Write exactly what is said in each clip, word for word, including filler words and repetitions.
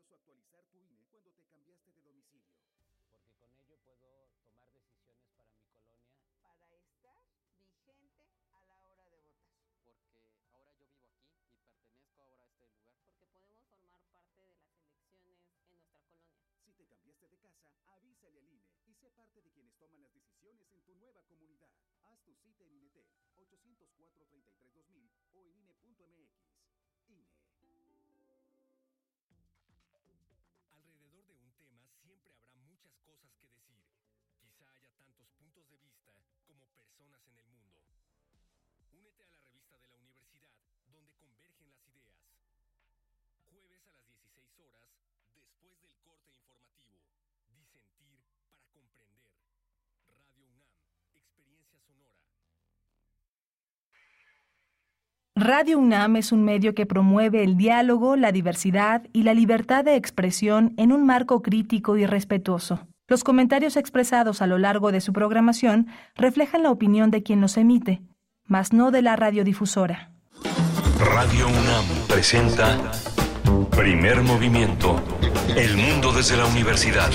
incluso actualizar tu I N E cuando te cambiaste de domicilio. Porque con ello puedo tomar decisiones para mi colonia. Para estar vigente a la hora de votar. Porque ahora yo vivo aquí y pertenezco ahora a este lugar. Porque podemos formar parte de las elecciones en nuestra colonia. Si te cambiaste de casa, avísale al I N E y sé parte de quienes toman las decisiones en tu nueva comunidad. Haz tu cita en INETEL ochocientos cuatro, treinta y tres, dos mil o en I N E punto M X. I N E. Alrededor de un tema siempre habrá muchas cosas que decir. Quizá haya tantos puntos de vista como personas en el mundo. Únete a la revista de la universidad donde convergen las ideas. Jueves a las dieciséis horas, después del corte informativo. Disentir para comprender. Radio UNAM, experiencia sonora. Radio UNAM es un medio que promueve el diálogo, la diversidad y la libertad de expresión en un marco crítico y respetuoso. Los comentarios expresados a lo largo de su programación reflejan la opinión de quien los emite, mas no de la radiodifusora. Radio UNAM presenta Primer Movimiento. El mundo desde la universidad.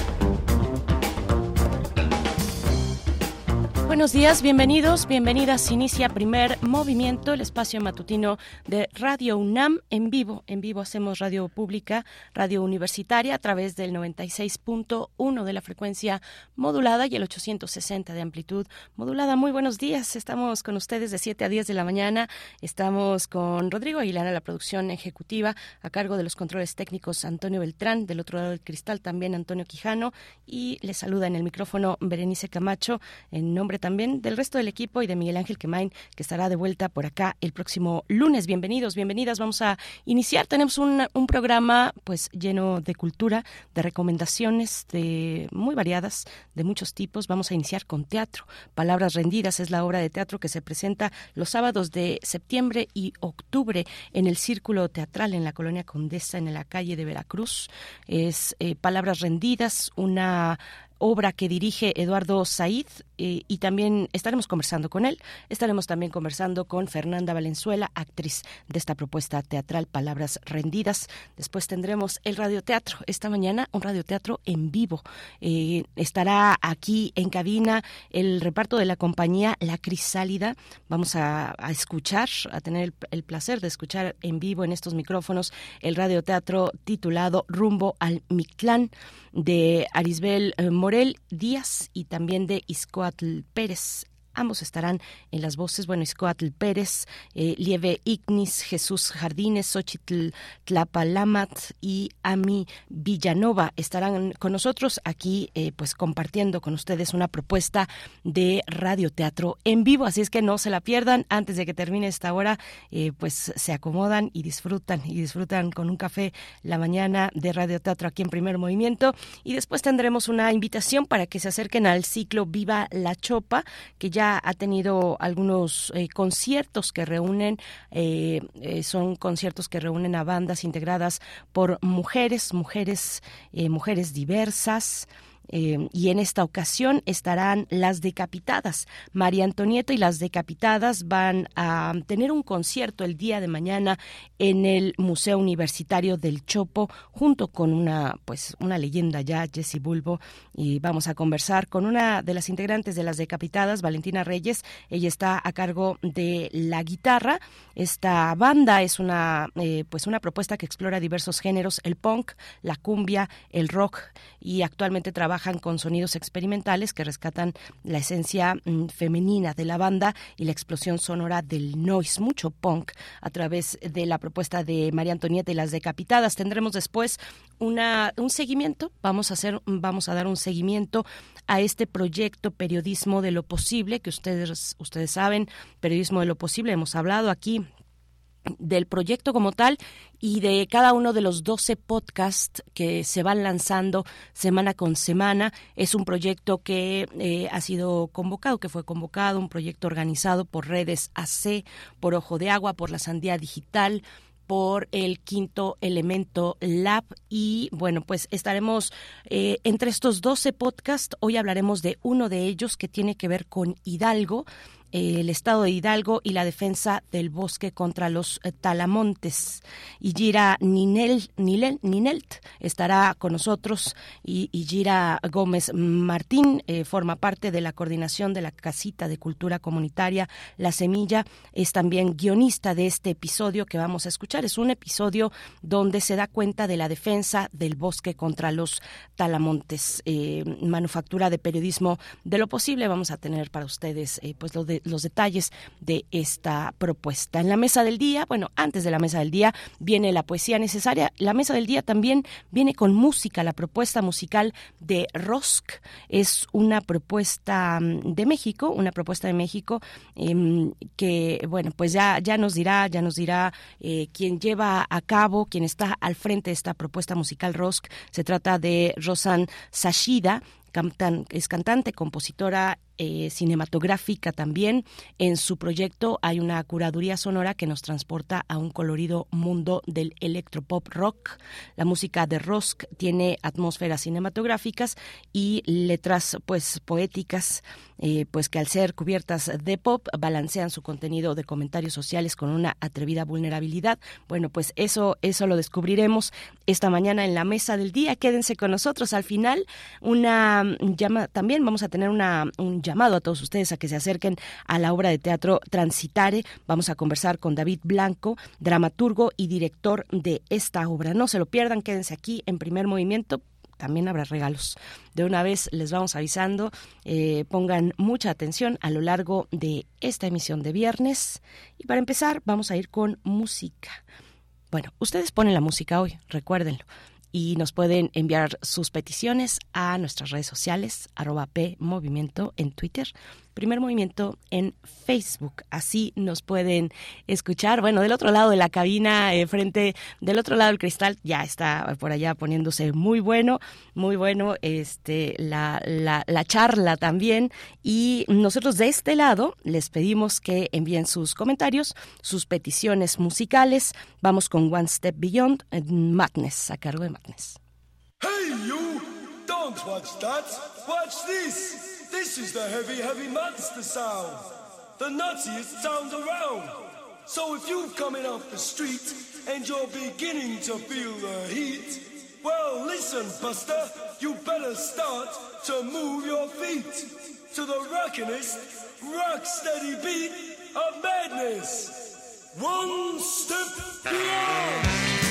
Buenos días, bienvenidos, bienvenidas. Inicia Primer Movimiento, el espacio matutino de Radio UNAM en vivo. En vivo hacemos radio pública, radio universitaria a través del noventa y seis punto uno de la frecuencia modulada y el ochocientos sesenta de amplitud modulada. Muy buenos días, estamos con ustedes de siete a diez de la mañana. Estamos con Rodrigo Aguilar, la producción ejecutiva, a cargo de los controles técnicos Antonio Beltrán, del otro lado del cristal también Antonio Quijano, y les saluda en el micrófono Berenice Camacho, en nombre también del resto del equipo y de Miguel Ángel Quemain, que estará de vuelta por acá el próximo lunes. Bienvenidos, bienvenidas. Vamos a iniciar. Tenemos un, un programa pues lleno de cultura, de recomendaciones de muy variadas, de muchos tipos. Vamos a iniciar con teatro. Palabras rendidas es la obra de teatro que se presenta los sábados de septiembre y octubre en el Círculo Teatral en la Colonia Condesa, en la calle de Veracruz. Es eh, Palabras rendidas, una obra que dirige Eduardo Said, eh, y también estaremos conversando con él. Estaremos también conversando con Fernanda Valenzuela, actriz de esta propuesta teatral Palabras rendidas. Después tendremos el radioteatro. Esta mañana un radioteatro en vivo. Eh, estará aquí en cabina el reparto de la compañía La Crisálida. Vamos a, a escuchar, a tener el, el placer de escuchar en vivo en estos micrófonos el radioteatro titulado Rumbo al Mictlán, de Arisbel eh, Morel Díaz y también de Izcoatl Pérez. Ambos estarán en las voces, bueno, Izcoatl Pérez, eh, Lieve Ignis, Jesús Jardines, Xochitl Tlapalamat y Ami Villanova estarán con nosotros aquí, eh, pues compartiendo con ustedes una propuesta de radioteatro en vivo, así es que no se la pierdan. Antes de que termine esta hora, eh, pues se acomodan y disfrutan, y disfrutan con un café la mañana de radioteatro aquí en Primer Movimiento, y después tendremos una invitación para que se acerquen al ciclo Viva la Chopa, que ya ha tenido algunos eh, conciertos que reúnen, eh, eh, son conciertos que reúnen a bandas integradas por mujeres, mujeres, eh, mujeres diversas. Eh, y en esta ocasión estarán Las Decapitadas. María Antonieta y Las Decapitadas van a tener un concierto el día de mañana en el Museo Universitario del Chopo, junto con una, pues, una leyenda ya, Jessie Bulbo, y vamos a conversar con una de las integrantes de Las Decapitadas, Valentina Reyes. Ella está a cargo de la guitarra. Esta banda es una, eh, pues una propuesta que explora diversos géneros: el punk, la cumbia, el rock, y actualmente trabaja con sonidos experimentales que rescatan la esencia mm, femenina de la banda y la explosión sonora del noise, mucho punk a través de la propuesta de María Antonieta y Las Decapitadas. Tendremos después una un seguimiento, vamos a hacer vamos a dar un seguimiento a este proyecto Periodismo de lo Posible, que ustedes ustedes saben, Periodismo de lo Posible, hemos hablado aquí del proyecto como tal y de cada uno de los doce podcasts que se van lanzando semana con semana. Es un proyecto que eh, ha sido convocado, que fue convocado, un proyecto organizado por Redes A C, por Ojo de Agua, por La Sandía Digital, por el Quinto Elemento Lab, y bueno, pues estaremos eh, entre estos doce podcasts. Hoy hablaremos de uno de ellos que tiene que ver con Hidalgo. eh, el estado de Hidalgo y la defensa del bosque contra los eh, talamontes. Y Gira Ninel, Ninel, Ninelt estará con nosotros y, y Gira Gómez Martín eh, forma parte de la coordinación de la Casita de Cultura Comunitaria La Semilla, es también guionista de este episodio que vamos a escuchar. Es un episodio donde se da cuenta de la defensa del bosque contra los talamontes. Eh, manufactura de periodismo de lo posible. Vamos a tener para ustedes eh, pues lo de, los detalles de esta propuesta. En la mesa del día, bueno, antes de la mesa del día viene la poesía necesaria. La mesa del día también viene con música. La propuesta musical de Rosk es una propuesta de México, una propuesta de México eh, que, bueno, pues ya, ya nos dirá, ya nos dirá eh, quién lleva a cabo, quién está al frente de esta propuesta musical Rosk. Se trata de Rosan Sashida, cantan, es cantante, compositora, Eh, cinematográfica también. En su proyecto hay una curaduría sonora que nos transporta a un colorido mundo del electropop rock. La música de Rosk tiene atmósferas cinematográficas y letras pues poéticas, eh, pues que al ser cubiertas de pop balancean su contenido de comentarios sociales con una atrevida vulnerabilidad. Bueno, pues eso, eso lo descubriremos esta mañana en la mesa del día. Quédense con nosotros. Al final, una llama, también vamos a tener una un llamado a todos ustedes a que se acerquen a la obra de teatro Transitare. Vamos a conversar con David Blanco, dramaturgo y director de esta obra. No se lo pierdan, quédense aquí en Primer Movimiento. También habrá regalos. De una vez les vamos avisando, eh, pongan mucha atención a lo largo de esta emisión de viernes. Y para empezar, vamos a ir con música. Bueno, ustedes ponen la música hoy, recuérdenlo. Y nos pueden enviar sus peticiones a nuestras redes sociales, arroba P Movimiento en Twitter, Primer Movimiento en Facebook. Así nos pueden escuchar. Bueno, del otro lado de la cabina, eh, frente, del otro lado del cristal, ya está por allá poniéndose muy bueno, muy bueno este la, la, la charla también. Y nosotros de este lado les pedimos que envíen sus comentarios, sus peticiones musicales. Vamos con One Step Beyond, Madness, a cargo de Madness. Hey you! Don't watch that! Watch this! This is the heavy, heavy monster sound. The nuttiest sound around. So if you're coming off the street and you're beginning to feel the heat, well listen, Buster, you better start to move your feet to the rockinest, rock steady beat of madness. One step beyond.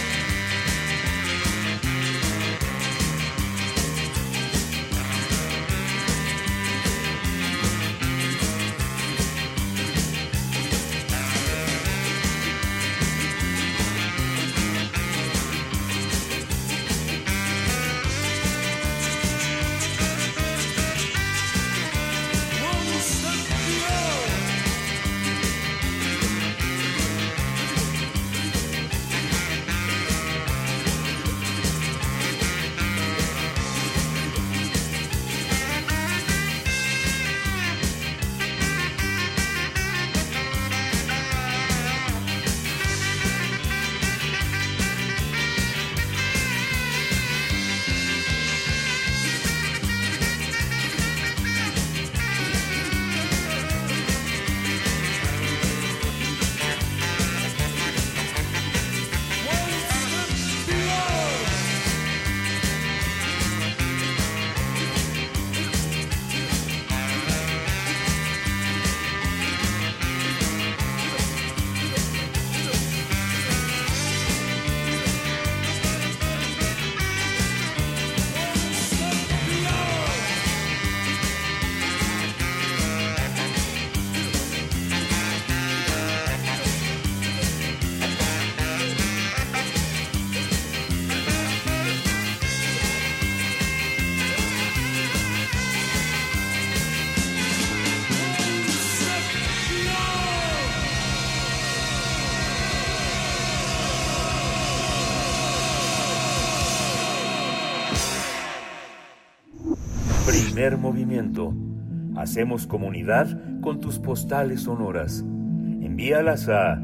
Primer Movimiento. Hacemos comunidad con tus postales sonoras. Envíalas a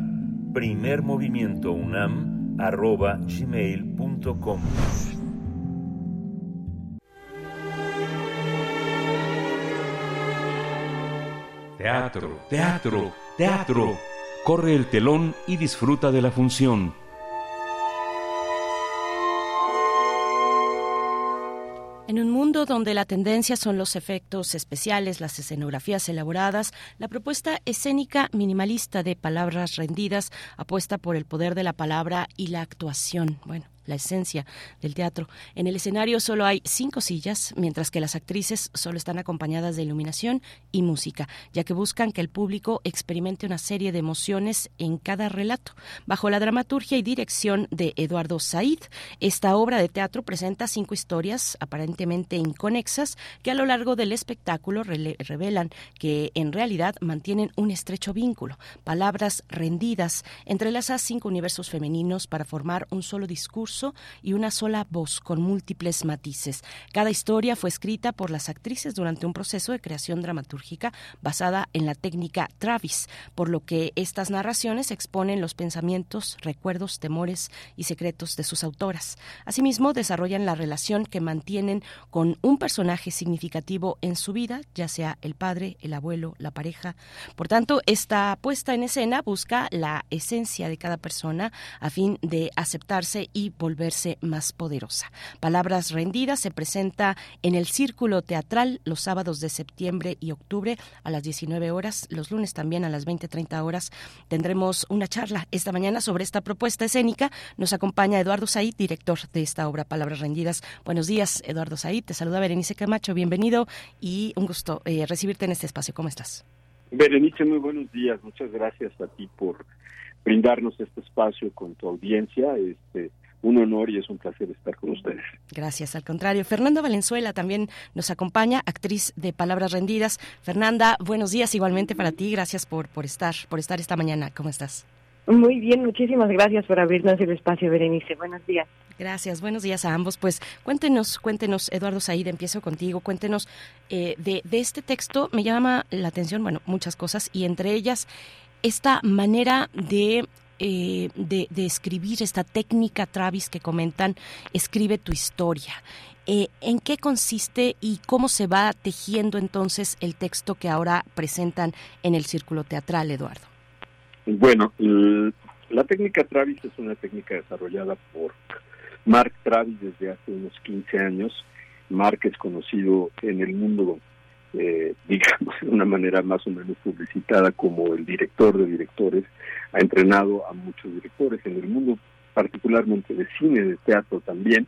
primermovimientounam arroba gmail punto com. Teatro, teatro, teatro. Corre el telón y disfruta de la función. En un mundo donde la tendencia son los efectos especiales, las escenografías elaboradas, la propuesta escénica minimalista de Palabras rendidas apuesta por el poder de la palabra y la actuación. Bueno, la esencia del teatro. En el escenario solo hay cinco sillas, mientras que las actrices solo están acompañadas de iluminación y música, ya que buscan que el público experimente una serie de emociones en cada relato. Bajo la dramaturgia y dirección de Eduardo Said, esta obra de teatro presenta cinco historias aparentemente inconexas que a lo largo del espectáculo rele- revelan que en realidad mantienen un estrecho vínculo. Palabras rendidas entrelaza cinco universos femeninos para formar un solo discurso y una sola voz con múltiples matices. Cada historia fue escrita por las actrices durante un proceso de creación dramatúrgica basada en la técnica Travis, por lo que estas narraciones exponen los pensamientos, recuerdos, temores y secretos de sus autoras. Asimismo, desarrollan la relación que mantienen con un personaje significativo en su vida, ya sea el padre, el abuelo, la pareja. Por tanto, esta puesta en escena busca la esencia de cada persona a fin de aceptarse y volverse más poderosa. Palabras rendidas se presenta en el Círculo Teatral los sábados de septiembre y octubre a las diecinueve horas, los lunes también a las veinte treinta horas. Tendremos una charla esta mañana sobre esta propuesta escénica. Nos acompaña Eduardo Said, director de esta obra Palabras rendidas. Buenos días, Eduardo Said. Te saluda Berenice Camacho. Bienvenido y un gusto eh, recibirte en este espacio. ¿Cómo estás? Berenice, muy buenos días. Muchas gracias a ti por brindarnos este espacio con tu audiencia. Este Un honor y es un placer estar con ustedes. Gracias, al contrario. Fernanda Valenzuela también nos acompaña, actriz de Palabras rendidas. Fernanda, buenos días igualmente para ti. Gracias por, por estar por estar esta mañana. ¿Cómo estás? Muy bien, muchísimas gracias por abrirnos el espacio, Berenice. Buenos días. Gracias, buenos días a ambos. Pues cuéntenos, cuéntenos, Eduardo Said, empiezo contigo. Cuéntenos eh, de, de este texto. Me llama la atención, bueno, muchas cosas, y entre ellas esta manera de... Eh, de, de escribir, esta técnica Travis que comentan, escribe tu historia. Eh, ¿En qué consiste y cómo se va tejiendo entonces el texto que ahora presentan en el Círculo Teatral, Eduardo? Bueno, la técnica Travis es una técnica desarrollada por Mark Travis desde hace unos quince años. Mark es conocido en el mundo, eh, digamos, de una manera más o menos publicitada como el director de directores. Ha entrenado a muchos directores en el mundo, particularmente de cine, de teatro también.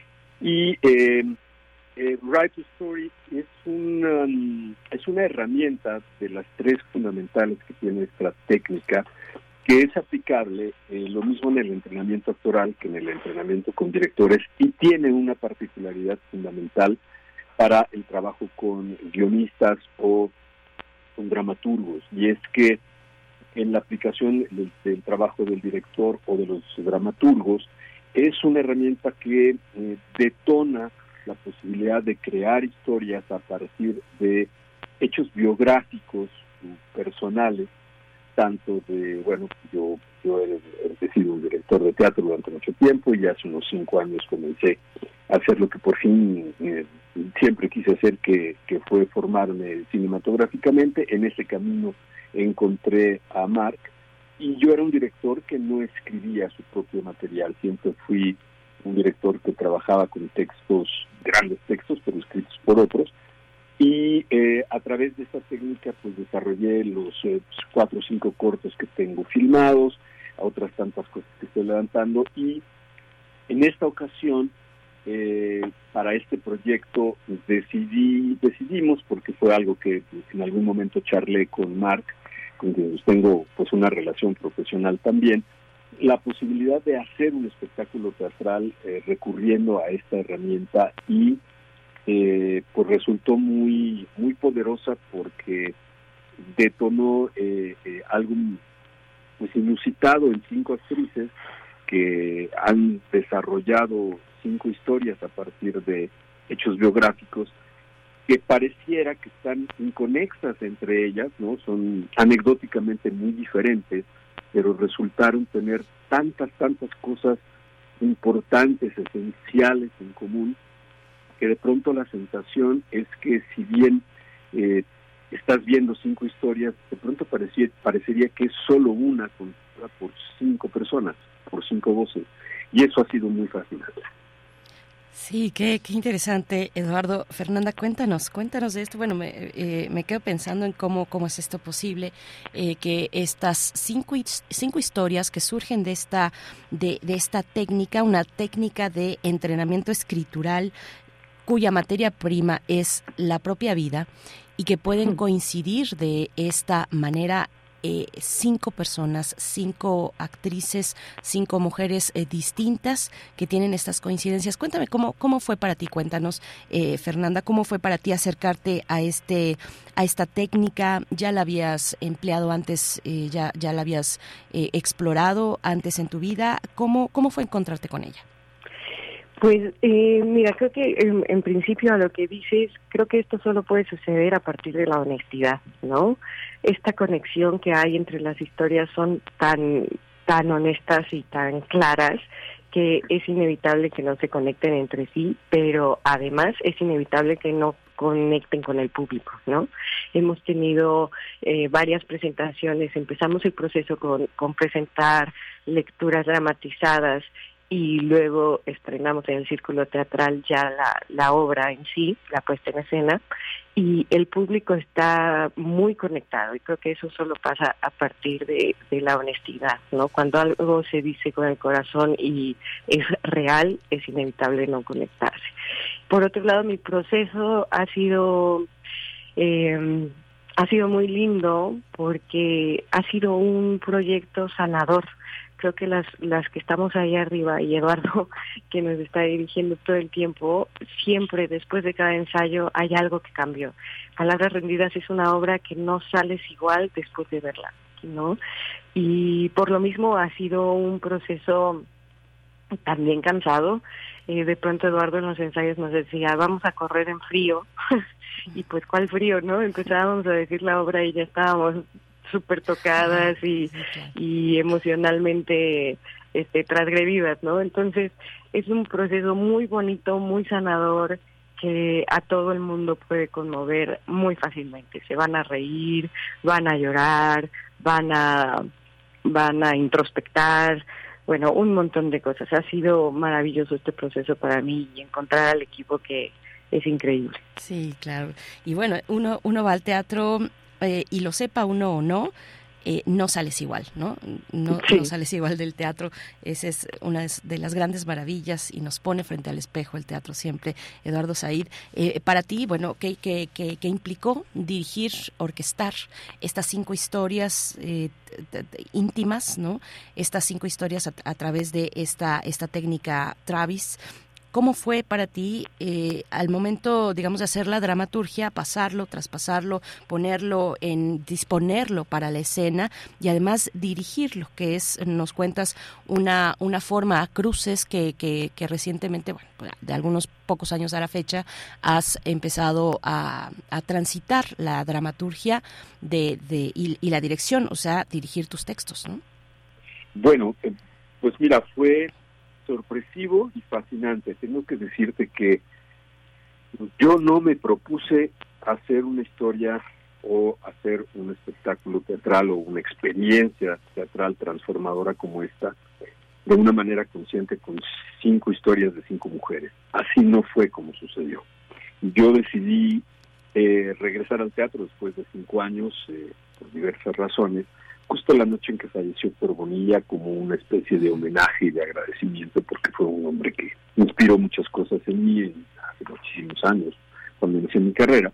Y eh, eh, Write a Story es una, es una herramienta de las tres fundamentales que tiene esta técnica, que es aplicable eh, lo mismo en el entrenamiento actoral que en el entrenamiento con directores, y tiene una particularidad fundamental para el trabajo con guionistas o con dramaturgos, y es que en la aplicación del, del trabajo del director o de los dramaturgos es una herramienta que eh, detona la posibilidad de crear historias a partir de hechos biográficos personales, tanto de, bueno, yo yo he, he sido un director de teatro durante mucho tiempo y hace unos cinco años comencé a hacer lo que por fin eh, siempre quise hacer, que, que fue formarme cinematográficamente. En ese camino encontré a Mark y yo era un director que no escribía su propio material, siempre fui un director que trabajaba con textos, grandes textos, pero escritos por otros, y eh, a través de esta técnica pues desarrollé los eh, cuatro o cinco cortos que tengo filmados, a otras tantas cosas que estoy levantando, y en esta ocasión eh, para este proyecto decidí decidimos porque fue algo que pues, en algún momento charlé con Mark, con quien tengo pues una relación profesional también, la posibilidad de hacer un espectáculo teatral eh, recurriendo a esta herramienta, y eh, pues resultó muy muy poderosa porque detonó eh, eh, algo pues inusitado en cinco actrices que han desarrollado cinco historias a partir de hechos biográficos que pareciera que están inconexas entre ellas, ¿no? Son anecdóticamente muy diferentes, pero resultaron tener tantas, tantas cosas importantes, esenciales en común, que de pronto la sensación es que si bien eh, estás viendo cinco historias, de pronto parecía, parecería que es solo una contada por cinco personas, por cinco voces, y eso ha sido muy fascinante. Sí, qué, qué interesante, Eduardo. Fernanda, cuéntanos, cuéntanos de esto. Bueno, me, eh, me quedo pensando en cómo, cómo es esto posible, eh, que estas cinco, cinco historias que surgen de esta, de, de esta técnica, una técnica de entrenamiento escritural cuya materia prima es la propia vida y que pueden coincidir de esta manera. Eh, cinco personas, cinco actrices, cinco mujeres eh, distintas que tienen estas coincidencias. Cuéntame cómo cómo fue para ti. Cuéntanos, eh, Fernanda, cómo fue para ti acercarte a este a esta técnica. ¿Ya la habías empleado antes? Eh, ya ya la habías eh, explorado antes en tu vida. ¿Cómo cómo fue encontrarte con ella? Pues eh, mira, creo que en, en principio a lo que dices, creo que esto solo puede suceder a partir de la honestidad, ¿no? Esta conexión que hay entre las historias son tan tan honestas y tan claras que es inevitable que no se conecten entre sí, pero además es inevitable que no conecten con el público, ¿no? Hemos tenido eh, varias presentaciones, empezamos el proceso con, con presentar lecturas dramatizadas y luego estrenamos en el Círculo Teatral ya la, la obra en sí, la puesta en escena, y el público está muy conectado, y creo que eso solo pasa a partir de, de la honestidad, ¿no? Cuando algo se dice con el corazón y es real, es inevitable no conectarse. Por otro lado, mi proceso ha sido... Eh, ha sido muy lindo porque ha sido un proyecto sanador. Creo que las las que estamos ahí arriba y Eduardo, que nos está dirigiendo todo el tiempo, siempre después de cada ensayo hay algo que cambió. Palabras Rendidas es una obra que no sales igual después de verla, ¿no? Y por lo mismo ha sido un proceso también cansado. Eh, de pronto Eduardo en los ensayos nos decía, vamos a correr en frío. Y pues, ¿cuál frío, no? Empezábamos a decir la obra y ya estábamos súper tocadas y, y emocionalmente este, transgredidas, ¿no? Entonces, es un proceso muy bonito, muy sanador, que a todo el mundo puede conmover muy fácilmente. Se van a reír, van a llorar, van a, van a introspectar, bueno, un montón de cosas. Ha sido maravilloso este proceso para mí y encontrar al equipo que es increíble. Sí, claro. Y bueno, uno uno va al teatro eh, y lo sepa uno o no, eh, no sales igual, ¿no? No, sí. no sales igual del teatro. Esa es una de las grandes maravillas y nos pone frente al espejo el teatro siempre. Eduardo Said, eh, para ti, bueno, ¿qué, qué, qué, qué implicó dirigir, orquestar estas cinco historias eh, t- t- íntimas, ¿no? Estas cinco historias a, a través de esta, esta técnica Travis? ¿Cómo fue para ti eh, al momento, digamos, de hacer la dramaturgia, pasarlo, traspasarlo, ponerlo en, disponerlo para la escena y además dirigirlo, que es, nos cuentas, una una forma a cruces que, que, que recientemente, bueno, de algunos pocos años a la fecha, has empezado a, a transitar la dramaturgia de, de y, y la dirección, o sea, dirigir tus textos, ¿no? Bueno, eh, pues mira, fue sorpresivo y fascinante. Tengo que decirte que yo no me propuse hacer una historia o hacer un espectáculo teatral o una experiencia teatral transformadora como esta de una manera consciente con cinco historias de cinco mujeres. Así no fue como sucedió. Yo decidí eh, regresar al teatro después de cinco años eh, por diversas razones, justo la noche en que falleció Héctor Bonilla, como una especie de homenaje y de agradecimiento, porque fue un hombre que inspiró muchas cosas en mí en, hace muchísimos años, cuando inicié mi carrera.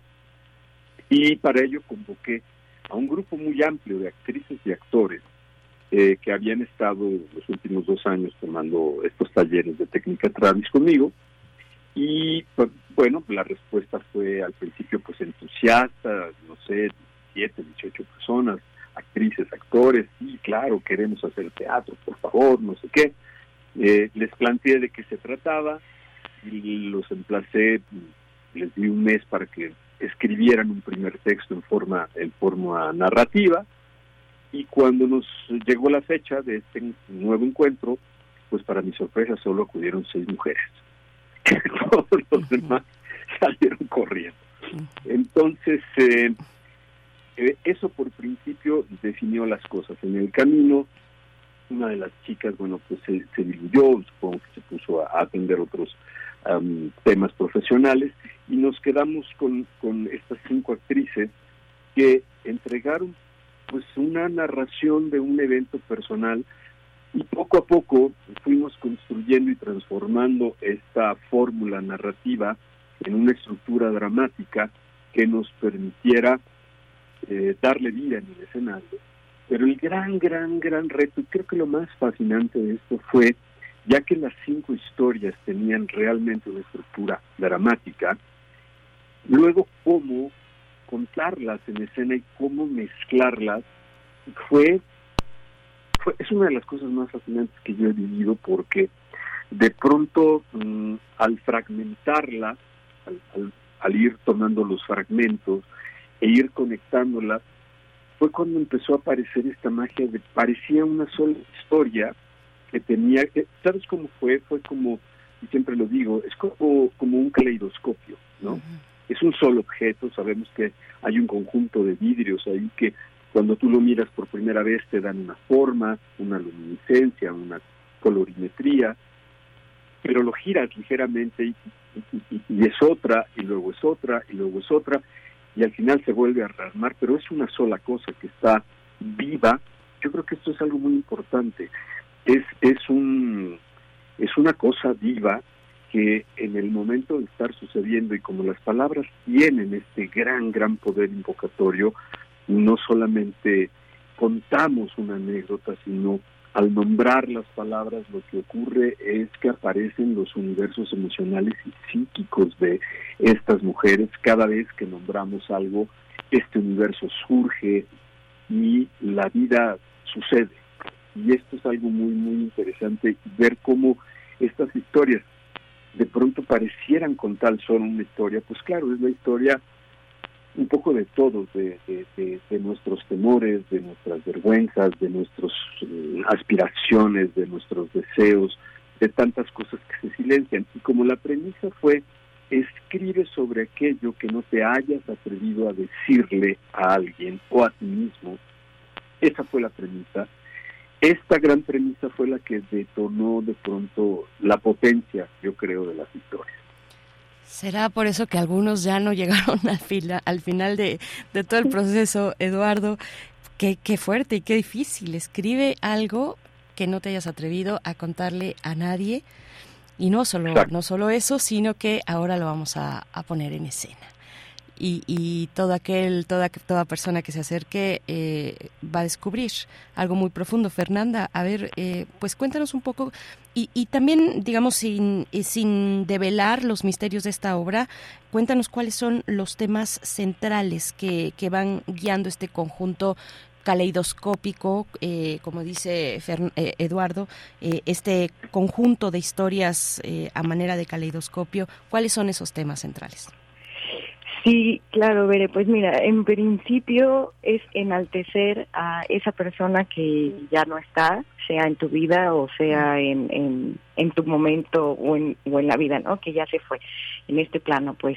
Y para ello convoqué a un grupo muy amplio de actrices y actores eh, que habían estado los últimos dos años tomando estos talleres de técnica Travis conmigo. Y pues, bueno, la respuesta fue al principio pues entusiasta, no sé, diecisiete, dieciocho personas, actrices, actores, sí, claro, queremos hacer teatro, por favor, no sé qué. Eh, les planteé de qué se trataba y los emplacé, les di un mes para que escribieran un primer texto en forma, en forma narrativa, y cuando nos llegó la fecha de este nuevo encuentro, pues para mi sorpresa solo acudieron seis mujeres. Todos los demás salieron corriendo. Entonces, eh, eh, eso por principio definió las cosas. En el camino, una de las chicas, bueno, pues se, se diluyó, supongo que se puso a, a atender otros um, temas profesionales, y nos quedamos con, con estas cinco actrices que entregaron pues una narración de un evento personal, y poco a poco fuimos construyendo y transformando esta fórmula narrativa en una estructura dramática que nos permitiera eh, darle vida en el escenario. Pero el gran, gran, gran reto, y creo que lo más fascinante de esto fue, ya que las cinco historias tenían realmente una estructura dramática, luego cómo contarlas en escena y cómo mezclarlas fue, fue es una de las cosas más fascinantes que yo he vivido, porque de pronto mmm, al fragmentarlas, al, al, al ir tomando los fragmentos e ir conectándolas, fue cuando empezó a aparecer esta magia de parecía una sola historia que tenía, ¿sabes cómo fue? Fue como, y siempre lo digo, es como, como un caleidoscopio, ¿no? Uh-huh. Es un solo objeto, sabemos que hay un conjunto de vidrios ahí que cuando tú lo miras por primera vez te dan una forma, una luminiscencia, una colorimetría, pero lo giras ligeramente y, y, y, y es otra, y luego es otra, y luego es otra, y al final se vuelve a rearmar, pero es una sola cosa que está viva. Yo creo que esto es algo muy importante. Es, es, un, es una cosa viva que en el momento de estar sucediendo, y como las palabras tienen este gran, gran poder invocatorio, no solamente contamos una anécdota, sino al nombrar las palabras lo que ocurre es que aparecen los universos emocionales y psíquicos de estas mujeres. Cada vez que nombramos algo, este universo surge y la vida sucede. Y esto es algo muy, muy interesante, ver cómo estas historias de pronto parecieran contar solo una historia. Pues claro, es la historia un poco de todos, de, de, de, de nuestros temores, de nuestras vergüenzas, de nuestras eh, aspiraciones, de nuestros deseos, de tantas cosas que se silencian. Y como la premisa fue, escribe sobre aquello que no te hayas atrevido a decirle a alguien o a ti mismo, esa fue la premisa. Esta gran premisa fue la que detonó de pronto la potencia, yo creo, de las historias. ¿Será por eso que algunos ya no llegaron al, fila, al final de, de todo el proceso, Eduardo? Qué, qué fuerte y qué difícil. Escribe algo que no te hayas atrevido a contarle a nadie, y no solo, no solo eso, sino que ahora lo vamos a, a poner en escena. Y, y todo aquel, toda, toda persona que se acerque eh, va a descubrir algo muy profundo. Fernanda, a ver, eh, pues cuéntanos un poco, y, y también, digamos, sin, sin develar los misterios de esta obra, cuéntanos cuáles son los temas centrales que, que van guiando este conjunto caleidoscópico, eh, como dice Fer, eh, Eduardo, eh, este conjunto de historias eh, a manera de caleidoscopio. ¿Cuáles son esos temas centrales? Sí, claro, Bere, pues mira, en principio es enaltecer a esa persona que ya no está, sea en tu vida o sea en, en, en tu momento o en, o en la vida, ¿no? Que ya se fue en este plano, pues.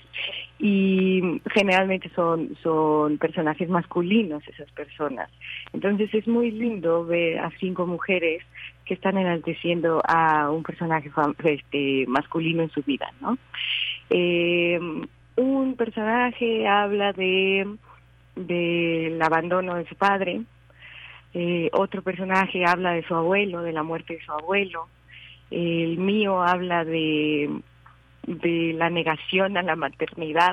Y generalmente son, son personajes masculinos esas personas. Entonces es muy lindo ver a cinco mujeres que están enalteciendo a un personaje este, masculino en su vida, ¿no? Eh... Un personaje habla de del abandono de su padre, eh, otro personaje habla de su abuelo, de la muerte de su abuelo, el mío habla de, de la negación a la maternidad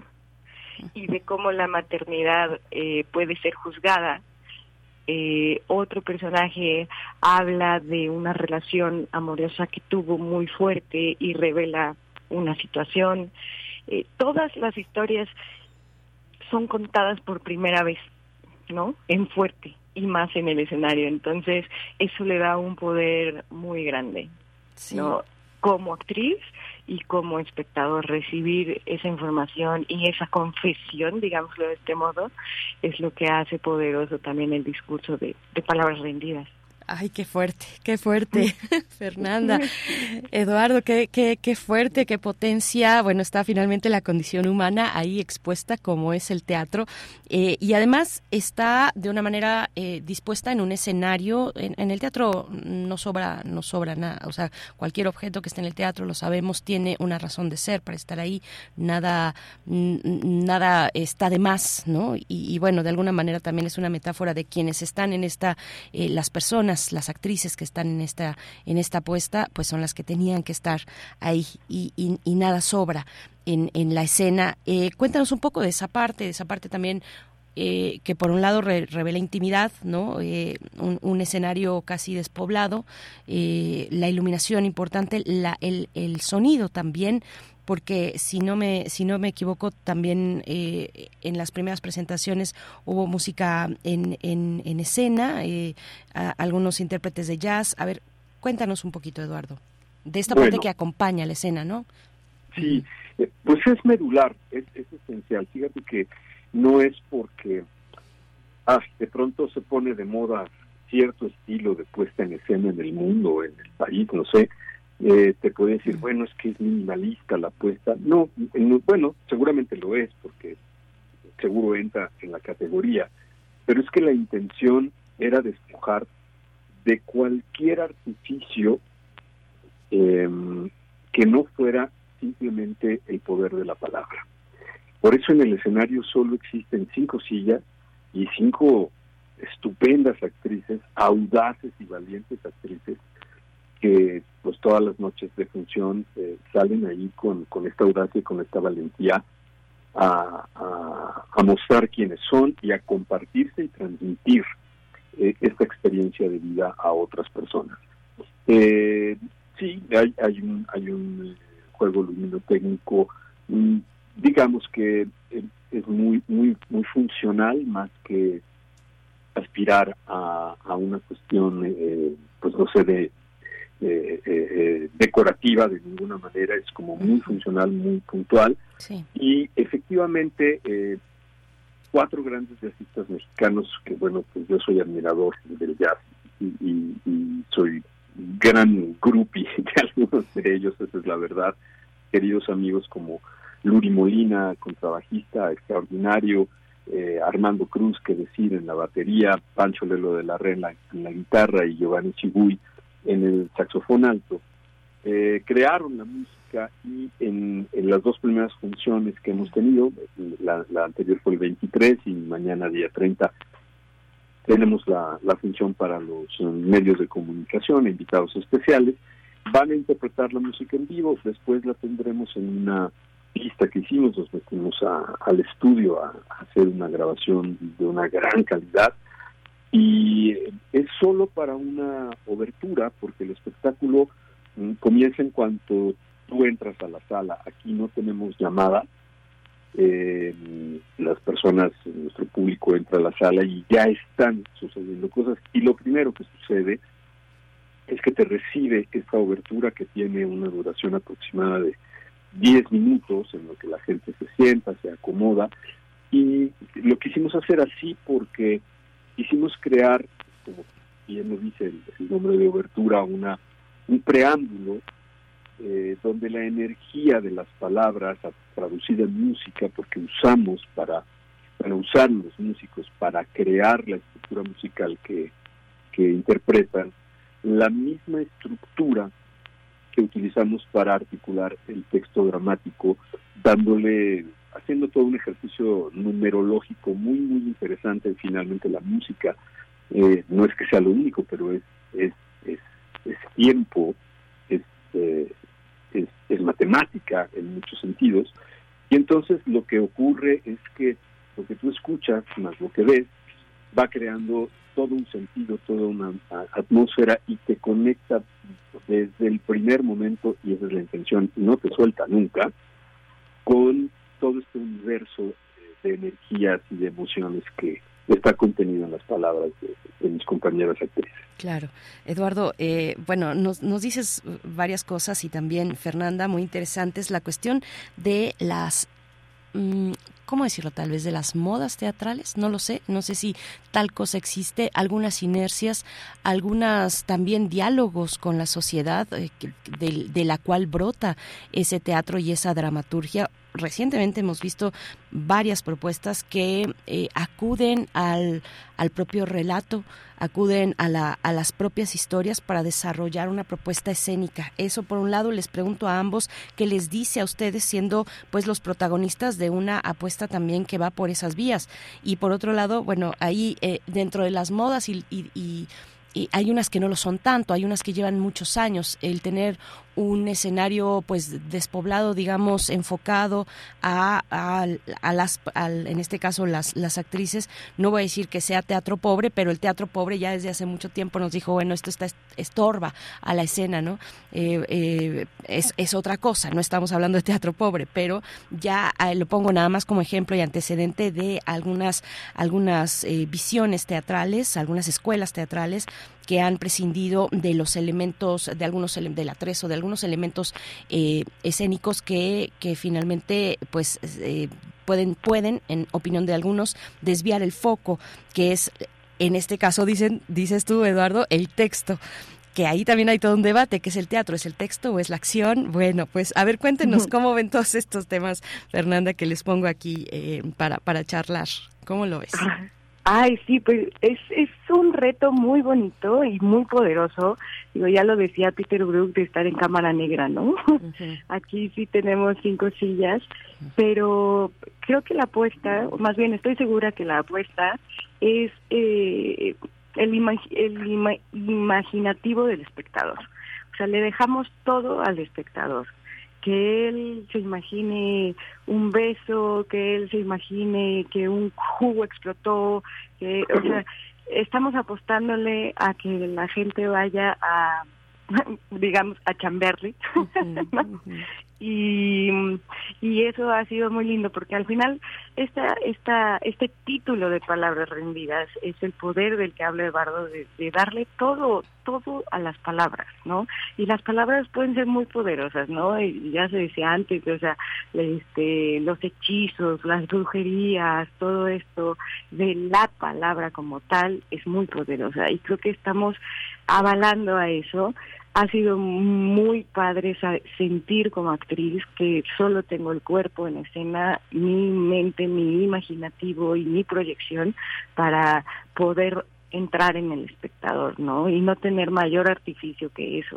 y de cómo la maternidad eh, puede ser juzgada. Eh, otro personaje habla de una relación amorosa que tuvo muy fuerte y revela una situación. Eh, todas las historias son contadas por primera vez, ¿no? En fuerte y más en el escenario. Entonces, eso le da un poder muy grande, sí, ¿no? Como actriz y como espectador, recibir esa información y esa confesión, digámoslo de este modo, es lo que hace poderoso también el discurso de, de palabras rendidas. Ay, qué fuerte, qué fuerte, Fernanda. Eduardo, qué, qué, qué fuerte, qué potencia. Bueno, está finalmente la condición humana ahí expuesta, como es el teatro. Eh, y además está de una manera eh, dispuesta en un escenario. En, en el teatro no sobra, no sobra nada. O sea, cualquier objeto que esté en el teatro, lo sabemos, tiene una razón de ser para estar ahí. Nada, n- nada está de más, ¿no? Y, y bueno, de alguna manera también es una metáfora de quienes están en esta, eh, las personas, las actrices que están en esta en esta puesta, pues son las que tenían que estar ahí y, y, y nada sobra en, en la escena. Eh, cuéntanos un poco de esa parte, de esa parte también eh, que por un lado re, revela intimidad, ¿no? Eh, un, un escenario casi despoblado, eh, la iluminación importante, la, el, el sonido también, porque si no me si no me equivoco también eh, en las primeras presentaciones hubo música en, en, en escena, eh, a, algunos intérpretes de jazz. A ver, cuéntanos un poquito, Eduardo, de esta bueno, parte que acompaña la escena, ¿no? Sí, uh-huh. Pues es medular, es, es esencial. Fíjate que no es porque ah, de pronto se pone de moda cierto estilo de puesta en escena en el mundo, en el país, no sé. Eh, te puede decir, bueno, es que es minimalista la apuesta. No, no, bueno, seguramente lo es, porque seguro entra en la categoría, pero es que la intención era despojar de cualquier artificio eh, que no fuera simplemente el poder de la palabra. Por eso en el escenario solo existen cinco sillas y cinco estupendas actrices, audaces y valientes actrices, que pues todas las noches de función eh, salen ahí con, con esta audacia y con esta valentía a, a, a mostrar quiénes son y a compartirse y transmitir eh, esta experiencia de vida a otras personas. Eh, sí, hay, hay un hay un juego luminotécnico, mm, digamos que eh, es muy muy muy funcional, más que aspirar a, a una cuestión, eh, pues no sé, de Eh, eh, eh, decorativa de ninguna manera, es como muy funcional, muy puntual. Sí. Y efectivamente eh, cuatro grandes jazzistas mexicanos, que bueno, pues yo soy admirador del jazz y, y, y soy gran groupie de algunos de ellos, esa es la verdad. Queridos amigos como Luri Molina, contrabajista extraordinario, eh, Armando Cruz, que decide en la batería, Pancho Lelo de la Re en la, en la guitarra y Giovanni Chiguy en el saxofón alto, eh, crearon la música y en, en las dos primeras funciones que hemos tenido, la, la anterior fue el veintitrés y mañana día treinta, tenemos la, la función para los medios de comunicación, invitados especiales, van a interpretar la música en vivo, después la tendremos en una pista que hicimos, nos metimos a, al estudio a, a hacer una grabación de una gran calidad, y es solo para una obertura, porque el espectáculo mm, comienza en cuanto tú entras a la sala. Aquí no tenemos llamada, eh, las personas, nuestro público entra a la sala y ya están sucediendo cosas, y lo primero que sucede es que te recibe esta obertura que tiene una duración aproximada de diez minutos, en lo que la gente se sienta, se acomoda, y lo quisimos hacer así porque quisimos crear, como bien lo dice el, el nombre de obertura, una un preámbulo eh, donde la energía de las palabras traducida en música, porque usamos para, para usar los músicos para crear la estructura musical que, que interpretan, la misma estructura que utilizamos para articular el texto dramático, dándole, haciendo todo un ejercicio numerológico muy, muy interesante. Finalmente la música eh, no es que sea lo único, pero es es, es, es tiempo, es, eh, es, es matemática en muchos sentidos, y entonces lo que ocurre es que lo que tú escuchas más lo que ves va creando todo un sentido, toda una atmósfera, y te conecta desde el primer momento, y esa es la intención, y no te suelta nunca, con todo este universo de energías y de emociones que está contenido en las palabras de, de mis compañeras actrices. Claro. Eduardo, eh, bueno, nos, nos dices varias cosas, y también Fernanda, muy interesantes, la cuestión de las... Mmm, ¿cómo decirlo? Tal vez de las modas teatrales, no lo sé, no sé si tal cosa existe, algunas inercias, algunas también diálogos con la sociedad eh, de, de la cual brota ese teatro y esa dramaturgia. Recientemente hemos visto varias propuestas que eh, acuden al, al propio relato, acuden a, la, a las propias historias para desarrollar una propuesta escénica. Eso por un lado, les pregunto a ambos qué les dice a ustedes siendo pues los protagonistas de una apuesta también que va por esas vías. Y por otro lado, bueno, ahí eh, dentro de las modas y, y, y Y hay unas que no lo son tanto, hay unas que llevan muchos años, el tener un escenario pues despoblado, digamos, enfocado a, a, a las, al, en este caso las, las actrices. No voy a decir que sea teatro pobre, pero el teatro pobre ya desde hace mucho tiempo nos dijo, bueno, esto está estorba a la escena, ¿no? Eh, eh, es, es otra cosa, no estamos hablando de teatro pobre, pero ya eh, lo pongo nada más como ejemplo y antecedente de algunas, algunas eh, visiones teatrales, algunas escuelas teatrales que han prescindido de los elementos, de algunos del atrezo, de algunos elementos eh, escénicos que, que finalmente pues eh, pueden, pueden, en opinión de algunos, desviar el foco, que es, en este caso dicen, dices tú, Eduardo, el texto. Que ahí también hay todo un debate, ¿qué es el teatro? ¿Es el texto o es la acción? Bueno, pues a ver, cuéntenos cómo ven todos estos temas, Fernanda, que les pongo aquí eh, para, para charlar. ¿Cómo lo ves? Ay, sí, pues es, es un reto muy bonito y muy poderoso. Digo, ya lo decía Peter Brook de estar en cámara negra, ¿no? Uh-huh. Aquí sí tenemos cinco sillas, pero creo que la apuesta, o más bien estoy segura que la apuesta es eh, el, imag- el ima- imaginativo del espectador. O sea, le dejamos todo al espectador. Que él se imagine un beso, que él se imagine que un jugo explotó, que, o sea, estamos apostándole a que la gente vaya a, digamos, a chambearle, uh-huh, ¿no? Uh-huh. Y, y eso ha sido muy lindo porque al final esta, esta, este título de Palabras Rendidas es el poder del que habla Eduardo, de, de darle todo, todo a las palabras, ¿no? Y las palabras pueden ser muy poderosas, ¿no? Y ya se decía antes, o sea, este, los hechizos, las brujerías, todo esto de la palabra como tal es muy poderosa y creo que estamos avalando a eso. Ha sido muy padre sentir como actriz que solo tengo el cuerpo en escena, mi mente, mi imaginativo y mi proyección para poder entrar en el espectador, ¿no? Y no tener mayor artificio que eso.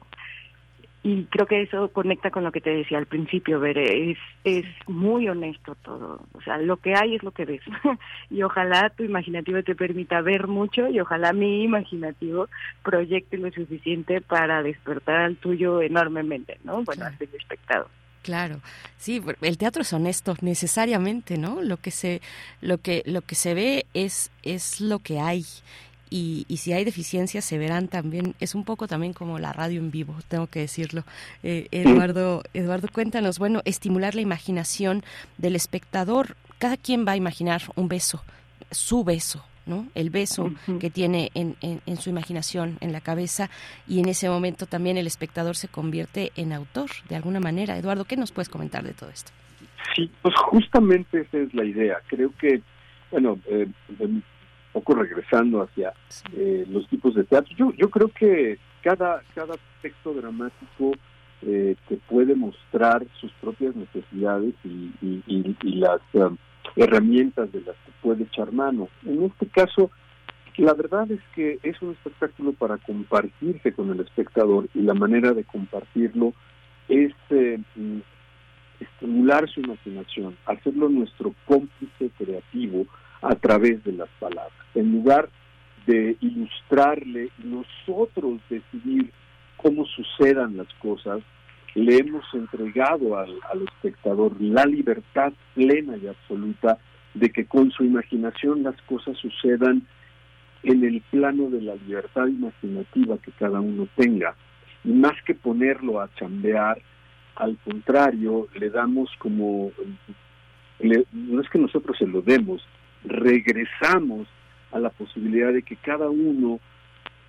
Y creo que eso conecta con lo que te decía al principio, Bere, es, es muy honesto todo, o sea, lo que hay es lo que ves, y ojalá tu imaginativo te permita ver mucho, y ojalá mi imaginativo proyecte lo suficiente para despertar al tuyo enormemente, ¿no? Bueno, claro. Al espectador. Claro, sí, el teatro es honesto necesariamente, ¿no? Lo que se, lo que, lo que se ve es, es lo que hay. Y, y si hay deficiencias se verán también. Es un poco también como la radio en vivo, tengo que decirlo. Eh, Eduardo, Eduardo, cuéntanos, bueno, estimular la imaginación del espectador. Cada quien va a imaginar un beso, su beso, ¿no? El beso uh-huh. que tiene en, en, en su imaginación, en la cabeza, y en ese momento también el espectador se convierte en autor, de alguna manera. Eduardo, ¿qué nos puedes comentar de todo esto? Sí, pues justamente esa es la idea. Creo que, bueno, eh, un poco regresando hacia eh, los tipos de teatro, yo yo creo que cada cada texto dramático eh, te puede mostrar sus propias necesidades y, y, y, y las um, herramientas de las que puede echar mano. En este caso, la verdad es que es un espectáculo para compartirse con el espectador, y la manera de compartirlo es eh, estimular su imaginación, hacerlo nuestro cómplice creativo a través de las palabras. En lugar de ilustrarle, nosotros decidir cómo sucedan las cosas, le hemos entregado al, al espectador la libertad plena y absoluta de que con su imaginación las cosas sucedan en el plano de la libertad imaginativa que cada uno tenga. Y más que ponerlo a chambear, al contrario, le damos como, le, no es que nosotros se lo demos, regresamos a la posibilidad de que cada uno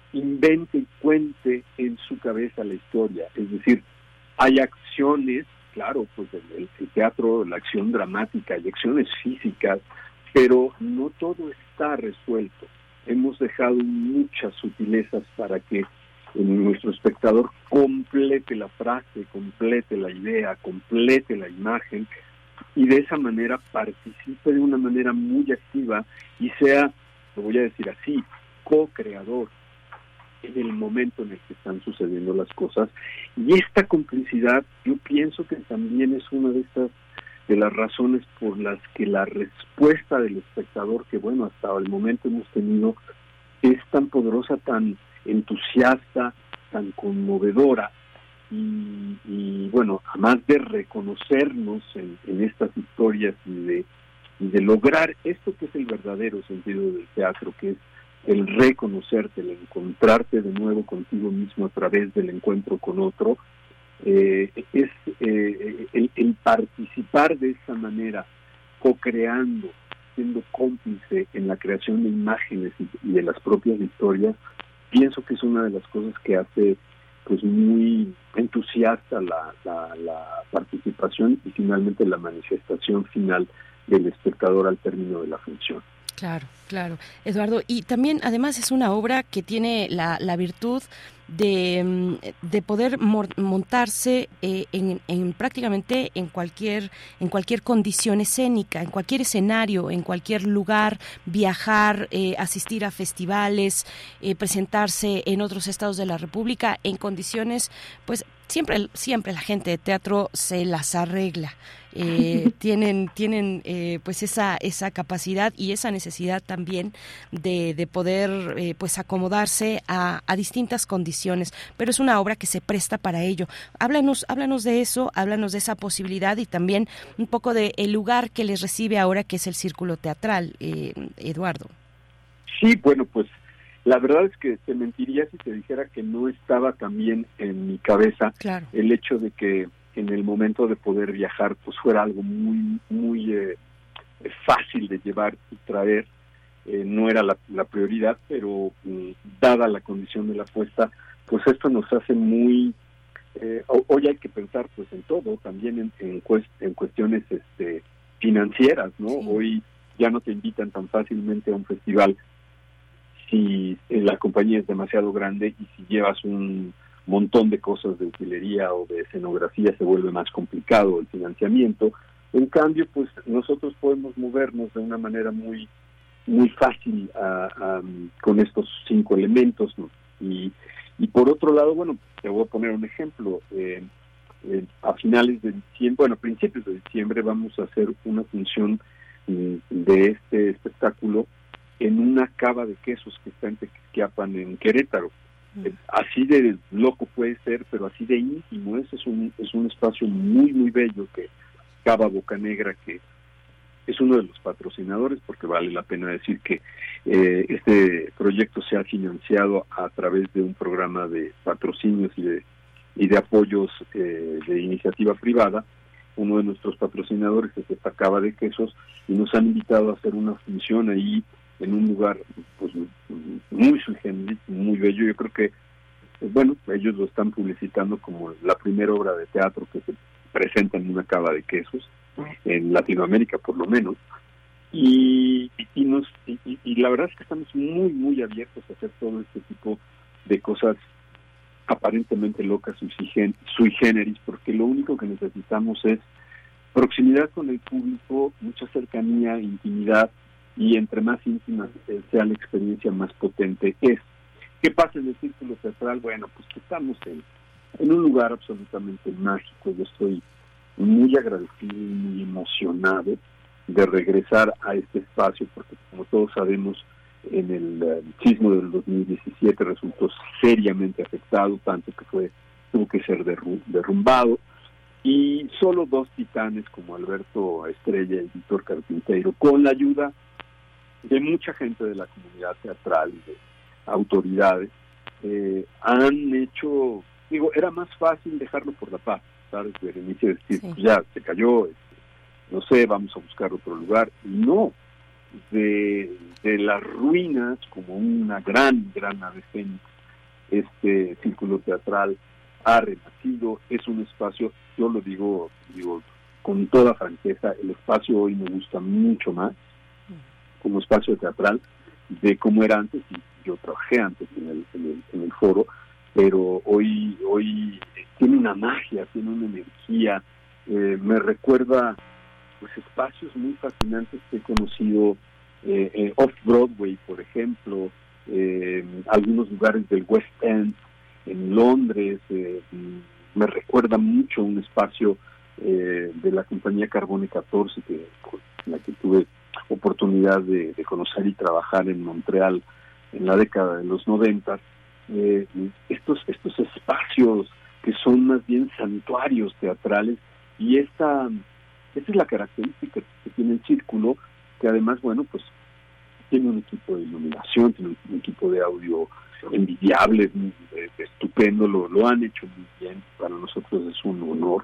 invente y cuente en su cabeza la historia. Es decir, hay acciones claro, pues el, el teatro, la acción dramática y acciones físicas, pero no todo está resuelto. Hemos dejado muchas sutilezas para que nuestro espectador complete la frase, complete la idea, complete la imagen, y de esa manera participe de una manera muy activa y sea, lo voy a decir así, co-creador en el momento en el que están sucediendo las cosas. Y esta complicidad, yo pienso que también es una de estas de las razones por las que la respuesta del espectador, que bueno, hasta el momento hemos tenido, es tan poderosa, tan entusiasta, tan conmovedora, y, y bueno, además de reconocernos en, en estas historias y de, y de lograr esto que es el verdadero sentido del teatro, que es el reconocerte, el encontrarte de nuevo contigo mismo a través del encuentro con otro, eh, es eh, el, el participar de esa manera, co-creando, siendo cómplice en la creación de imágenes y, y de las propias historias. Pienso que es una de las cosas que hace pues muy entusiasta la, la, la participación y finalmente la manifestación final del espectador al término de la función. Claro, claro, Eduardo. Y también, además, es una obra que tiene la, la virtud de, de poder montarse eh, en, en prácticamente en cualquier en cualquier condición escénica, en cualquier escenario, en cualquier lugar, viajar, eh, asistir a festivales, eh, presentarse en otros estados de la República en condiciones, pues siempre siempre la gente de teatro se las arregla. Eh, tienen tienen eh, pues esa esa capacidad y esa necesidad también de, de poder eh, pues acomodarse a, a distintas condiciones, pero es una obra que se presta para ello. Háblanos háblanos de eso, háblanos de esa posibilidad y también un poco de el lugar que les recibe ahora, que es el Círculo Teatral, eh, Eduardo. Sí, bueno, pues la verdad es que te mentiría si te dijera que no estaba también en mi cabeza claro. el hecho de que en el momento de poder viajar pues fuera algo muy muy eh, fácil de llevar y traer. Eh, no era la, la prioridad, pero eh, dada la condición de la apuesta, pues esto nos hace muy eh, hoy hay que pensar pues en todo, también en, en, cuest, en cuestiones este financieras, ¿no? Sí. Hoy ya no te invitan tan fácilmente a un festival si la compañía es demasiado grande, y si llevas un montón de cosas de utilería o de escenografía se vuelve más complicado el financiamiento. En cambio, pues nosotros podemos movernos de una manera muy muy fácil a, a, con estos cinco elementos, ¿no? Y, y por otro lado, bueno, te voy a poner un ejemplo. Eh, eh, a finales de diciembre, bueno, a principios de diciembre vamos a hacer una función eh, de este espectáculo en una cava de quesos que está en Tequisquiapan, en Querétaro. Así de loco puede ser, pero así de íntimo. Ese es un es un espacio muy muy bello, que Cava Bocanegra, que es uno de los patrocinadores, porque vale la pena decir que eh, este proyecto se ha financiado a través de un programa de patrocinios y de y de apoyos eh, de iniciativa privada. Uno de nuestros patrocinadores es esta Cava de Quesos, y nos han invitado a hacer una función ahí en un lugar pues muy sui generis, muy bello. Yo creo que, bueno, ellos lo están publicitando como la primera obra de teatro que se presenta en una cava de quesos, en Latinoamérica por lo menos, y, y, nos, y, y la verdad es que estamos muy, muy abiertos a hacer todo este tipo de cosas aparentemente locas, sui generis, porque lo único que necesitamos es proximidad con el público, mucha cercanía, intimidad, y entre más íntima sea la experiencia, más potente es. ¿Qué pasa en el Círculo Teatral? Bueno, pues que estamos en, en un lugar absolutamente mágico. Yo estoy muy agradecido y muy emocionado de regresar a este espacio, porque como todos sabemos, en el, el sismo del dos mil diecisiete resultó seriamente afectado, tanto que fue tuvo que ser derrum, derrumbado, y solo dos titanes como Alberto Estrella y Víctor Carpinteiro, con la ayuda de mucha gente de la comunidad teatral y de autoridades, eh, han hecho, digo, era más fácil dejarlo por la paz, ¿sabes? Berenice, decir, sí. ya se cayó, este, no sé, vamos a buscar otro lugar. No, de, de las ruinas, como una gran, gran ave fénix, este Círculo Teatral ha renacido, es un espacio, yo lo digo, digo con toda franqueza, el espacio hoy me gusta mucho más como espacio teatral de cómo era antes, y yo trabajé antes en el, en el, en el foro, pero hoy, hoy tiene una magia, tiene una energía, eh, me recuerda pues espacios muy fascinantes que he conocido, eh, eh, Off-Broadway, por ejemplo, eh, algunos lugares del West End, en Londres, eh, me recuerda mucho un espacio eh, de la compañía Carbone catorce, que, en la que tuve oportunidad de, de conocer y trabajar en Montreal en la década de los noventa. Eh, estos, estos espacios que son más bien santuarios teatrales, y esta... Esa es la característica que tiene el Círculo, que además, bueno, pues tiene un equipo de iluminación, tiene un equipo de audio envidiable, estupendo, lo, lo han hecho muy bien. Para nosotros es un honor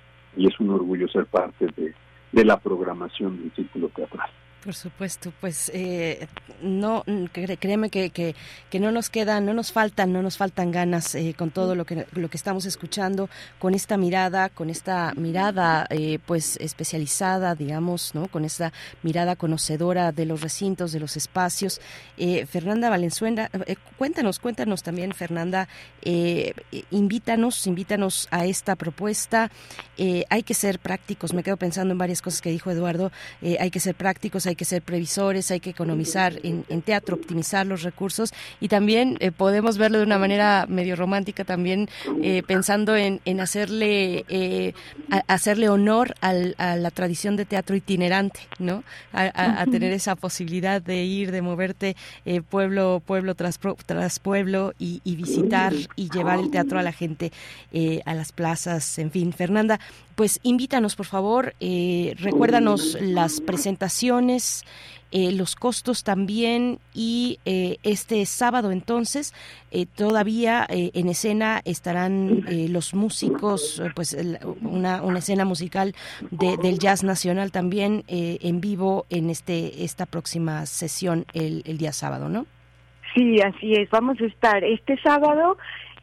y es un orgullo ser parte de, de la programación del Círculo Teatral. Por supuesto, pues eh, no créeme que, que que no nos quedan, no nos faltan, no nos faltan ganas eh, con todo lo que lo que estamos escuchando, con esta mirada, con esta mirada eh, pues especializada, digamos, ¿no? Con esta mirada conocedora de los recintos, de los espacios. Eh, Fernanda Valenzuela, eh, cuéntanos, cuéntanos también, Fernanda, eh, invítanos, invítanos a esta propuesta. Eh, hay que ser prácticos. Me quedo pensando en varias cosas que dijo Eduardo. Eh, hay que ser prácticos, hay que ser previsores, hay que economizar en, en teatro, optimizar los recursos, y también eh, podemos verlo de una manera medio romántica también, eh, pensando en, en hacerle eh, a, hacerle honor al, a la tradición de teatro itinerante, ¿no? A, a, a tener esa posibilidad de ir, de moverte eh, pueblo, pueblo tras, tras pueblo y, y visitar y llevar el teatro a la gente, eh, a las plazas, en fin. Fernanda, pues invítanos, por favor, eh, recuérdanos las presentaciones, eh, los costos también, y eh, este sábado entonces eh, todavía eh, en escena estarán eh, los músicos, eh, pues el, una, una escena musical de, del jazz nacional también eh, en vivo en este esta próxima sesión el, el día sábado, ¿no? Sí, así es, vamos a estar este sábado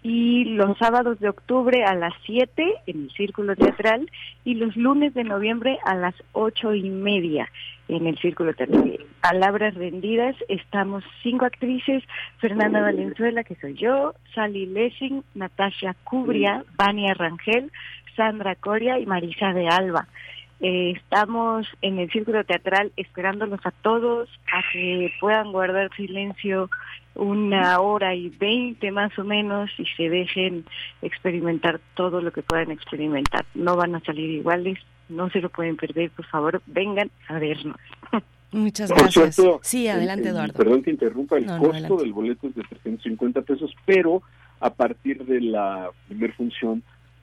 y los sábados de octubre a las siete en el Círculo Teatral, y los lunes de noviembre a las ocho y media en el Círculo Teatral. Palabras rendidas, estamos cinco actrices: Fernanda Valenzuela, que soy yo, Sally Lessing, Natasha Cubria, Vania Rangel, Sandra Coria y Marisa de Alba. Eh, estamos en el Círculo Teatral esperándolos a todos, a que puedan guardar silencio una hora y veinte más o menos y se dejen experimentar todo lo que puedan experimentar. No van a salir iguales, no se lo pueden perder, por favor, vengan a vernos. Muchas gracias. Por cierto, sí, adelante, el, Eduardo. Perdón que interrumpa, el no, costo no, del boleto es de trescientos cincuenta pesos, pero a partir de la primera función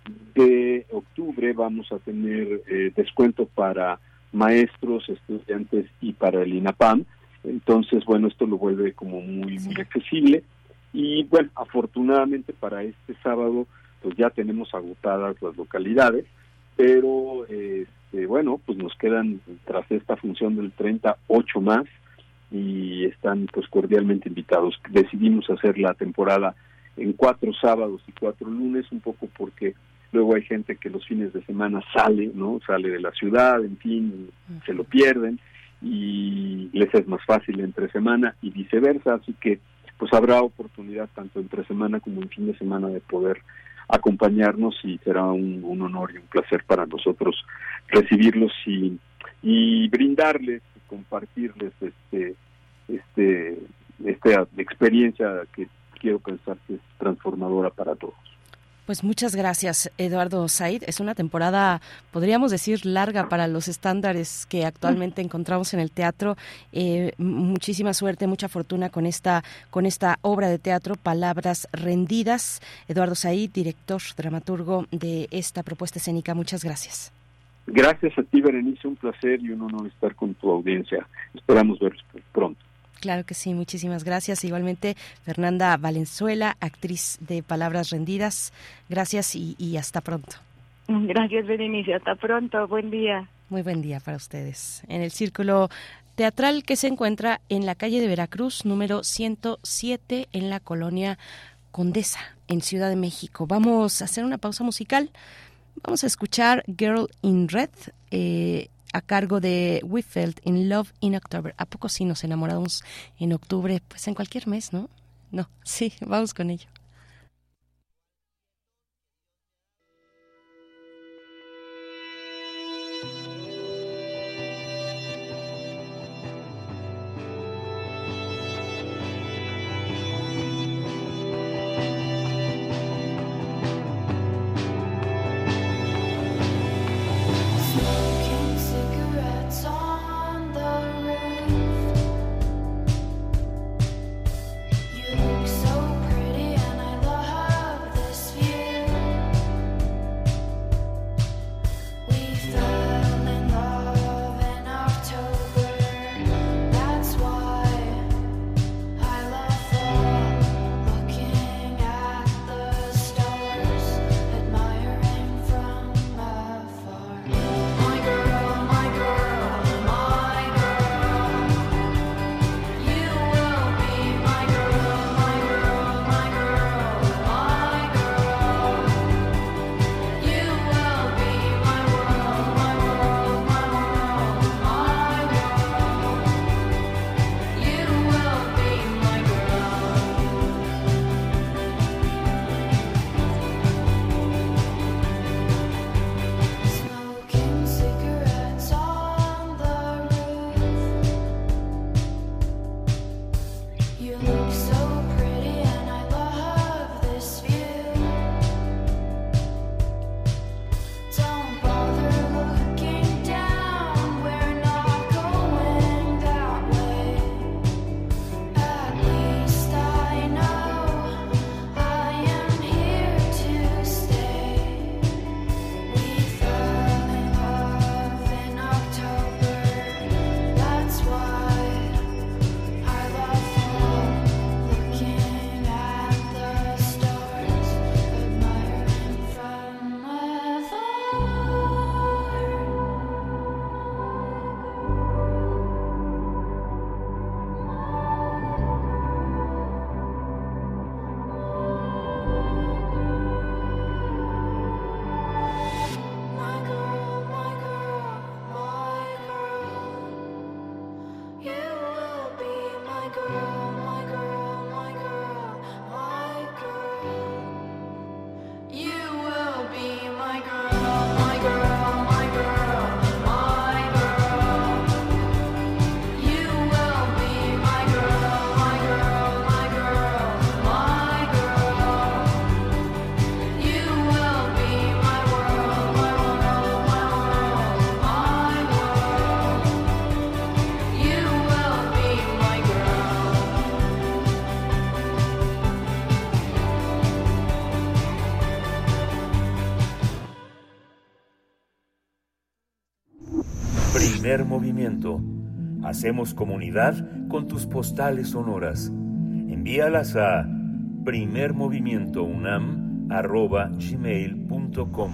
de octubre vamos a tener eh, descuento para maestros, estudiantes y para el INAPAM. Entonces, bueno, esto lo vuelve como muy, muy accesible. Y bueno, afortunadamente para este sábado pues ya tenemos agotadas las localidades, pero este, bueno, pues nos quedan tras esta función del treinta, ocho más, y están pues cordialmente invitados. Decidimos hacer la temporada en cuatro sábados y cuatro lunes, un poco porque luego hay gente que los fines de semana sale, ¿no? Sale de la ciudad, en fin, uh-huh. se lo pierden, y les es más fácil entre semana y viceversa, así que pues habrá oportunidad tanto entre semana como en fin de semana de poder acompañarnos, y será un, un honor y un placer para nosotros recibirlos y, y brindarles, compartirles este este esta experiencia que quiero pensar que es transformadora para todos. Pues muchas gracias, Eduardo Said. Es una temporada, podríamos decir, larga para los estándares que actualmente encontramos en el teatro. Eh, muchísima suerte, mucha fortuna con esta con esta obra de teatro, Palabras Rendidas. Eduardo Said, director, dramaturgo de esta propuesta escénica. Muchas gracias. Gracias a ti, Berenice. Un placer y un honor estar con tu audiencia. Esperamos verlos pronto. Claro que sí, muchísimas gracias. Igualmente, Fernanda Valenzuela, actriz de Palabras Rendidas. Gracias y, y hasta pronto. Gracias, Berenice. Hasta pronto. Buen día. Muy buen día para ustedes. En el Círculo Teatral, que se encuentra en la calle de Veracruz, número ciento siete, en la colonia Condesa, en Ciudad de México. Vamos a hacer una pausa musical. Vamos a escuchar Girl in Red, eh, a cargo de We Felt in Love in October. ¿A poco sí nos enamoramos en octubre? Pues en cualquier mes, ¿no? No, sí, vamos con ello. Primer movimiento. Hacemos comunidad con tus postales sonoras. Envíalas a primermovimientounam arroba gmail punto com.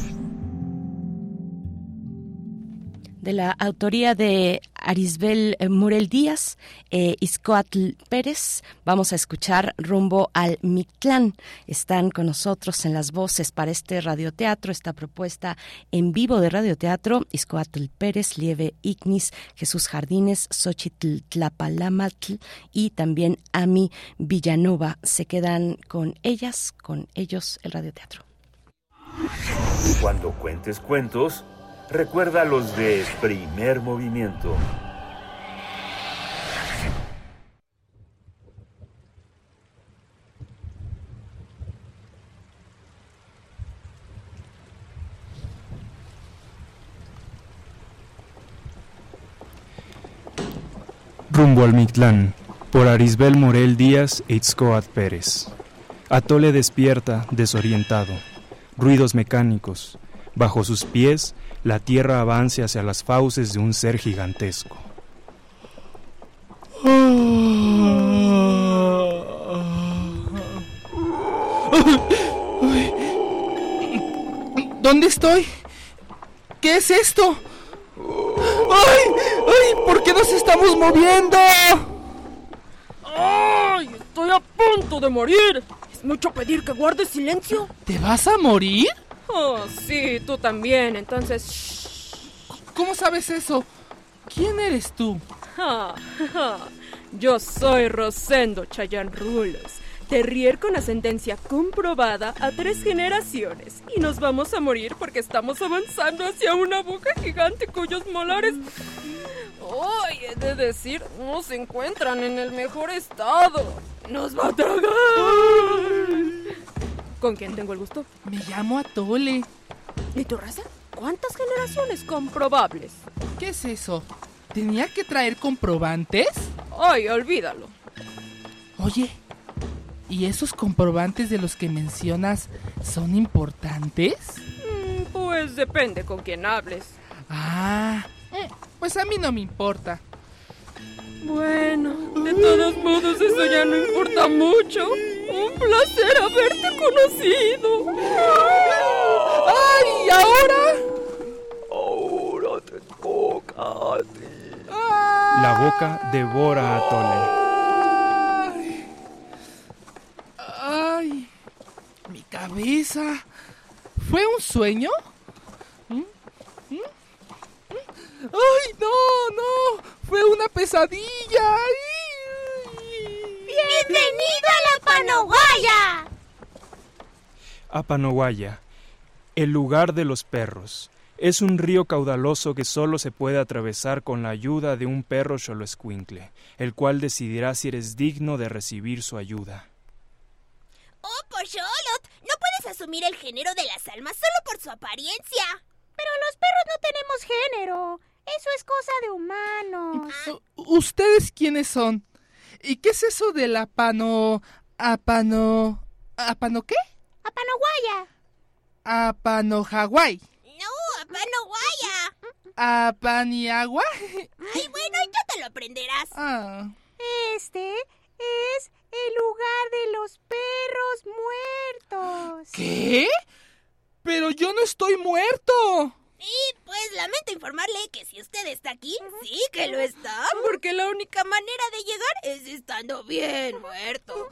De la autoría de Arisbel Morel Díaz, eh, Izcoatl Pérez, vamos a escuchar Rumbo al Mictlán. Están con nosotros en las voces para este radioteatro, esta propuesta en vivo de radioteatro, Izcoatl Pérez, Lieve Ignis, Jesús Jardines, Xochitl Tlapalamatl y también Ami Villanova. Se quedan con ellas, con ellos el radioteatro. Cuando cuentes cuentos, recuerda los de Primer Movimiento. Rumbo al Mictlán, por Arisbel Morel Díaz e Izcoatl Pérez. Atole despierta, desorientado. Ruidos mecánicos. Bajo sus pies, la tierra avance hacia las fauces de un ser gigantesco. ¿Dónde estoy? ¿Qué es esto? ¡Ay! ¡Ay! ¿Por qué nos estamos moviendo? ¡Ay! ¡Estoy a punto de morir! ¿Es mucho pedir que guardes silencio? ¿Te vas a morir? Oh, sí, tú también, entonces... Shh. ¿Cómo sabes eso? ¿Quién eres tú? Ja, ja. Yo soy Rosendo Chayanne Rulos, terrier con ascendencia comprobada a tres generaciones. Y nos vamos a morir porque estamos avanzando hacia una boca gigante cuyos molares... ¡Ay! He de decir, no se encuentran en el mejor estado. ¡Nos va a tragar! ¿Con quién tengo el gusto? Me llamo Atole. ¿Y tu raza? ¿Cuántas generaciones comprobables? ¿Qué es eso? ¿Tenía que traer comprobantes? Ay, olvídalo. Oye, ¿y esos comprobantes de los que mencionas son importantes? Mm, pues depende con quién hables. Ah, pues a mí no me importa. Bueno, de todos modos eso ya no importa mucho. Un placer haberte conocido. ¡Ay! ¿Y ahora? Ahora te toca a ti. La boca devora a Atole. Ay, mi cabeza. ¿Fue un sueño? ¿Mm? ¿Mm? ¡Ay, no, no! ¡Fue una pesadilla! ¡Bienvenido a la Panoguaya! Apanoguaya, el lugar de los perros. Es un río caudaloso que solo se puede atravesar con la ayuda de un perro xoloescuincle, el cual decidirá si eres digno de recibir su ayuda. ¡Oh, Pocholot! No puedes asumir el género de las almas solo por su apariencia. Pero los perros no tenemos género. Eso es cosa de humanos. ¿Ustedes quiénes son? ¿Y qué es eso de la pano... apano... ¿apano qué? Apanoguaya. Apano Hawái. No, Apanoguaya. ¿Apaniagua? Ay, bueno, ya te lo aprenderás. Ah. Este es el lugar de los perros muertos. ¿Qué? Pero yo no estoy muerto. Y pues lamento informarle que si usted está aquí, sí que lo está, porque la única manera de llegar es estando bien muerto.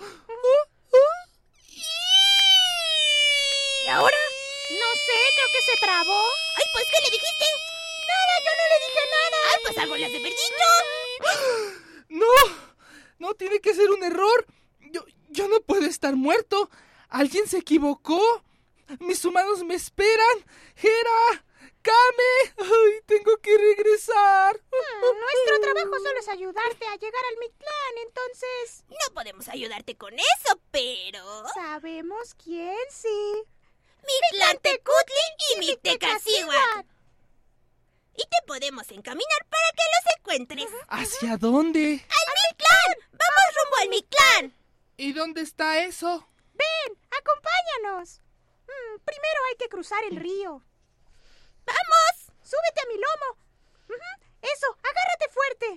¿Y ahora? No sé, creo que se trabó. Ay, pues, ¿qué le dijiste? Nada, yo no le dije nada. Ay, pues algo le has de haber dicho. No, no tiene que ser un error. Yo, yo no puedo estar muerto. Alguien se equivocó. Mis humanos me esperan. Hera, Kame, ay, tengo que regresar. Ah, nuestro trabajo solo es ayudarte a llegar al Mictlán, entonces... No podemos ayudarte con eso, pero... Sabemos quién sí. Mictlantecutli y Mictecacihuatl. Y te podemos encaminar para que los encuentres. ¿Hacia dónde? ¡Al Mictlán! ¡Vamos rumbo al Mictlán! ¿Y dónde está eso? Ven, acompáñanos. Mm, primero hay que cruzar el río. ¡Vamos! Súbete a mi lomo. Uh-huh. Eso, agárrate fuerte.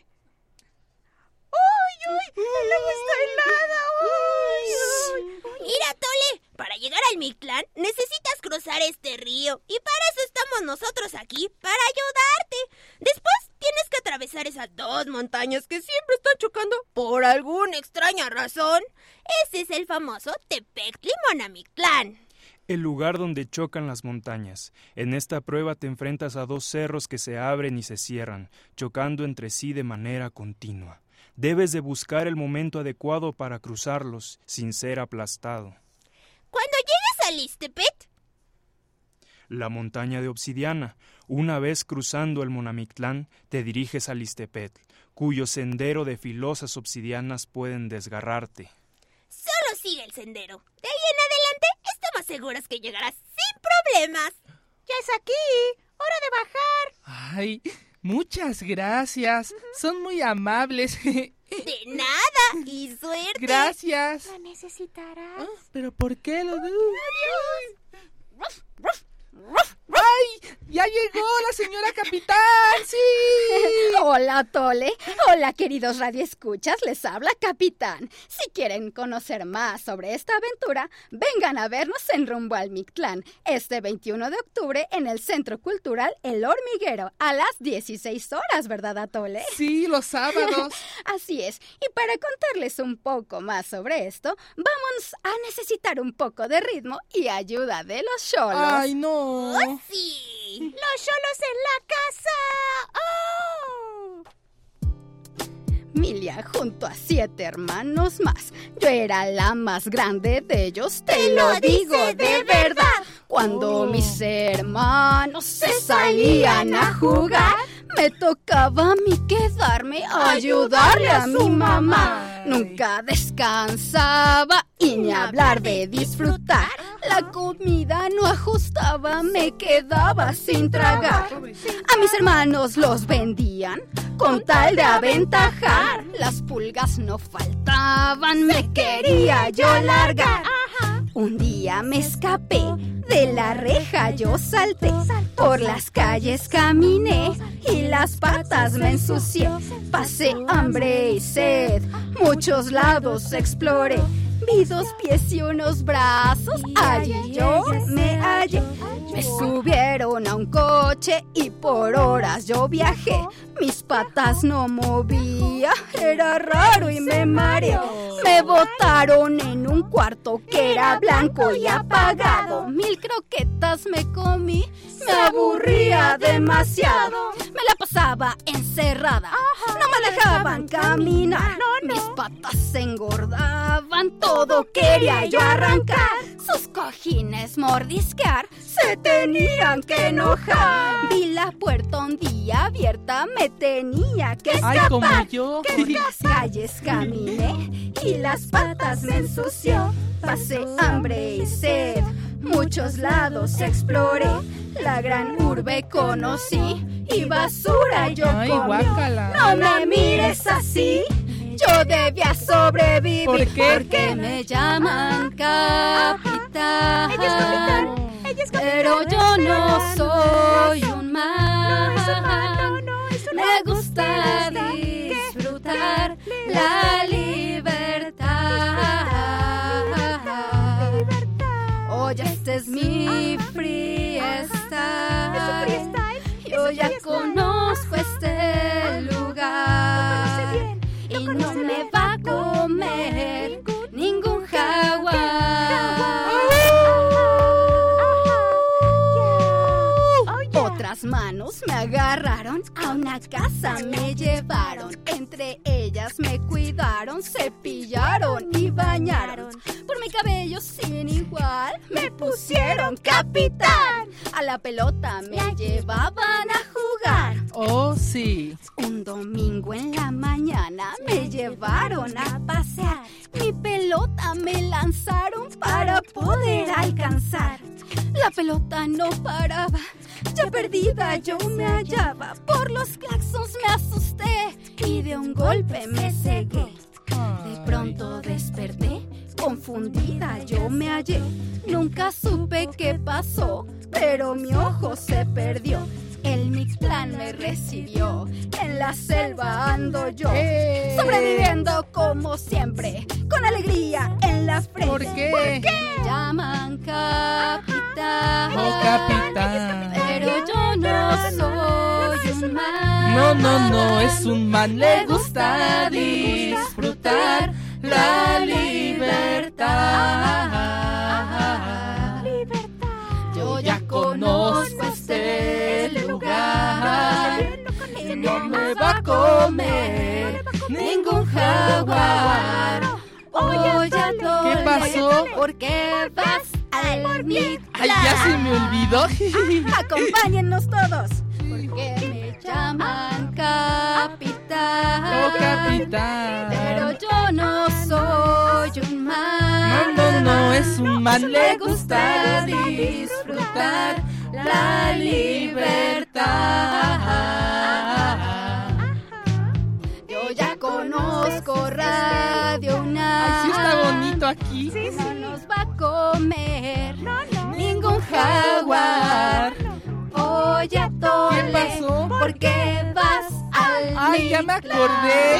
¡Uy, uy! ¡El agua está helada! ¡Uy, uy! Mira, Tole, para llegar al Mictlán necesitas cruzar este río. Y para eso estamos nosotros aquí, para ayudarte. Después tienes que atravesar esas dos montañas que siempre están chocando por alguna extraña razón. Ese es el famoso Tepectli Monamictlán. El lugar donde chocan las montañas. En esta prueba te enfrentas a dos cerros que se abren y se cierran, chocando entre sí de manera continua. Debes de buscar el momento adecuado para cruzarlos, sin ser aplastado. Cuando llegues al Ixtepet, la montaña de obsidiana. Una vez cruzando el Monamictlán, te diriges al Ixtepetl, cuyo sendero de filosas obsidianas pueden desgarrarte. Solo sigue el sendero. De ahí en adelante estamos seguros que llegarás sin problemas. ¡Ya es aquí! ¡Hora de bajar! ¡Ay! Muchas gracias. Son muy amables. De nada. Y suerte. Gracias. La necesitarás. Oh, ¿pero por qué lo dudo? ¡Adiós! ¡Ay! ¡Ya llegó la señora capitán! ¡Sí! Hola, Tole. Hola, queridos radioescuchas. Les habla Capitán. Si quieren conocer más sobre esta aventura, vengan a vernos en Rumbo al Mictlán este veintiuno de octubre en el Centro Cultural El Hormiguero a las dieciséis horas, ¿verdad, Atole? Sí, los sábados. Así es. Y para contarles un poco más sobre esto, vamos a necesitar un poco de ritmo y ayuda de los cholos. ¡Ay, no! ¡Oh, sí! ¡Los cholos en la casa! ¡Oh! Milia junto a siete hermanos más. Yo era la más grande de ellos, te lo digo de verdad. Cuando Oh. mis hermanos se salían a jugar, me tocaba a mí quedarme a ayudarle a mi mamá. Nunca descansaba y ni hablar de disfrutar. La comida no ajustaba, me quedaba sin tragar. A mis hermanos los vendían con tal de aventajar. Las pulgas no faltaban, me quería yo largar. Un día me escapé, de la reja yo salté, por las calles caminé y las patas me ensucié. Pasé hambre y sed, muchos lados exploré. Vi dos pies y unos brazos, allí yo me hallé. Me subieron a un coche y por horas yo viajé. Mis patas no movía, era raro y me mareé. Me botaron en un cuarto que era blanco y apagado. Mil croquetas me comí, me aburría demasiado. Me la pasaba encerrada, no me dejaban caminar. Mis patas se engordaban, todo quería yo arrancar. Sus cojines mordisquear, se tenían que enojar. Vi la puerta un día abierta, me tenía que escapar. Ay, como yo. Por las calles caminé y las patas me ensució. Pasé hambre y sed, muchos lados exploré. La gran urbe conocí y basura yo Ay, comí. guácala. No me mires así, yo debía sobrevivir. ¿Por qué? Porque me llaman capitán. Ella es capitán. Ella es capitán. Pero yo no soy un man. No es un man, no, no, es un Me man. gusta disfrutar la libertad. Oye, este es mi freestyle. Yo ya conozco este lugar. Y no me va a comer ningún jaguar. Otras manos me agarraron, a una casa me llevaron. Entre ellas me cuidaron, cepillaron y bañaron. Por mi cabello sin igual me pusieron capitán. A la pelota me llevaban a jugar. Oh, sí. Un domingo en la mañana me llevaron a pasear. Mi pelota me lanzaron para poder alcanzar. La pelota no paraba, ya perdida yo me hallaba. Por los claxons me asusté y de un golpe me cegué. De pronto desperté, confundida yo me hallé. Nunca supe qué pasó, pero mi ojo se perdió. El Mictlán me recibió, en la selva ando yo, ¡Eh! sobreviviendo como siempre, con alegría en la frente. ¿Por qué? Porque me llaman capitán. Oh, capitán. Pero yo no soy un man. No, no, no, es un man. Le gusta disfrutar la libertad. Yo ya conozco este lugar y no me va a comer ningún jaguar. Oye, ¿Qué pasó? ¿Por qué vas al Mictlán? Ay, ya se me olvidó. Acompáñennos todos, porque me llaman capitán. Oh, capitán. Pero yo no soy un man. No, no, no, es un man. Le gusta disfrutar la libertad. Yo ya conozco Radio UNAM. Ay, sí está bonito aquí. Sí, sí. No nos va a comer ningún jaguar. Oye, Tole, ¿Qué pasó? ¿por qué vas al ¡Ay, ya me acordé!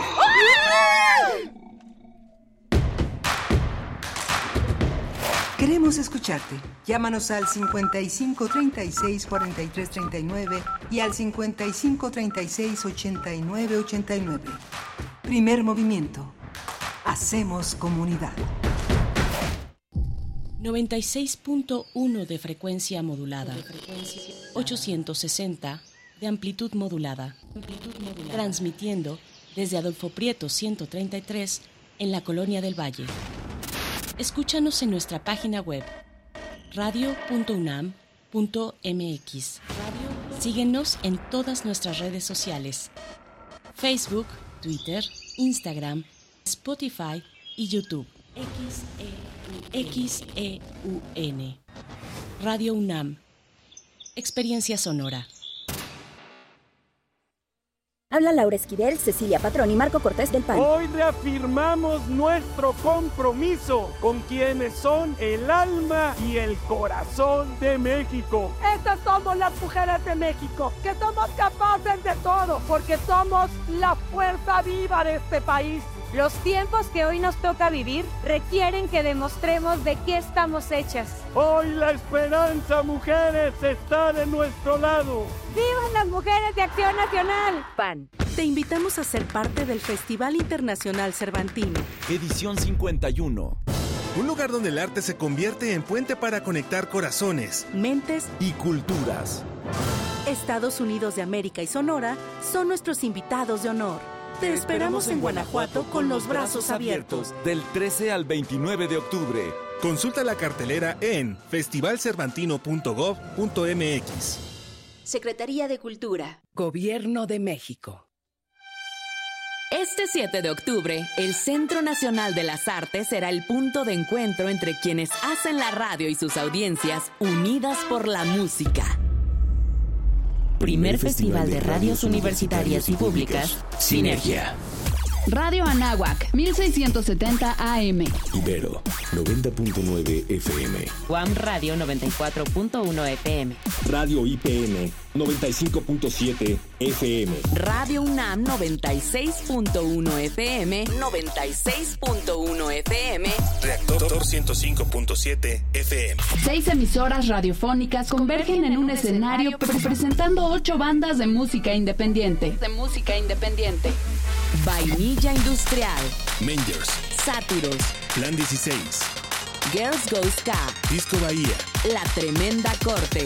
Queremos escucharte. Llámanos al cincuenta y cinco treinta y seis cuarenta y tres treinta y nueve y al cincuenta y cinco treinta y seis ochenta y nueve ochenta y nueve. Primer movimiento. Hacemos comunidad. noventa y seis punto uno de frecuencia modulada. ochocientos sesenta de amplitud modulada. Transmitiendo desde Adolfo Prieto ciento treinta y tres en la Colonia del Valle. Escúchanos en nuestra página web radio punto unam punto mx. Síguenos en todas nuestras redes sociales: Facebook, Twitter, Instagram, Spotify y YouTube. X E U N. Radio UNAM. Experiencia sonora. Habla Laura Esquivel, Cecilia Patrón y Marco Cortés del P A N. Hoy reafirmamos nuestro compromiso con quienes son el alma y el corazón de México. Estas somos las mujeres de México, que somos capaces de todo, porque somos la fuerza viva de este país. Los tiempos que hoy nos toca vivir requieren que demostremos de qué estamos hechas. Hoy la esperanza, mujeres, está de nuestro lado. ¡Vivan las mujeres de Acción Nacional! P A N. Te invitamos a ser parte del Festival Internacional Cervantino. Edición cincuenta y uno. Un lugar donde el arte se convierte en puente para conectar corazones, mentes y culturas. Estados Unidos de América y Sonora son nuestros invitados de honor. Te esperamos en Guanajuato con los brazos abiertos. Del trece al veintinueve de octubre. Consulta la cartelera en festival cervantino punto gob punto mx. Secretaría de Cultura. Gobierno de México. Este siete de octubre, el Centro Nacional de las Artes será el punto de encuentro entre quienes hacen la radio y sus audiencias unidas por la música. Primer Festival de Radios Universitarias y Públicas, Sinergia. Radio Anáhuac, mil seiscientos setenta A M. Ibero, noventa punto nueve F M. U A M Radio, noventa y cuatro punto uno F M. Radio I P N, noventa y cinco punto siete F M. Radio UNAM, noventa y seis punto uno F M. noventa y seis punto uno F M. Reactor ciento cinco punto siete F M. Seis emisoras radiofónicas convergen en un escenario presentando ocho bandas de música independiente. De música independiente. Vainilla Industrial, Mangers, Sátiros, Plan dieciséis, Girls Go Ska, Disco Bahía, La Tremenda Corte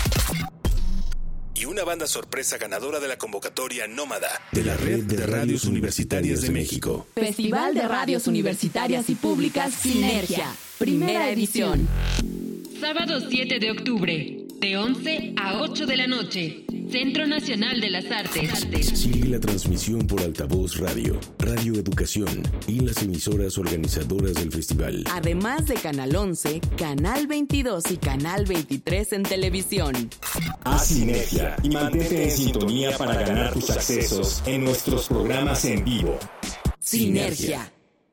y una banda sorpresa ganadora de la convocatoria Nómada de la Red de Radios Universitarias de México. Festival de Radios Universitarias y Públicas Sinergia, primera edición. Sábado siete de octubre, de once a ocho de la noche. Centro Nacional de las Artes. Sigue la transmisión por Altavoz Radio, Radio Educación y las emisoras organizadoras del festival. Además de Canal once, Canal veintidós y Canal veintitrés en televisión. Haz sinergia y mantente en sintonía para ganar tus accesos en nuestros programas en vivo. Sinergia.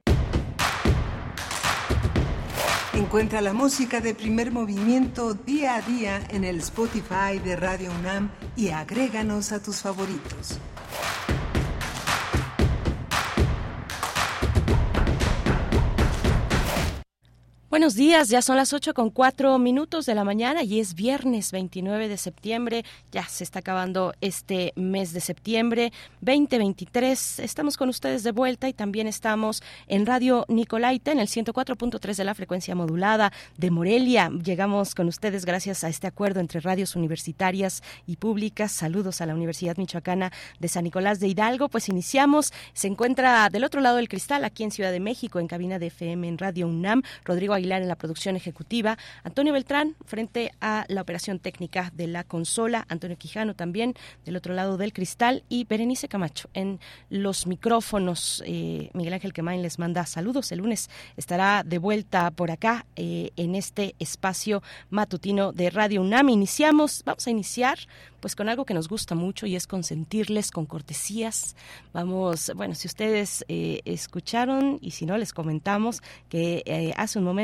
Encuentra la música de Primer Movimiento día a día en el Spotify de Radio UNAM y agréganos a tus favoritos. Buenos días, ya son las ocho con cuatro minutos de la mañana y es viernes veintinueve de septiembre, ya se está acabando este mes de septiembre veinte veintitrés, estamos con ustedes de vuelta y también estamos en Radio Nicolaita en el ciento cuatro punto tres de la frecuencia modulada de Morelia. Llegamos con ustedes gracias a este acuerdo entre radios universitarias y públicas. Saludos a la Universidad Michoacana de San Nicolás de Hidalgo. Pues iniciamos, se encuentra del otro lado del cristal aquí en Ciudad de México en cabina de F M en Radio UNAM, Rodrigo Aguilar en la producción ejecutiva, Antonio Beltrán frente a la operación técnica de la consola, Antonio Quijano también del otro lado del cristal y Berenice Camacho en los micrófonos. eh, Miguel Ángel Quemain les manda saludos. El lunes estará de vuelta por acá eh, en este espacio matutino de Radio UNAM. Iniciamos, vamos a iniciar pues con algo que nos gusta mucho y es consentirles con cortesías. Vamos, bueno, si ustedes eh, escucharon y si no les comentamos que eh, hace un momento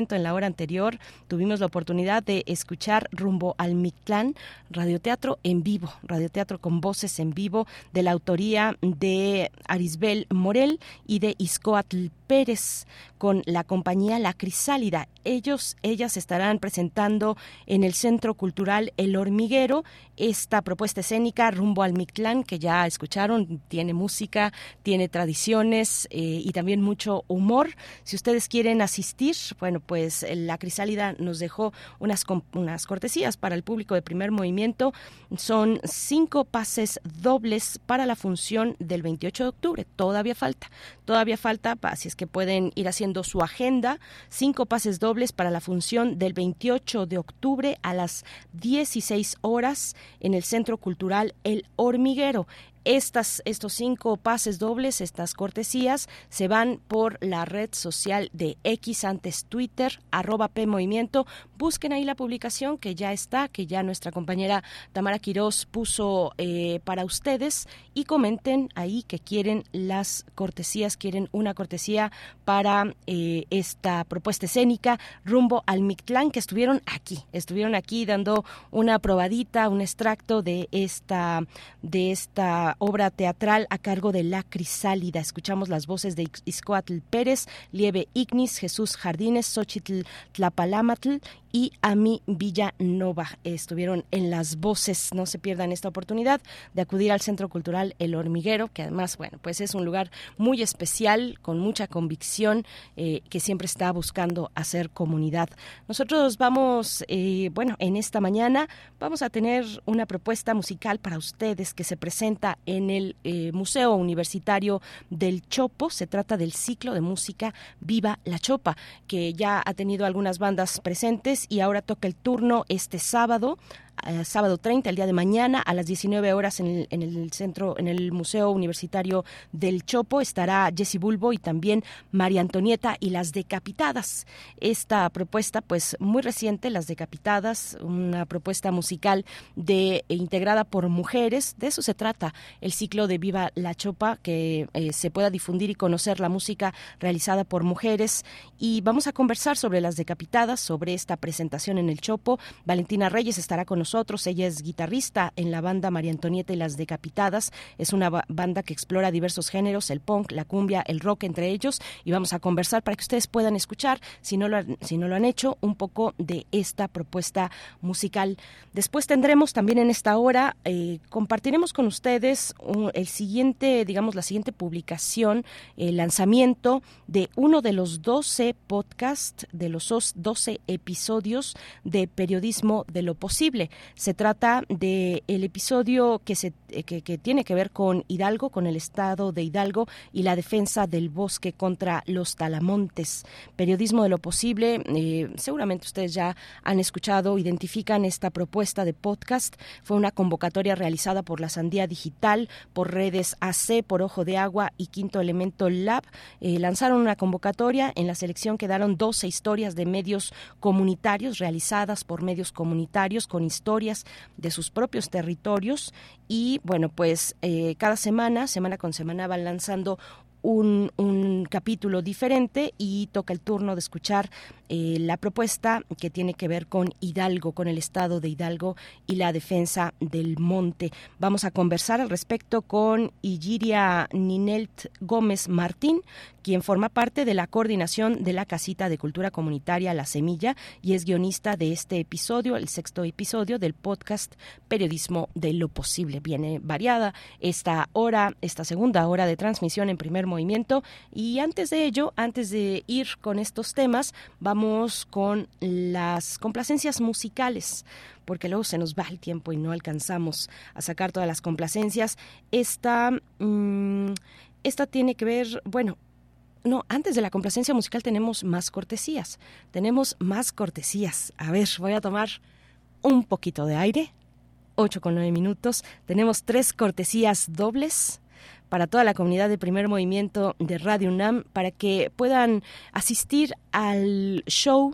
movimiento. En la hora anterior tuvimos la oportunidad de escuchar Rumbo al Mictlán, radioteatro en vivo, radioteatro con voces en vivo de la autoría de Arisbel Morel y de Izcoatl Pérez, con la compañía La Crisálida. Ellos, ellas estarán presentando en el Centro Cultural El Hormiguero esta propuesta escénica Rumbo al Mictlán, que ya escucharon, tiene música, tiene tradiciones eh, y también mucho humor. Si ustedes quieren asistir, bueno, pues La Crisálida nos dejó unas, unas cortesías para el público de Primer Movimiento. Son cinco pases dobles para la función del veintiocho de octubre. Todavía falta, todavía falta, así es que pueden ir haciendo su agenda. Cinco pases dobles para la función del veintiocho de octubre a las dieciséis horas en el Centro Cultural El Hormiguero. Estas, estos cinco pases dobles, estas cortesías, se van por la red social de X, antes Twitter, arroba P Movimiento. Busquen ahí la publicación que ya está, que ya nuestra compañera Tamara Quirós puso eh, para ustedes, y comenten ahí que quieren las cortesías, quieren una cortesía para eh, esta propuesta escénica Rumbo al Mictlán, que estuvieron aquí, estuvieron aquí dando una probadita, un extracto de esta, de esta obra teatral a cargo de La Crisálida. Escuchamos las voces de Izcoatl Pérez, Liebe Ignis, Jesús Jardines, Xochitl Tlapalamatl y Ami Villanova. Estuvieron en las voces. No se pierdan esta oportunidad de acudir al Centro Cultural El Hormiguero, que además, bueno, pues es un lugar muy especial, con mucha convicción, eh, que siempre está buscando hacer comunidad. Nosotros vamos, eh, bueno, en esta mañana vamos a tener una propuesta musical para ustedes que se presenta en el eh, Museo Universitario del Chopo. Se trata del ciclo de música Viva la Chopa, que ya ha tenido algunas bandas presentes y ahora toca el turno este sábado. Uh, sábado treinta, el día de mañana, a las diecinueve horas en el, en el centro, en el Museo Universitario del Chopo, estará Jessy Bulbo y también María Antonieta y Las Decapitadas. Esta propuesta, pues muy reciente, Las Decapitadas, una propuesta musical de eh, integrada por mujeres. De eso se trata el ciclo de Viva la Chopa, que eh, se pueda difundir y conocer la música realizada por mujeres. Y vamos a conversar sobre Las Decapitadas, sobre esta presentación en el Chopo. Valentina Reyes estará con nosotros. Nosotros. Ella es guitarrista en la banda María Antonieta y Las Decapitadas. Es una ba- banda que explora diversos géneros, el punk, la cumbia, el rock, entre ellos, y vamos a conversar para que ustedes puedan escuchar, si no lo han, si no lo han hecho, un poco de esta propuesta musical. Después tendremos también en esta hora, eh, compartiremos con ustedes un, el siguiente, digamos, la siguiente publicación, el lanzamiento de uno de los doce podcasts, de los doce episodios de Periodismo de lo Posible. Se trata de el episodio que se que, que tiene que ver con Hidalgo, con el estado de Hidalgo y la defensa del bosque contra los talamontes. Periodismo de lo Posible, eh, seguramente ustedes ya han escuchado, identifican esta propuesta de podcast. Fue una convocatoria realizada por La Sandía Digital, por Redes A C, por Ojo de Agua y Quinto Elemento Lab. Eh, lanzaron una convocatoria. En la selección quedaron doce historias de medios comunitarios realizadas por medios comunitarios con historias de sus propios territorios, y bueno, pues eh, cada semana, semana con semana, van lanzando Un, un capítulo diferente, y toca el turno de escuchar eh, la propuesta que tiene que ver con Hidalgo, con el estado de Hidalgo y la defensa del monte. Vamos a conversar al respecto con Igiria Ninelt Gómez Martín, quien forma parte de la coordinación de la Casita de Cultura Comunitaria La Semilla y es guionista de este episodio, el sexto episodio del podcast Periodismo de lo Posible. Viene variada esta hora, esta segunda hora de transmisión en Primer Movimiento, y antes de ello, antes de ir con estos temas, vamos con las complacencias musicales, porque luego se nos va el tiempo y no alcanzamos a sacar todas las complacencias. Esta, mmm, esta tiene que ver, bueno, no, antes de la complacencia musical tenemos más cortesías, tenemos más cortesías. A ver, voy a tomar un poquito de aire, ocho con nueve minutos, tenemos tres cortesías dobles para toda la comunidad de Primer Movimiento de Radio UNAM, para que puedan asistir al show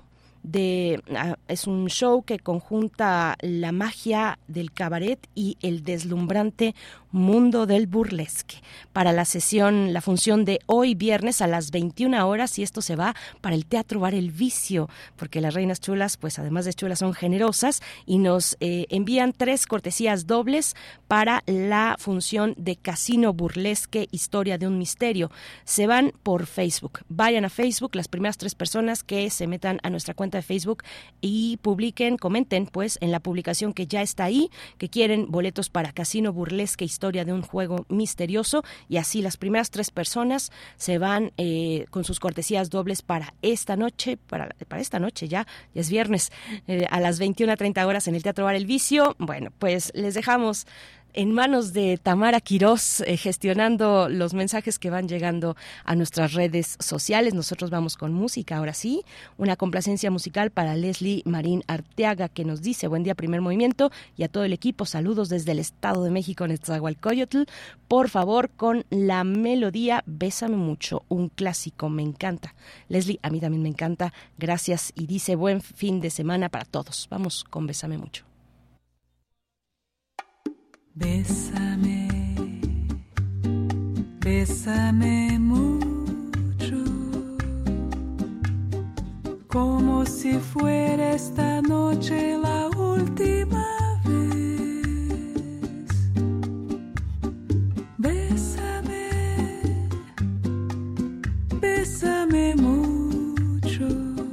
de uh, es un show que conjunta la magia del cabaret y el deslumbrante mundo del burlesque. Para la sesión, la función de hoy viernes a las veintiuna horas, y esto se va para el Teatro Bar El Vicio, porque las reinas chulas, pues además de chulas, son generosas y nos eh, envían tres cortesías dobles para la función de Casino Burlesque, Historia de un Misterio. Se van por Facebook. Vayan a Facebook, las primeras tres personas que se metan a nuestra cuenta de Facebook y publiquen, comenten pues en la publicación que ya está ahí, que quieren boletos para Casino Burlesque, Historia de un Juego Misterioso, y así las primeras tres personas se van eh, con sus cortesías dobles para esta noche, para, para esta noche ya, ya es viernes, eh, a las veintiuna treinta horas en el Teatro Bar El Vicio. Bueno, pues les dejamos en manos de Tamara Quirós, eh, gestionando los mensajes que van llegando a nuestras redes sociales. Nosotros vamos con música, ahora sí, una complacencia musical para Leslie Marín Arteaga, que nos dice: buen día, Primer Movimiento, y a todo el equipo, saludos desde el Estado de México, Nezahualcóyotl. Por favor, con la melodía Bésame Mucho, un clásico, me encanta. Leslie, a mí también me encanta, gracias, y dice: buen fin de semana para todos. Vamos con Bésame Mucho. Bésame, bésame mucho, como si fuera esta noche la última vez. Bésame, bésame mucho,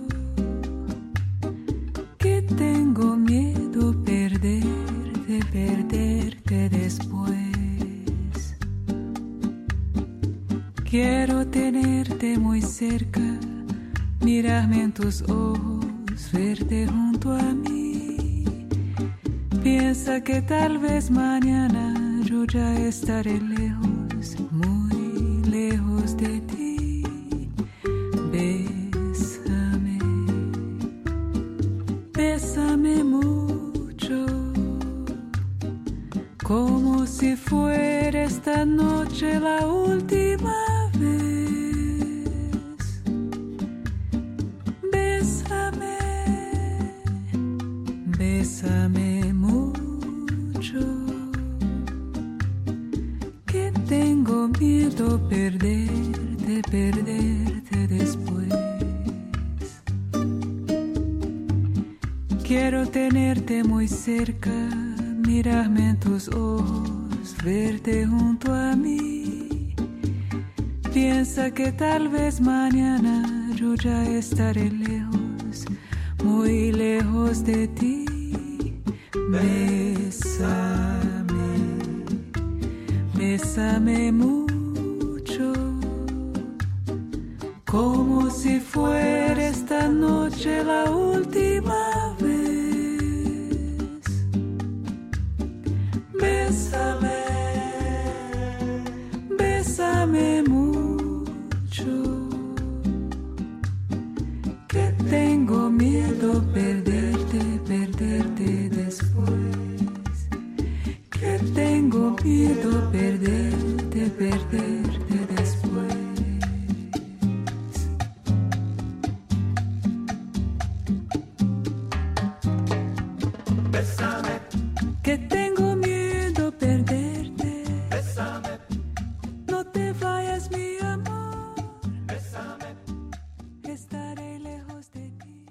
que tengo miedo perder, de perderte después. Quiero tenerte muy cerca, mirarme en tus ojos, verte junto a mí. Piensa que tal vez mañana yo ya estaré lejos, muy lejos de ti. Bésame, bésame mucho, como si fuera esta noche la última vez. Bésame, bésame mucho, que tengo miedo perderte, perderte después. Quiero tenerte muy cerca, mirarme en tus ojos, verte junto a mí. Piensa que tal vez mañana yo ya estaré lejos, muy lejos de ti. Bésame, bésame mucho, como si fuera esta noche la última vez. Bésame, bésame mucho, que tengo miedo perderte, perderte después. Que tengo miedo perderte, perderte después. Bésame, que tengo miedo perderte. Bésame, no te vayas, mi amor. Bésame, estaré lejos de ti.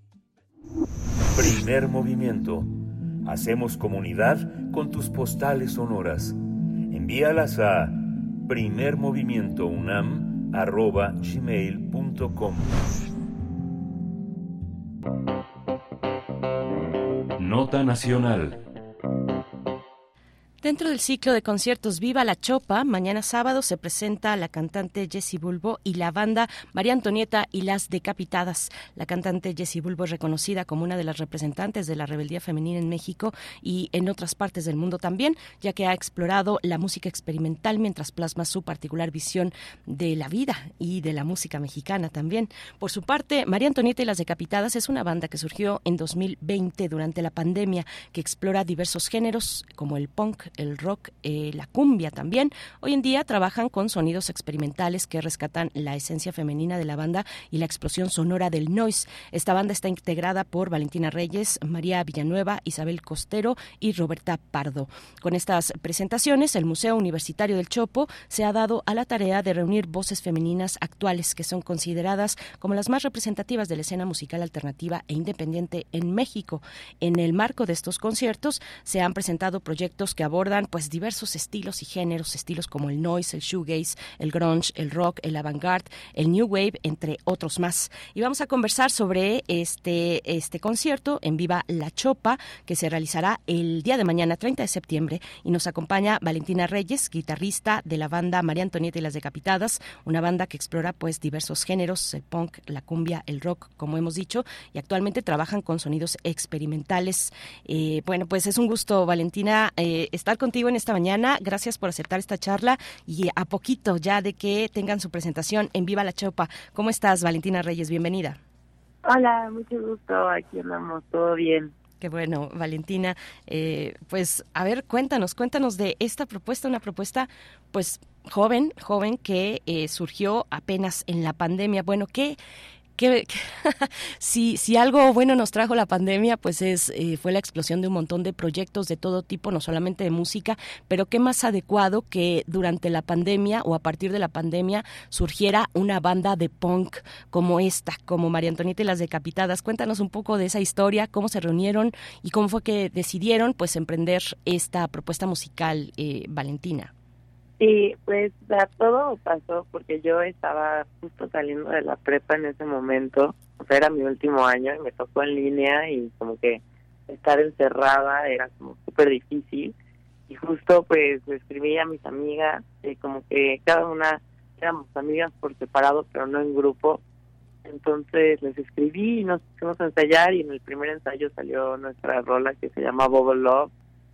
Primer Movimiento. Hacemos comunidad con tus postales sonoras. Envíalas a primermovimientounam arroba gmail punto com. Nota Nacional. Dentro del ciclo de conciertos Viva la Chopa, mañana sábado se presenta la cantante Jessie Bulbo y la banda María Antonieta y las Decapitadas. La cantante Jessie Bulbo es reconocida como una de las representantes de la rebeldía femenina en México y en otras partes del mundo también, ya que ha explorado la música experimental mientras plasma su particular visión de la vida y de la música mexicana también. Por su parte, María Antonieta y las Decapitadas es una banda que surgió en dos mil veinte durante la pandemia, que explora diversos géneros como el punk, el rock, eh, la cumbia también. Hoy en día trabajan con sonidos experimentales que rescatan la esencia femenina de la banda y la explosión sonora del noise. Esta banda está integrada por Valentina Reyes, María Villanueva, Isabel Costero y Roberta Pardo. Con estas presentaciones, el Museo Universitario del Chopo se ha dado a la tarea de reunir voces femeninas actuales que son consideradas como las más representativas de la escena musical alternativa e independiente en México. En el marco de estos conciertos se han presentado proyectos que abordan pues diversos estilos y géneros, estilos como el noise, el shoegaze, el grunge, el rock, el avant-garde, el new wave, entre otros más. Y vamos a conversar sobre este, este concierto en Viva La Chopa, que se realizará el día de mañana, treinta de septiembre, y nos acompaña Valentina Reyes, guitarrista de la banda María Antonieta y las Decapitadas, una banda que explora pues diversos géneros, el punk, la cumbia, el rock, como hemos dicho, y actualmente trabajan con sonidos experimentales. Eh, bueno, pues es un gusto, Valentina, eh, estar contigo en esta mañana. Gracias por aceptar esta charla y a poquito ya de que tengan su presentación en Viva La Chopa. ¿Cómo estás, Valentina Reyes? Bienvenida. Hola, mucho gusto. Aquí andamos, todo bien. Qué bueno, Valentina. Eh, pues, a ver, cuéntanos, cuéntanos de esta propuesta, una propuesta, pues, joven, joven que eh, surgió apenas en la pandemia. Bueno, ¿qué...? Que, que si, si algo bueno nos trajo la pandemia, pues es eh, fue la explosión de un montón de proyectos de todo tipo, no solamente de música, pero qué más adecuado que durante la pandemia o a partir de la pandemia surgiera una banda de punk como esta, como María Antonieta y las Decapitadas. Cuéntanos un poco de esa historia, cómo se reunieron y cómo fue que decidieron pues emprender esta propuesta musical, eh, Valentina. Sí, pues ya todo pasó porque yo estaba justo saliendo de la prepa en ese momento, o sea, era mi último año y me tocó en línea y como que estar encerrada era como súper difícil y justo pues le escribí a mis amigas, y como que cada una éramos amigas por separado pero no en grupo, entonces les escribí y nos pusimos a ensayar y en el primer ensayo salió nuestra rola que se llama Bubble Love.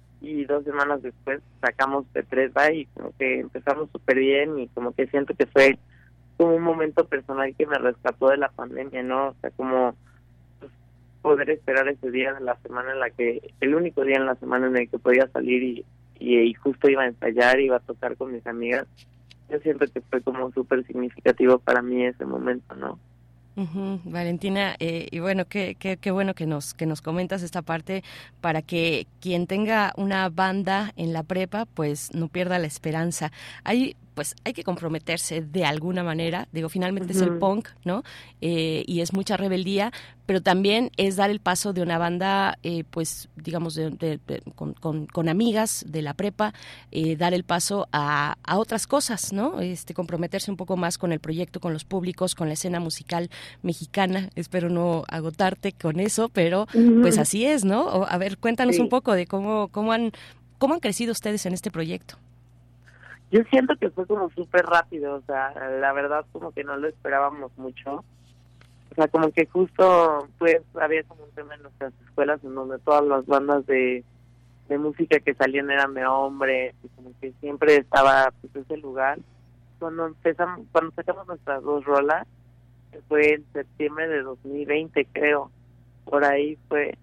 Y dos semanas después sacamos P tres y como que empezamos súper bien y como que siento que fue como un momento personal que me rescató de la pandemia, ¿no? O sea, como pues, poder esperar ese día de la semana en la que, el único día en la semana en el que podía salir y, y, y justo iba a ensayar, iba a tocar con mis amigas. Yo siento que fue como súper significativo para mí ese momento, ¿no? Uh-huh. Valentina, eh, y bueno, qué, qué, qué bueno que nos que nos comentas esta parte para que quien tenga una banda en la prepa, pues no pierda la esperanza. Hay pues hay que comprometerse de alguna manera, digo, finalmente uh-huh. es el punk, ¿no? Eh, y es mucha rebeldía, pero también es dar el paso de una banda, eh, pues, digamos, de, de, de, con, con, con amigas de la prepa, eh, dar el paso a, a otras cosas, ¿no? Este, comprometerse un poco más con el proyecto, con los públicos, con la escena musical mexicana. Espero no agotarte con eso, pero uh-huh. pues así es, ¿no? O, a ver, cuéntanos sí. un poco de cómo, cómo han, cómo han crecido ustedes en este proyecto. Yo siento que fue como súper rápido, o sea, la verdad como que no lo esperábamos mucho. O sea, como que justo, pues, había como un tema en nuestras escuelas en donde todas las bandas de, de música que salían eran de hombres, y como que siempre estaba, pues, ese lugar. Cuando empezamos, cuando sacamos nuestras dos rolas, que fue en septiembre de dos mil veinte, creo, por ahí fue...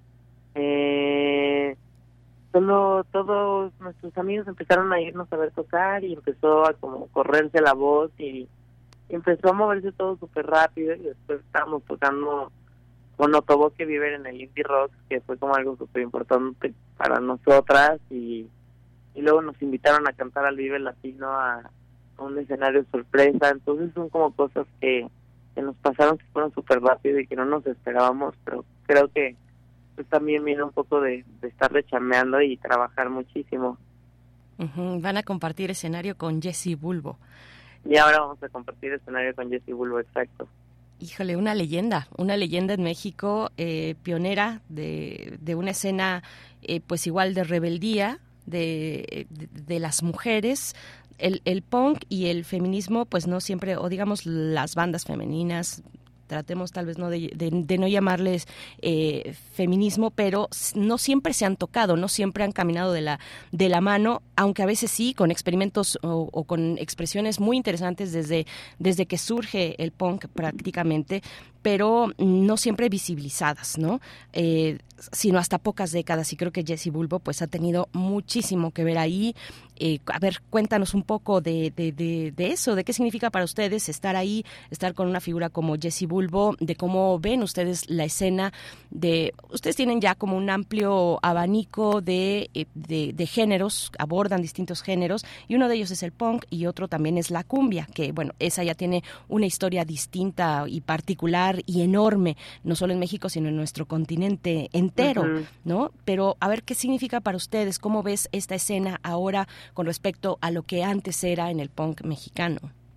Eh, Solo todos nuestros amigos empezaron a irnos a ver tocar y empezó a como correrse la voz y, y empezó a moverse todo súper rápido y después estábamos tocando con Otobo que vive en el Indie Rock, que fue como algo súper importante para nosotras y, y luego nos invitaron a cantar al Vive Latino a, a un escenario sorpresa, entonces son como cosas que, que nos pasaron que fueron súper rápido y que no nos esperábamos, pero creo que pues también viene un poco de, de estar rechameando y trabajar muchísimo. Uh-huh. Van a compartir escenario con Jesse Bulbo. Y ahora vamos a compartir escenario con Jesse Bulbo, exacto. Híjole, una leyenda, una leyenda en México, eh, pionera de, de una escena eh, pues igual de rebeldía de, de, de las mujeres. El, el punk y el feminismo pues no siempre, o digamos las bandas femeninas, tratemos tal vez no de, de, de no llamarles eh, feminismo, pero no siempre se han tocado, no siempre han caminado de la de la mano, aunque a veces sí, con experimentos o, o con expresiones muy interesantes desde, desde que surge el punk prácticamente, pero no siempre visibilizadas, ¿no? Eh, sino hasta pocas décadas, y creo que Jessie Bulbo pues ha tenido muchísimo que ver ahí. Eh, a ver, cuéntanos un poco de, de, de, de eso, de qué significa para ustedes estar ahí, estar con una figura como Jessie Bulbo, de cómo ven ustedes la escena, de ustedes tienen ya como un amplio abanico de, de, de géneros, abordan distintos géneros, y uno de ellos es el punk y otro también es la cumbia, que bueno, esa ya tiene una historia distinta y particular y enorme, no solo en México, sino en nuestro continente entero, uh-huh. ¿no? Pero a ver, ¿qué significa para ustedes? ¿Cómo ves esta escena ahora con respecto a lo que antes era en el punk mexicano?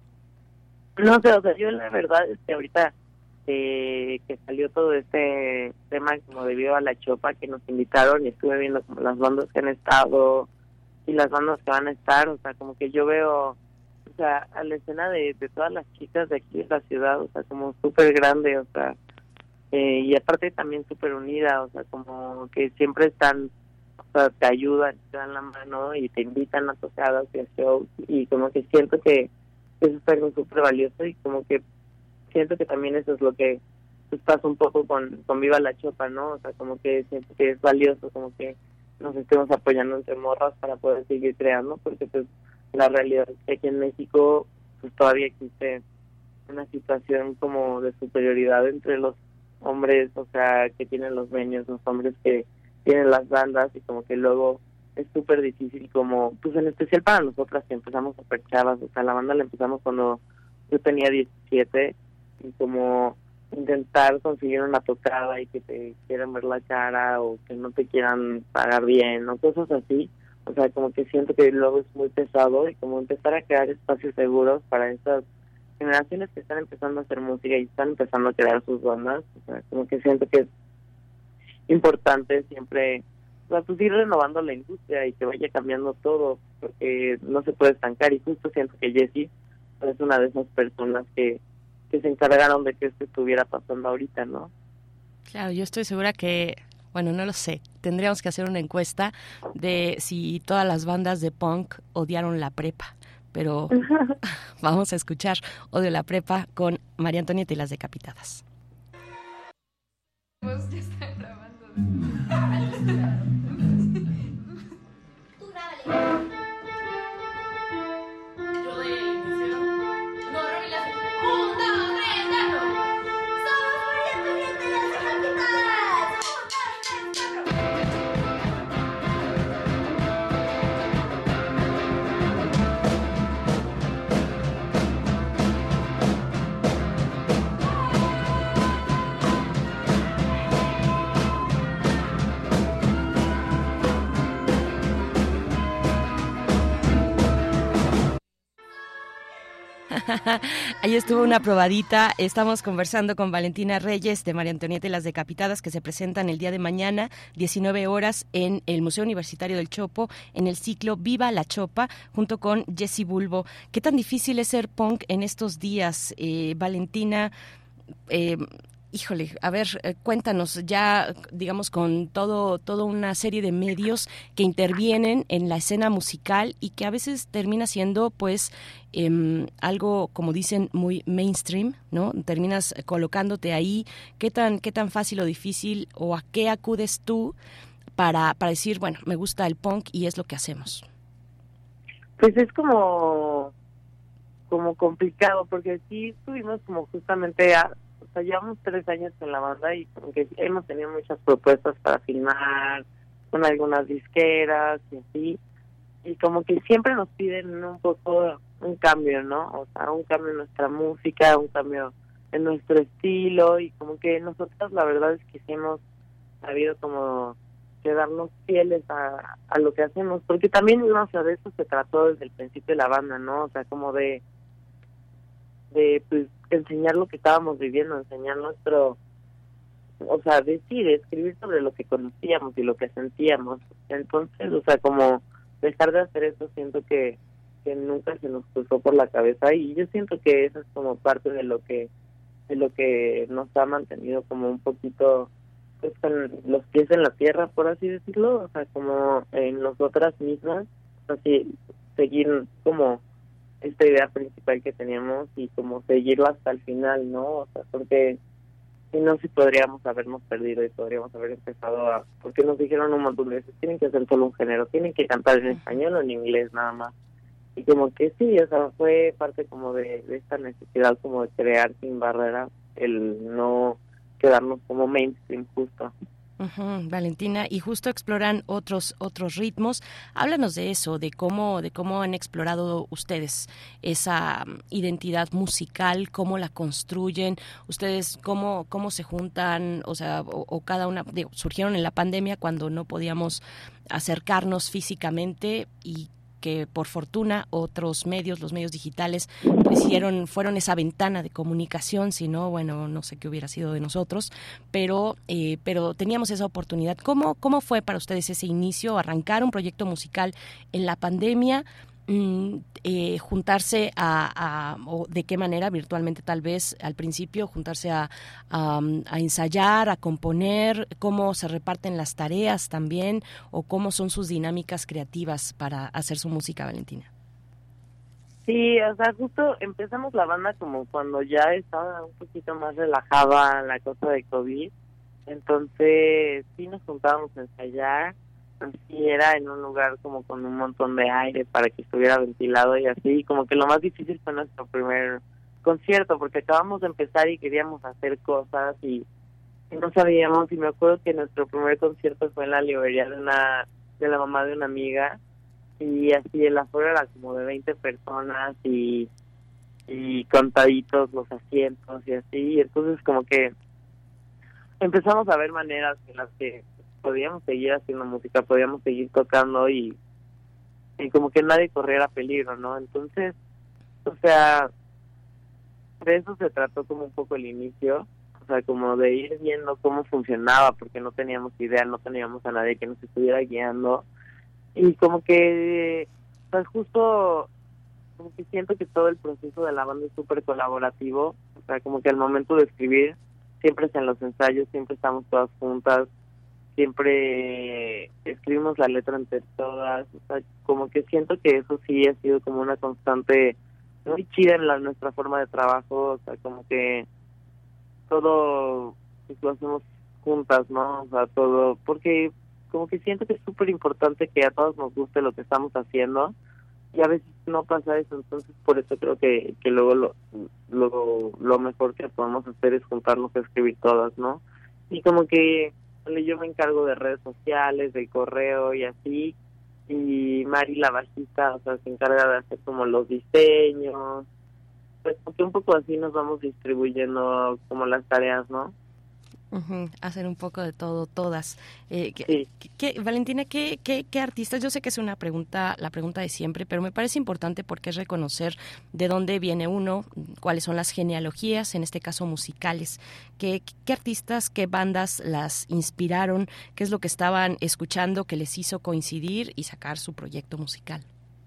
No sé, o sea, yo la verdad es que ahorita eh, que salió todo este tema como debido a la chopa que nos invitaron y estuve viendo como las bandas que han estado y las bandas que van a estar, o sea, como que yo veo, o sea, a la escena de, de todas las chicas de aquí de la ciudad, o sea, como súper grande, o sea, eh, y aparte también súper unida, o sea, como que siempre están, o sea, te ayudan, te dan la mano y te invitan a tocadas y a shows, y como que siento que eso es algo súper valioso, y como que siento que también eso es lo que pues, pasa un poco con, con Viva la Chopa, ¿no? O sea, como que siento que es valioso, como que nos estemos apoyando entre morras para poder seguir creando, porque pues la realidad es que aquí en México pues todavía existe una situación como de superioridad entre los hombres, o sea, que tienen los medios, los hombres que tienen las bandas, y como que luego es súper difícil, como, pues en especial para nosotras que empezamos súper chavas, o sea, la banda la empezamos cuando yo tenía diecisiete, y como intentar conseguir una tocada y que te quieran ver la cara, o que no te quieran pagar bien, o cosas así, o sea, como que siento que luego es muy pesado, y como empezar a crear espacios seguros para estas generaciones que están empezando a hacer música y están empezando a crear sus bandas, o sea, como que siento que es importante siempre, o sea, pues ir renovando la industria y que vaya cambiando todo, porque no se puede estancar, y justo siento que Jessie es una de esas personas que, que se encargaron de que esto estuviera pasando ahorita, ¿no? Claro, yo estoy segura que, bueno, no lo sé, tendríamos que hacer una encuesta de si todas las bandas de punk odiaron la prepa, pero vamos a escuchar Odio la Prepa con María Antonieta y las Decapitadas. Pues ya están grabando. Tú grábale. Yo de inicio. No, Romy le hace. Un, dos, tres, cuatro. Somos María Antonieta y las Decapitadas. Un, dos, tres, cuatro. Ahí estuvo una probadita. Estamos conversando con Valentina Reyes de María Antonieta y las Decapitadas, que se presentan el día de mañana, diecinueve horas, en el Museo Universitario del Chopo, en el ciclo Viva la Chopa, junto con Jessie Bulbo. ¿Qué tan difícil es ser punk en estos días, eh, Valentina? Eh, Híjole, a ver, eh, cuéntanos ya, digamos, con todo, toda una serie de medios que intervienen en la escena musical y que a veces termina siendo, pues, eh, algo, como dicen, muy mainstream, ¿no? Terminas colocándote ahí. ¿Qué tan, qué tan fácil o difícil, o a qué acudes tú para, para decir, bueno, me gusta el punk y es lo que hacemos? Pues es como, como complicado, porque sí estuvimos como justamente a... O sea, llevamos tres años en la banda y como que hemos tenido muchas propuestas para filmar con algunas disqueras y así, y como que siempre nos piden un poco un cambio, ¿no? O sea, un cambio en nuestra música, un cambio en nuestro estilo, y como que nosotros la verdad es que sí hemos sabido como quedarnos fieles a, a lo que hacemos, porque también, no, o sea, de eso se trató desde el principio de la banda, ¿no? O sea, como de de pues enseñar lo que estábamos viviendo, enseñar nuestro, o sea, decir, escribir sobre lo que conocíamos y lo que sentíamos. Entonces, o sea, como dejar de hacer eso, siento que, que nunca se nos cruzó por la cabeza, y yo siento que eso es como parte de lo que de lo que nos ha mantenido como un poquito, pues, con los pies en la tierra, por así decirlo, o sea, como en nosotras mismas, así seguir como esta idea principal que teníamos y como seguirlo hasta el final, ¿no? O sea, porque y no si podríamos habernos perdido y podríamos haber empezado a, porque nos dijeron un montón de veces, tienen que hacer solo un género, tienen que cantar en español o en inglés nada más. Y como que sí, o sea, fue parte como de, de esta necesidad como de crear sin barreras, el no quedarnos como mainstream justo. Uh-huh, Valentina, y justo exploran otros otros ritmos. Háblanos de eso, de cómo de cómo han explorado ustedes esa um, identidad musical, cómo la construyen, ustedes cómo cómo se juntan, o sea, o, o cada una, digo, surgieron en la pandemia cuando no podíamos acercarnos físicamente y que por fortuna otros medios, los medios digitales, pues hicieron, fueron esa ventana de comunicación, si no, bueno, no sé qué hubiera sido de nosotros, pero eh, pero teníamos esa oportunidad. ¿Cómo, cómo fue para ustedes ese inicio, arrancar un proyecto musical en la pandemia? Eh, juntarse a, a o de qué manera, virtualmente tal vez al principio, juntarse a, a, a ensayar, a componer, cómo se reparten las tareas también, o cómo son sus dinámicas creativas para hacer su música, Valentina. Sí, o sea, justo empezamos la banda como cuando ya estaba un poquito más relajada la cosa de COVID, entonces sí nos juntábamos a ensayar. Así era en un lugar como con un montón de aire para que estuviera ventilado y así, como que lo más difícil fue nuestro primer concierto, porque acabamos de empezar y queríamos hacer cosas y, y no sabíamos, y me acuerdo que nuestro primer concierto fue en la librería de una de la mamá de una amiga, y así el aforo era como de veinte personas y, y contaditos los asientos y así, y entonces como que empezamos a ver maneras en las que podíamos seguir haciendo música, podíamos seguir tocando y, y como que nadie corriera peligro, ¿no? Entonces, o sea, de eso se trató como un poco el inicio, o sea, como de ir viendo cómo funcionaba, porque no teníamos idea, no teníamos a nadie que nos estuviera guiando, y como que, pues justo, como que siento que todo el proceso de la banda es súper colaborativo, o sea, como que al momento de escribir, siempre es en los ensayos, siempre estamos todas juntas, siempre escribimos la letra entre todas, o sea, como que siento que eso sí ha sido como una constante muy chida en la, nuestra forma de trabajo, o sea, como que todo pues, lo hacemos juntas, ¿no? O sea, todo, porque como que siento que es súper importante que a todos nos guste lo que estamos haciendo, y a veces no pasa eso, entonces por eso creo que, que luego lo, lo, lo mejor que podemos hacer es juntarnos a escribir todas, ¿no? Y como que yo me encargo de redes sociales, del correo y así, y Mari, la bajista, o sea, se encarga de hacer como los diseños, pues porque un poco así nos vamos distribuyendo como las tareas, ¿no? Uh-huh. Hacer un poco de todo, todas. Eh, ¿qué, sí. qué, Valentina, ¿qué, qué, ¿qué artistas? Yo sé que es una pregunta, la pregunta de siempre, pero me parece importante porque es reconocer de dónde viene uno, cuáles son las genealogías, en este caso musicales. ¿Qué, qué artistas, qué bandas las inspiraron? ¿Qué es lo que estaban escuchando que les hizo coincidir y sacar su proyecto musical?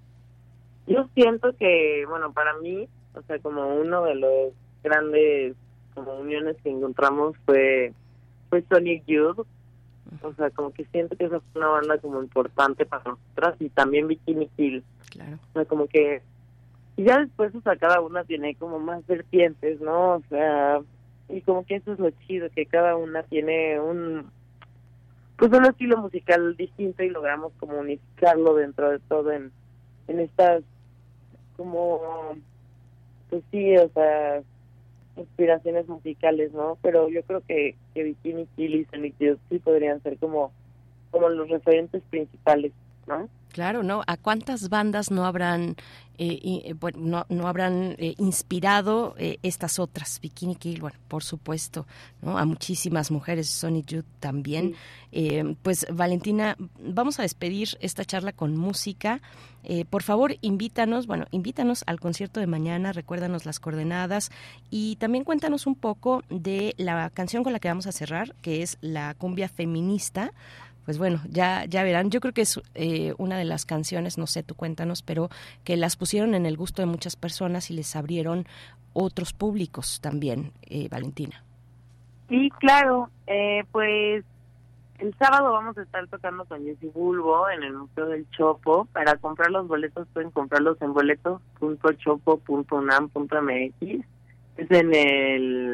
Yo siento que, bueno, para mí, o sea, como uno de los grandes como uniones que encontramos fue fue Sonic Youth, o sea, como que siento que esa fue una banda como importante para nosotras, y también Bikini Kill, claro, o sea, como que, y ya después, o sea, cada una tiene como más vertientes, ¿no? O sea, y como que eso es lo chido, que cada una tiene un pues un estilo musical distinto y logramos como unificarlo dentro de todo en, en estas como, pues sí, o sea, inspiraciones musicales, ¿no? Pero yo creo que, que Bikini Kill y Sonic Youth sí podrían ser como, como los referentes principales, ¿no? Claro, ¿no? ¿A cuántas bandas no habrán eh, y, bueno, no, no habrán eh, inspirado eh, estas otras? Bikini Kill, bueno, por supuesto, ¿no? A muchísimas mujeres, Sonic Youth también. Sí. Eh, pues, Valentina, vamos a despedir esta charla con música. Eh, por favor, invítanos, bueno, invítanos al concierto de mañana, recuérdanos las coordenadas y también cuéntanos un poco de la canción con la que vamos a cerrar, que es la cumbia feminista. Pues bueno, ya ya verán, yo creo que es eh, una de las canciones, no sé, tú cuéntanos, pero que las pusieron en el gusto de muchas personas y les abrieron otros públicos también, eh, Valentina. Sí, claro, eh, pues el sábado vamos a estar tocando con Jessy Bulbo en el Museo del Chopo. Para comprar los boletos pueden comprarlos en boletos punto chopo punto unam punto m x. Es en el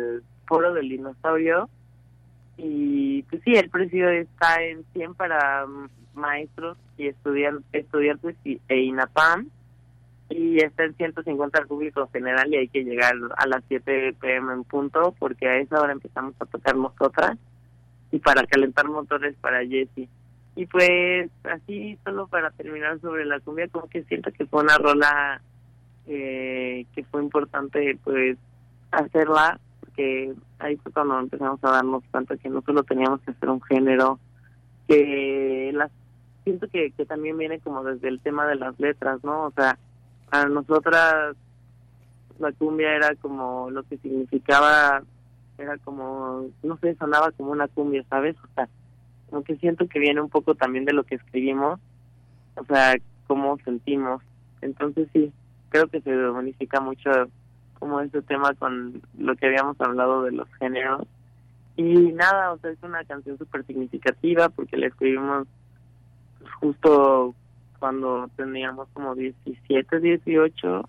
foro del dinosaurio. Y pues sí, el precio está en cien para maestros y estudian, estudiantes y, e INAPAM, y está en ciento cincuenta al público general, y hay que llegar a las siete pm en punto, porque a esa hora empezamos a tocar nosotras, y para calentar motores para Jessie. Y pues así, solo para terminar sobre la cumbia, como que siento que fue una rola eh, que fue importante pues hacerla, porque ahí fue cuando empezamos a darnos cuenta que no solo teníamos que hacer un género, que las siento que, que también viene como desde el tema de las letras, ¿no? O sea, para nosotras la cumbia era como lo que significaba, era como, no sé, sonaba como una cumbia, ¿sabes? O sea, como que siento que viene un poco también de lo que escribimos, o sea, cómo sentimos. Entonces sí, creo que se unifica mucho como este tema con lo que habíamos hablado de los géneros. Y nada, o sea, es una canción súper significativa porque la escribimos justo cuando teníamos como diecisiete, dieciocho,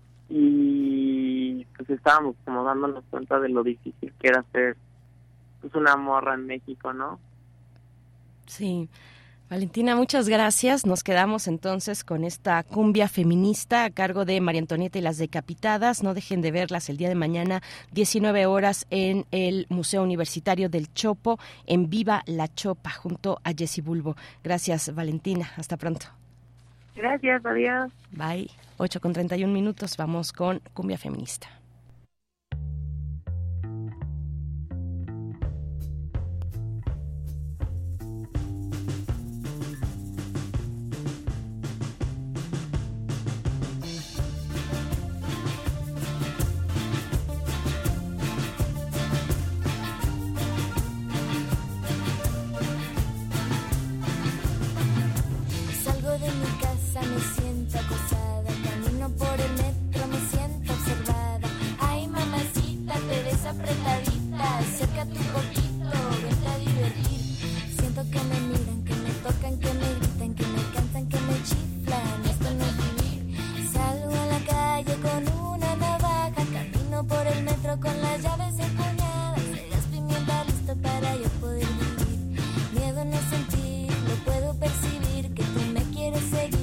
y pues estábamos como dándonos cuenta de lo difícil que era ser pues una morra en México, ¿no? Sí. Valentina, muchas gracias. Nos quedamos entonces con esta cumbia feminista a cargo de María Antonieta y las Decapitadas. No dejen de verlas el día de mañana, diecinueve horas, en el Museo Universitario del Chopo, en Viva la Chopa, junto a Jessie Bulbo. Gracias, Valentina. Hasta pronto. Gracias, adiós. Bye. ocho con treinta y un minutos. Vamos con cumbia feminista. Me siento acosada, camino por el metro, me siento observada. Ay, mamacita, te ves apretadita, acércate un poquito, vente a divertir. Siento que me miran, que me tocan, que me gritan, que me cantan, que me chiflan. Esto no es vivir. Salgo a la calle con una navaja, camino por el metro con las llaves empuñadas. El gas pimienta listo para yo poder vivir. Miedo no sentir, lo puedo percibir, que tú me quieres seguir.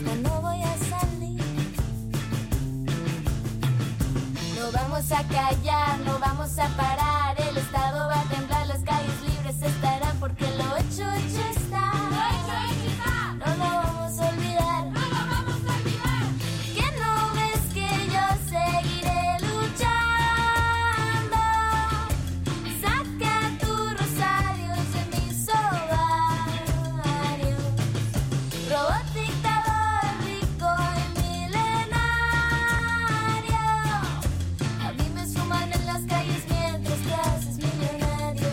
No vamos a callar, no vamos a parar. El estado va a temblar, las calles libres estarán, porque lo hecho, hecho está. Lo hecho, hecho está. No lo vamos a olvidar. No lo vamos a olvidar. Que no ves que yo seguiré luchando. Saca tus rosarios de mis ovarios. Robot dictador, rico y milenario. A mí me suman en las calles mientras te haces millonario.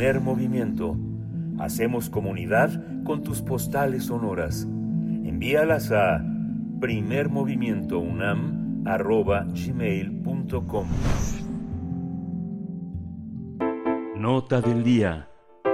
Primer movimiento. Hacemos comunidad con tus postales sonoras. Envíalas a primermovimientounam arroba gmail punto com. Nota del día.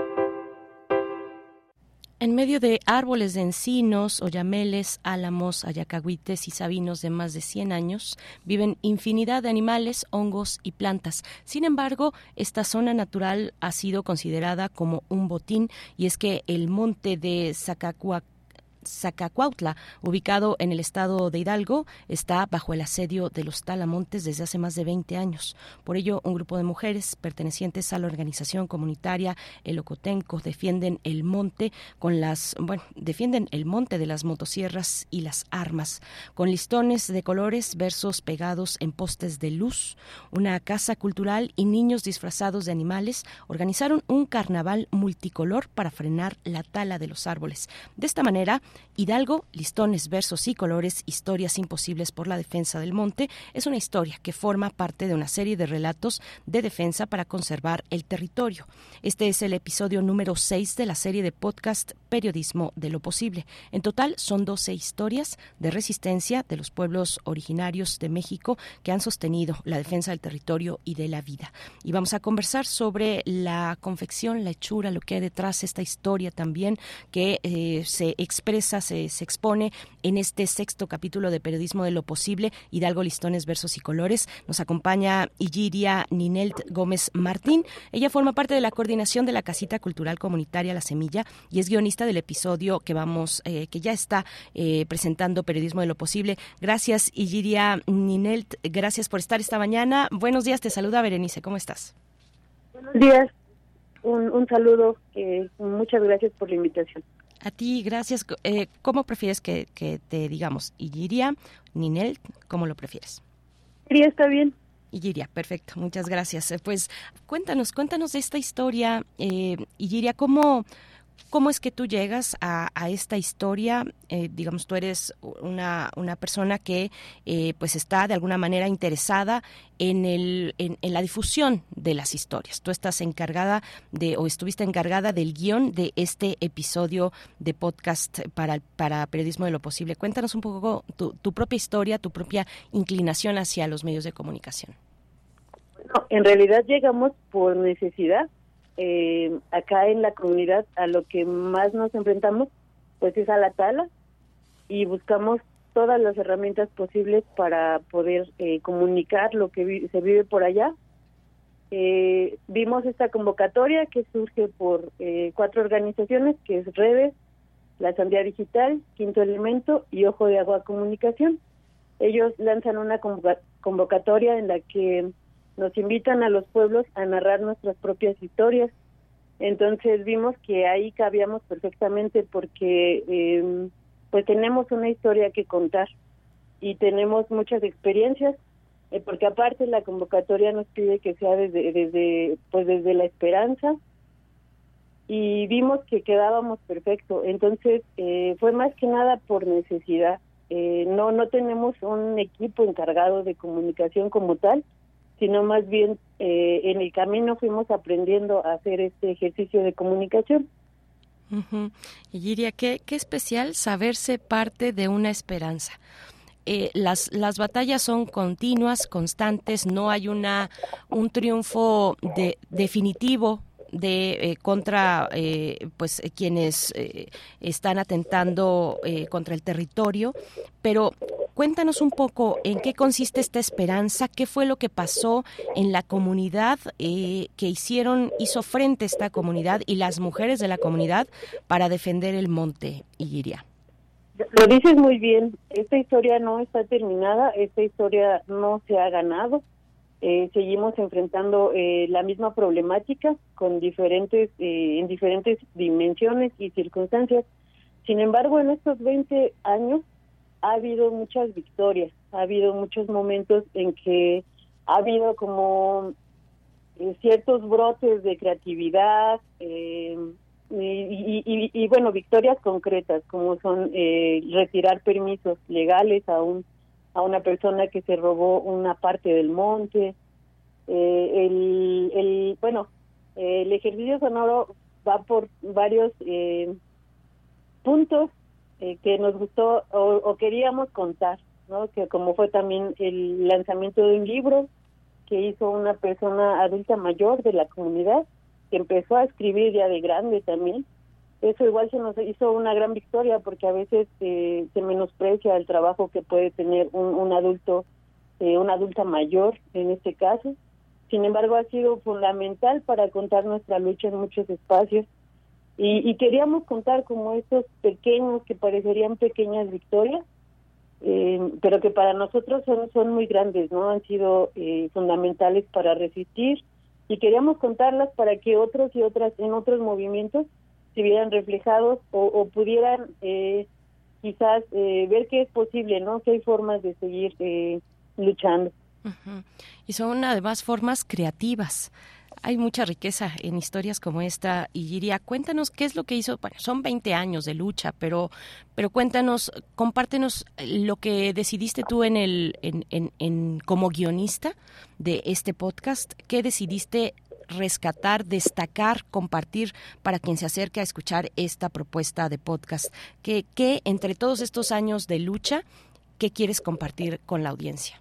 En medio de árboles de encinos, oyameles, álamos, ayacahuites y sabinos de más de cien años, viven infinidad de animales, hongos y plantas. Sin embargo, esta zona natural ha sido considerada como un botín, y es que el monte de Zacacuac Zacacuautla, ubicado en el estado de Hidalgo, está bajo el asedio de los talamontes desde hace más de veinte años. Por ello, un grupo de mujeres pertenecientes a la organización comunitaria El Ocotenco defienden el monte con las, bueno, defienden el monte de las motosierras y las armas, con listones de colores, versos pegados en postes de luz, una casa cultural y niños disfrazados de animales. Organizaron un carnaval multicolor para frenar la tala de los árboles. De esta manera, Hidalgo, listones, versos y colores, historias imposibles por la defensa del monte, es una historia que forma parte de una serie de relatos de defensa para conservar el territorio. Este es el episodio número seis de la serie de podcast Periodismo de lo Posible. En total son doce historias de resistencia de los pueblos originarios de México que han sostenido la defensa del territorio y de la vida. Y vamos a conversar sobre la confección, la hechura, lo que hay detrás de esta historia también, que eh, se expresa Se, se expone en este sexto capítulo de Periodismo de lo Posible, Hidalgo, listones, versos y colores. Nos acompaña Illyria Ninelt Gómez Martín. Ella forma parte de la coordinación de la Casita Cultural Comunitaria La Semilla y es guionista del episodio que vamos, eh, que ya está eh, presentando Periodismo de lo Posible. Gracias, Illyria Ninelt, gracias por estar esta mañana. Buenos días, te saluda Berenice, ¿cómo estás? Buenos días, un, un saludo, eh, muchas gracias por la invitación. A ti, gracias. Eh, ¿Cómo prefieres que, que te digamos? Illyria, Ninelt, ¿cómo lo prefieres? Illyria está bien. Illyria, perfecto, muchas gracias. Eh, pues cuéntanos, cuéntanos de esta historia, eh, Illyria, ¿cómo, ¿cómo es que tú llegas a, a esta historia? Eh, digamos, tú eres una, una persona que eh, pues está de alguna manera interesada en, el, en, en la difusión de las historias. Tú estás encargada de, o estuviste encargada del guión de este episodio de podcast para, para Periodismo de lo Posible. Cuéntanos un poco tu, tu propia historia, tu propia inclinación hacia los medios de comunicación. Bueno, en realidad llegamos por necesidad. Eh, acá en la comunidad a lo que más nos enfrentamos pues es a la tala y buscamos todas las herramientas posibles para poder eh, comunicar lo que vi- se vive por allá. Eh, vimos esta convocatoria que surge por eh, cuatro organizaciones, que es Redes, La Sandía Digital, Quinto Elemento y Ojo de Agua Comunicación. Ellos lanzan una convoca- convocatoria en la que nos invitan a los pueblos a narrar nuestras propias historias. Entonces vimos que ahí cabíamos perfectamente porque eh, pues tenemos una historia que contar y tenemos muchas experiencias, eh, porque aparte la convocatoria nos pide que sea desde desde pues desde la esperanza, y vimos que quedábamos perfecto. Entonces eh, fue más que nada por necesidad. Eh, no no tenemos un equipo encargado de comunicación como tal, sino más bien eh, en el camino fuimos aprendiendo a hacer este ejercicio de comunicación. Uh-huh. Illyria, qué, qué especial saberse parte de una esperanza. Eh, las las batallas son continuas, constantes, no hay una un triunfo de, definitivo de eh, contra eh, pues quienes eh, están atentando eh, contra el territorio, pero cuéntanos un poco en qué consiste esta esperanza, qué fue lo que pasó en la comunidad eh, que hicieron hizo frente esta comunidad y las mujeres de la comunidad para defender el monte, Illyria. Lo dices muy bien, esta historia no está terminada, esta historia no se ha ganado. Eh, seguimos enfrentando eh, la misma problemática con diferentes eh, en diferentes dimensiones y circunstancias. Sin embargo, en estos veinte años ha habido muchas victorias, ha habido muchos momentos en que ha habido como eh, ciertos brotes de creatividad eh, y, y, y, y bueno, victorias concretas, como son eh, retirar permisos legales a un a una persona que se robó una parte del monte, eh, el, el bueno, Eh, el ejercicio sonoro va por varios eh, puntos eh, que nos gustó o, o queríamos contar, ¿no? Que como fue también el lanzamiento de un libro que hizo una persona adulta mayor de la comunidad, que empezó a escribir ya de grande también. Eso igual se nos hizo una gran victoria, porque a veces eh, se menosprecia el trabajo que puede tener un, un adulto, eh, una adulta mayor en este caso. Sin embargo, ha sido fundamental para contar nuestra lucha en muchos espacios. Y, y queríamos contar como estos pequeños, que parecerían pequeñas victorias, eh, pero que para nosotros son, son muy grandes, ¿no? Han sido eh, fundamentales para resistir, y queríamos contarlas para que otros y otras en otros movimientos se vieran reflejados o, o pudieran eh, quizás eh, ver que es posible, ¿no? Que hay formas de seguir eh, luchando. Uh-huh. Y son además formas creativas. Hay mucha riqueza en historias como esta. Y Yiria, cuéntanos qué es lo que hizo. Bueno, son veinte años de lucha, pero pero cuéntanos, compártenos lo que decidiste tú en el en, en, en como guionista de este podcast. ¿Qué decidiste rescatar, destacar, compartir para quien se acerque a escuchar esta propuesta de podcast? ¿Qué, qué entre todos estos años de lucha, qué quieres compartir con la audiencia?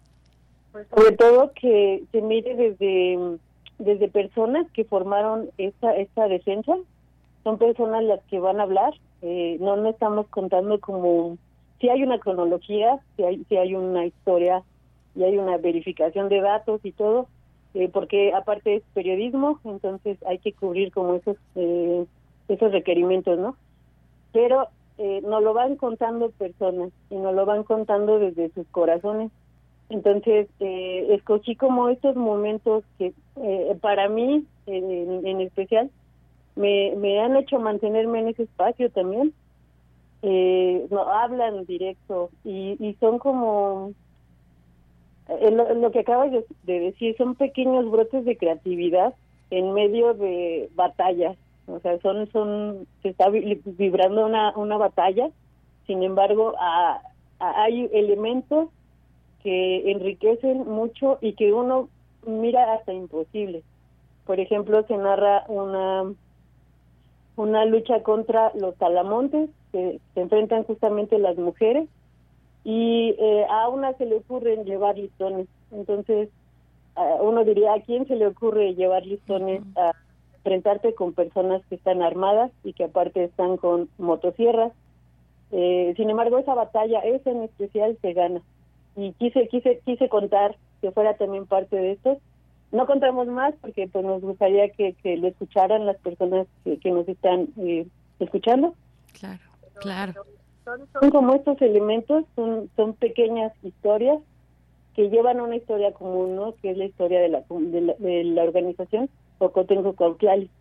Pues sobre todo que se mire desde desde personas que formaron esta esta defensa. Son personas las que van a hablar. Eh, no no estamos contando como si hay una cronología, si hay si hay una historia y hay una verificación de datos y todo, eh, porque aparte es periodismo, entonces hay que cubrir como esos eh, esos requerimientos, ¿no? Pero eh, nos lo van contando personas y nos lo van contando desde sus corazones. Entonces, eh, escogí como estos momentos que eh, para mí, en, en especial, me, me han hecho mantenerme en ese espacio también. Eh, no hablan directo y, y son como, eh, lo, lo que acabas de, de decir, son pequeños brotes de creatividad en medio de batallas. O sea, son, son, se está vibrando una, una batalla. Sin embargo, a, a, hay elementos que enriquecen mucho y que uno mira hasta imposible. Por ejemplo, se narra una una lucha contra los talamontes, que se enfrentan justamente las mujeres, y eh, a una se le ocurre llevar listones. Entonces, uh, uno diría, ¿a quién se le ocurre llevar listones a enfrentarte con personas que están armadas y que aparte están con motosierras? Eh, sin embargo, esa batalla, esa en especial, se gana. Y quise quise quise contar que fuera también parte de esto. No contamos más porque pues nos gustaría que, que lo escucharan las personas que, que nos están eh, escuchando. Claro, claro. Son, son como estos elementos, son son pequeñas historias que llevan una historia común, ¿no? Que es la historia de la de la, de la organización Ocotenco Cuauhtlali.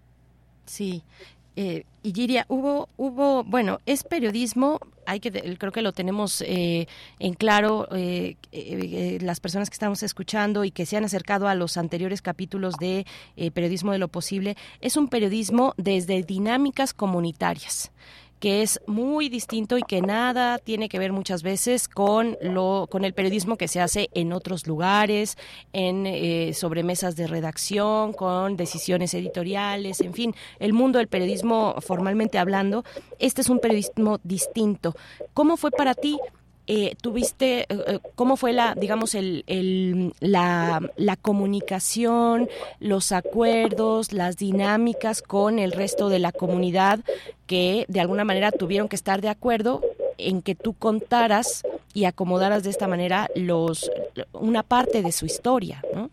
Sí. Eh, y Yiria, hubo, hubo, bueno, es periodismo, hay que, creo que lo tenemos eh, en claro, eh, eh, las personas que estamos escuchando y que se han acercado a los anteriores capítulos de eh, Periodismo de lo Posible, es un periodismo desde dinámicas comunitarias, que es muy distinto y que nada tiene que ver muchas veces con lo con el periodismo que se hace en otros lugares, en eh, sobremesas de redacción, con decisiones editoriales, en fin, el mundo del periodismo formalmente hablando. Este es un periodismo distinto. ¿Cómo fue para ti? Eh, tuviste, eh, ¿cómo fue la, digamos, el, el, la, la comunicación, los acuerdos, las dinámicas con el resto de la comunidad que de alguna manera tuvieron que estar de acuerdo en que tú contaras y acomodaras de esta manera los una parte de su historia, ¿no?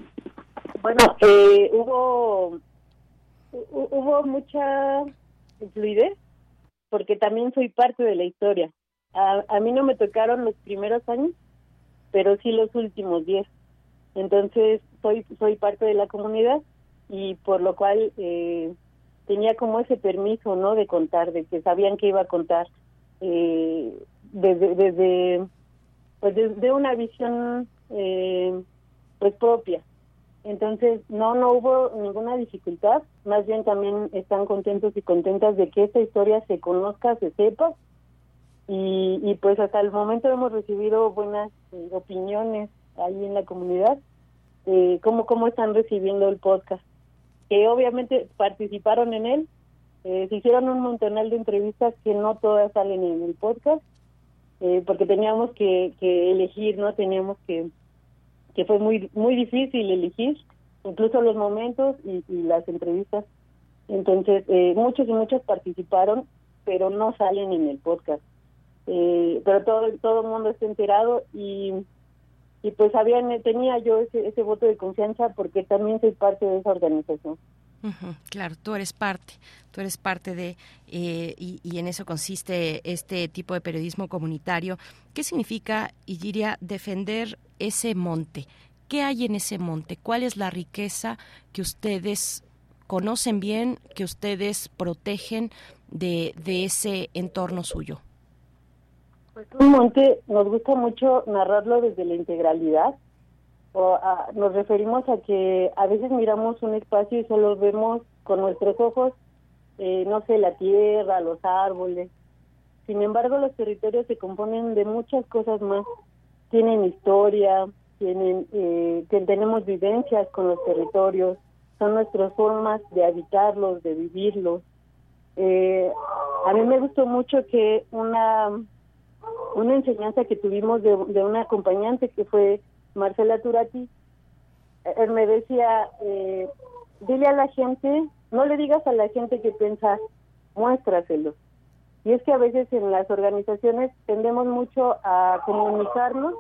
Bueno, eh, hubo hubo mucha fluidez porque también soy parte de la historia. A, a mí no me tocaron los primeros años, pero sí los últimos diez. Entonces, soy soy parte de la comunidad y por lo cual eh, tenía como ese permiso, ¿no? De contar, de que sabían que iba a contar eh, desde, desde, pues desde una visión eh, pues propia. Entonces, no, no hubo ninguna dificultad. Más bien también están contentos y contentas de que esta historia se conozca, se sepa. Y, y pues hasta el momento hemos recibido buenas eh, opiniones ahí en la comunidad, eh, cómo, cómo están recibiendo el podcast. que obviamente participaron en él. Eh, se hicieron un montonal de entrevistas que no todas salen en el podcast, eh, porque teníamos que, que elegir, ¿no? Teníamos que, que fue muy muy difícil elegir, incluso los momentos y, y las entrevistas. Entonces, eh, muchos y muchas participaron, pero no salen en el podcast. Eh, pero todo todo el mundo está enterado y y pues habían tenía yo ese ese voto de confianza porque también soy parte de esa organización. Uh-huh, claro, tú eres parte, tú eres parte de, eh, y, y en eso consiste este tipo de periodismo comunitario. ¿Qué significa, Igiria, defender ese monte? ¿Qué hay en ese monte? ¿Cuál es la riqueza que ustedes conocen bien, que ustedes protegen de, de ese entorno suyo? Pues un monte nos gusta mucho narrarlo desde la integralidad. O a, nos referimos a que a veces miramos un espacio y solo vemos con nuestros ojos, eh, no sé, la tierra, los árboles. Sin embargo, los territorios se componen de muchas cosas más. Tienen historia, tienen, eh, tenemos vivencias con los territorios, son nuestras formas de habitarlos, de vivirlos. Eh, a mí me gustó mucho que una, una enseñanza que tuvimos de, de una acompañante que fue Marcela Turati, él me decía, eh, dile a la gente, no le digas a la gente que piensa, muéstraselo. Y es que a veces en las organizaciones tendemos mucho a comunicarnos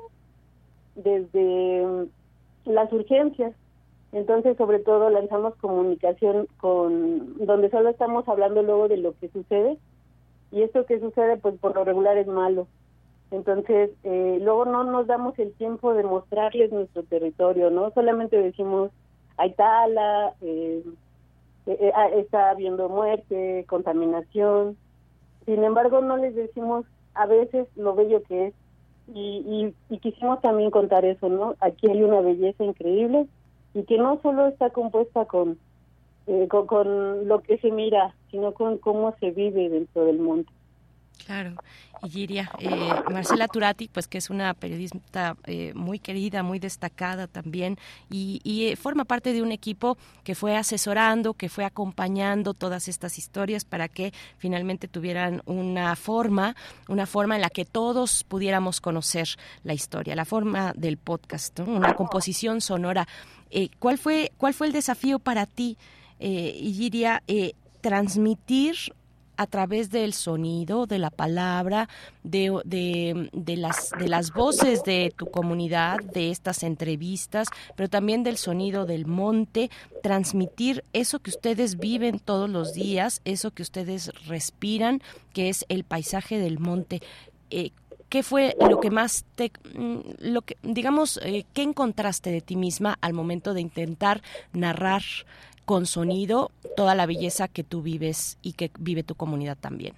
desde las urgencias. Entonces, sobre todo, lanzamos comunicación con donde solo estamos hablando luego de lo que sucede, y esto que sucede, pues por lo regular es malo. Entonces, eh, luego no nos damos el tiempo de mostrarles nuestro territorio, ¿no? Solamente decimos, hay tala, eh, eh, está habiendo muerte, contaminación. Sin embargo, no les decimos a veces lo bello que es. Y, y, y quisimos también contar eso, ¿no? Aquí hay una belleza increíble y que no solo está compuesta con, eh, con, con lo que se mira, sino con cómo se vive dentro del monte. Claro, Igiria, eh, Marcela Turati, pues que es una periodista eh, muy querida, muy destacada también, y, y eh, forma parte de un equipo que fue asesorando, que fue acompañando todas estas historias para que finalmente tuvieran una forma, una forma en la que todos pudiéramos conocer la historia, la forma del podcast, ¿no? Una composición sonora. Eh, ¿cuál fue, cuál fue el desafío para ti, eh, Igiria, eh, transmitir a través del sonido, de la palabra, de, de, de, las, de las voces de tu comunidad, de estas entrevistas, pero también del sonido del monte, transmitir eso que ustedes viven todos los días, eso que ustedes respiran, que es el paisaje del monte? Eh, ¿Qué fue lo que más te, lo que, digamos, eh, qué encontraste de ti misma al momento de intentar narrar con sonido toda la belleza que tú vives y que vive tu comunidad también?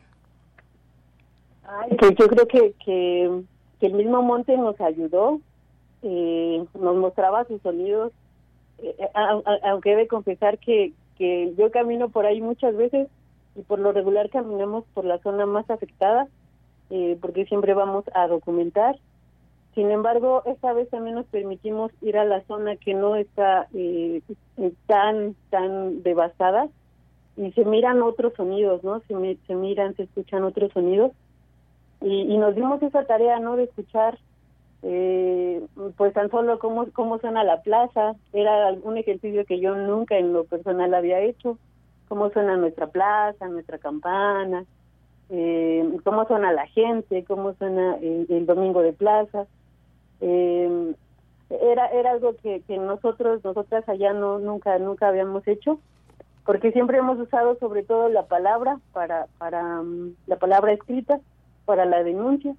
Ay, pues yo creo que, que, que el mismo monte nos ayudó, eh, nos mostraba sus sonidos, eh, a, a, aunque he de confesar que, que yo camino por ahí muchas veces y por lo regular caminamos por la zona más afectada, eh, porque siempre vamos a documentar. Sin embargo, esta vez también nos permitimos ir a la zona que no está eh, tan tan devastada y se miran otros sonidos, ¿no? Se, me, se miran, se escuchan otros sonidos y, y nos dimos esa tarea, ¿no? De escuchar, eh, pues tan solo cómo cómo suena la plaza. Era un ejercicio que yo nunca en lo personal había hecho. Cómo suena nuestra plaza, nuestra campana, eh, cómo suena la gente, cómo suena el, el domingo de plaza. Eh, era era algo que, que nosotros nosotras allá no nunca nunca habíamos hecho, porque siempre hemos usado sobre todo la palabra para para um, la palabra escrita para la denuncia,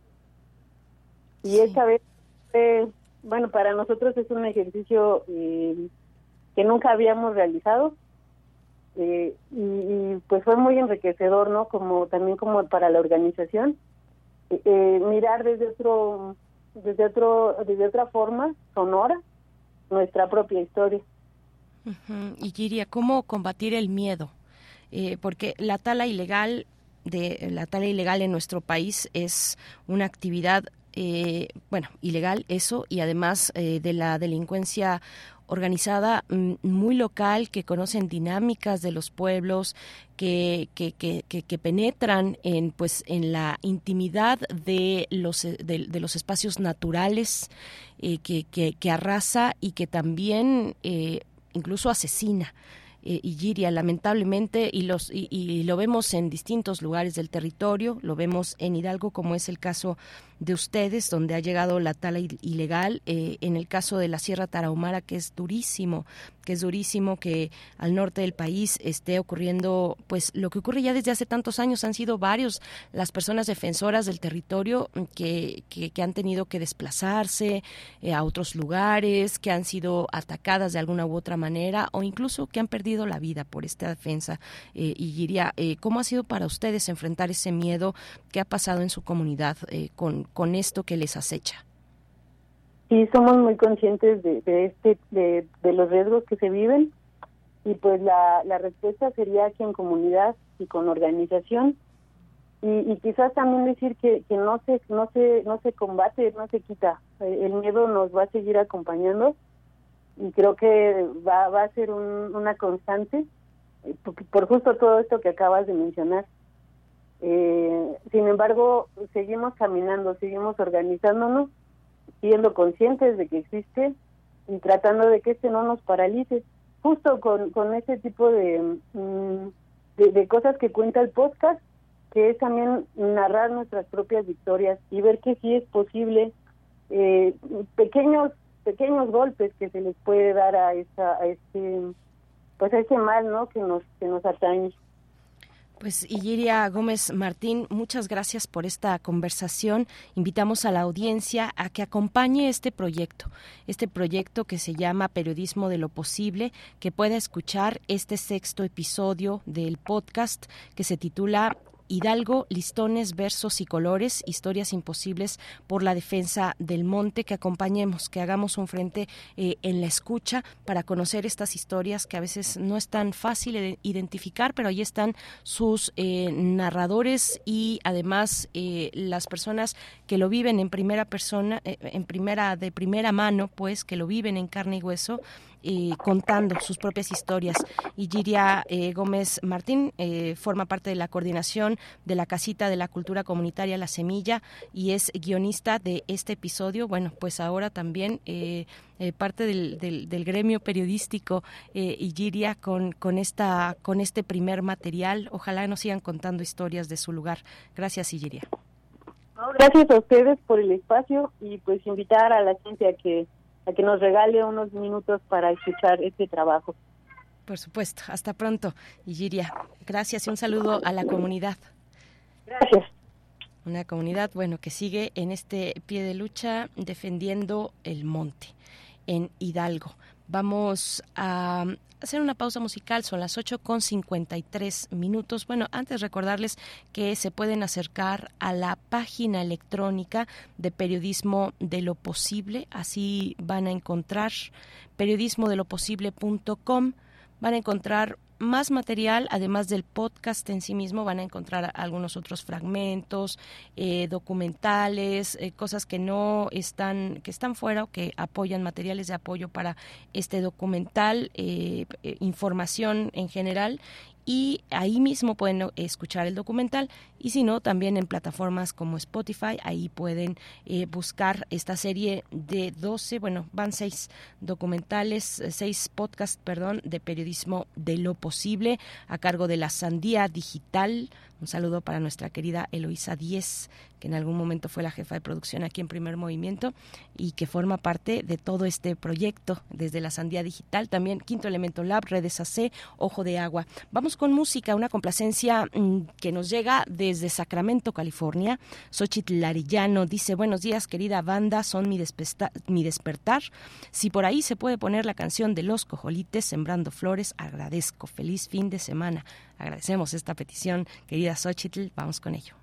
y sí. Esta vez eh, bueno, para nosotros es un ejercicio eh, que nunca habíamos realizado, eh, y, y pues fue muy enriquecedor, ¿no? Como también como para la organización, eh, eh, mirar desde otro desde otro desde otra forma sonora nuestra propia historia. Uh-huh. Y Igiria, ¿cómo combatir el miedo? Eh, porque la tala ilegal de la tala ilegal en nuestro país es una actividad eh, bueno, ilegal, eso, y además eh, de la delincuencia organizada muy local, que conocen dinámicas de los pueblos, que, que, que, que, que penetran en, pues, en la intimidad de los, de, de los espacios naturales, eh, que, que, que arrasa y que también eh, incluso asesina. Eh, Igiria, lamentablemente, y, los, y, y lo vemos en distintos lugares del territorio, lo vemos en Hidalgo, como es el caso de ustedes, donde ha llegado la tala ilegal, eh, en el caso de la Sierra Tarahumara, que es durísimo, que es durísimo que al norte del país esté ocurriendo, pues lo que ocurre ya desde hace tantos años. Han sido varios las personas defensoras del territorio que, que, que han tenido que desplazarse eh, a otros lugares, que han sido atacadas de alguna u otra manera, o incluso que han perdido la vida por esta defensa. Eh, y diría, eh, ¿cómo ha sido para ustedes enfrentar ese miedo que ha pasado en su comunidad eh, con con esto que les acecha? Sí, somos muy conscientes de, de este de, de los riesgos que se viven, y pues la, la respuesta sería que en comunidad y con organización, y, y quizás también decir que, que no se no se no se combate, no se quita. El miedo nos va a seguir acompañando, y creo que va, va a ser un, una constante por, por justo todo esto que acabas de mencionar. Eh, sin embargo, seguimos caminando, seguimos organizándonos, siendo conscientes de que existe y tratando de que este no nos paralice. Justo con, con ese tipo de, de, de cosas que cuenta el podcast, que es también narrar nuestras propias victorias y ver que sí es posible, eh, pequeños pequeños golpes que se les puede dar a esa a este pues a ese mal, ¿no?, que nos que nos atañe. Pues Igiria Gómez Martín, muchas gracias por esta conversación. Invitamos a la audiencia a que acompañe este proyecto, este proyecto que se llama Periodismo de lo Posible, que pueda escuchar este sexto episodio del podcast que se titula Hidalgo, listones, versos y colores, historias imposibles por la defensa del monte, que acompañemos, que hagamos un frente eh, en la escucha para conocer estas historias que a veces no es tan fácil de identificar, pero ahí están sus eh, narradores y además eh, las personas que lo viven en primera persona, eh, en primera de primera mano, pues que lo viven en carne y hueso. Eh, contando sus propias historias. Igiria eh, Gómez Martín eh, forma parte de la coordinación de la Casita de la Cultura Comunitaria La Semilla y es guionista de este episodio. Bueno, pues ahora también eh, eh, parte del, del, del gremio periodístico, eh, Igiria, con, con, esta, con este primer material. Ojalá nos sigan contando historias de su lugar. Gracias, Igiria. Gracias a ustedes por el espacio y pues invitar a la gente a que a que nos regale unos minutos para escuchar este trabajo. Por supuesto. Hasta pronto, Igiria. Gracias y un saludo a la comunidad. Gracias. Una comunidad, bueno, que sigue en este pie de lucha defendiendo el monte en Hidalgo. Vamos a hacer una pausa musical, son las ocho con cincuenta y tres minutos. Bueno, antes recordarles que se pueden acercar a la página electrónica de Periodismo de lo Posible, así van a encontrar periodismo de lo posible punto com, van a encontrar más material, además del podcast en sí mismo, van a encontrar algunos otros fragmentos, eh, documentales, eh, cosas que no están, que están fuera o que apoyan, materiales de apoyo para este documental, eh, eh, información en general. Y ahí mismo pueden escuchar el documental y si no, también en plataformas como Spotify, ahí pueden eh, buscar esta serie de doce, bueno, van seis documentales, seis podcasts, perdón, de Periodismo de lo Posible a cargo de La Sandía Digital. Un saludo para nuestra querida Eloísa Díez, que en algún momento fue la jefa de producción aquí en Primer Movimiento y que forma parte de todo este proyecto desde La Sandía Digital. También Quinto Elemento Lab, Redes A C, Ojo de Agua. Vamos con música, una complacencia mmm, que nos llega desde Sacramento, California. Xochitl Arellano dice: buenos días, querida banda, son mi, despesta- mi despertar. Si por ahí se puede poner la canción de Los Cojolites, Sembrando Flores, agradezco. Feliz fin de semana. Agradecemos esta petición, querida Xochitl. Vamos con ello.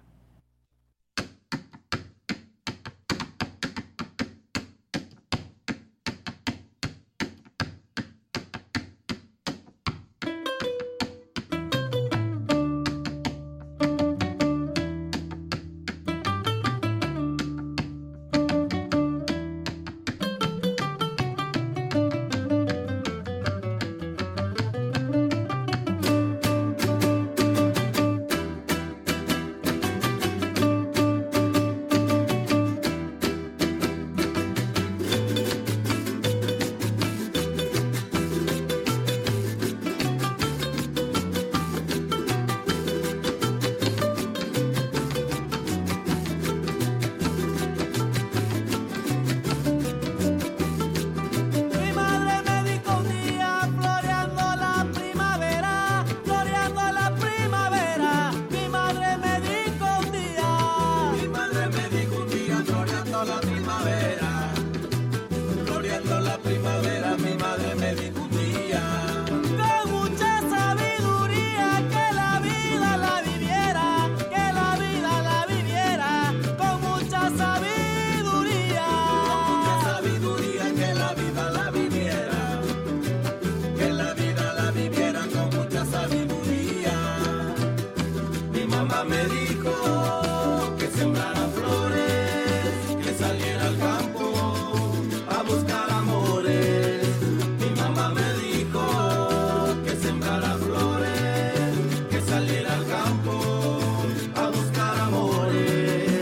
primavera, floreando la primavera, mi madre me dijo un día, con mucha sabiduría, que la vida la viviera, que la vida la viviera, con mucha sabiduría, con mucha sabiduría, que la vida la viviera, que la vida la viviera con mucha sabiduría. Mi mamá me dijo que sembrara flores, que saliera al campo a buscar amores. Mi mamá me dijo que sembrara flores, que saliera al campo a buscar amores.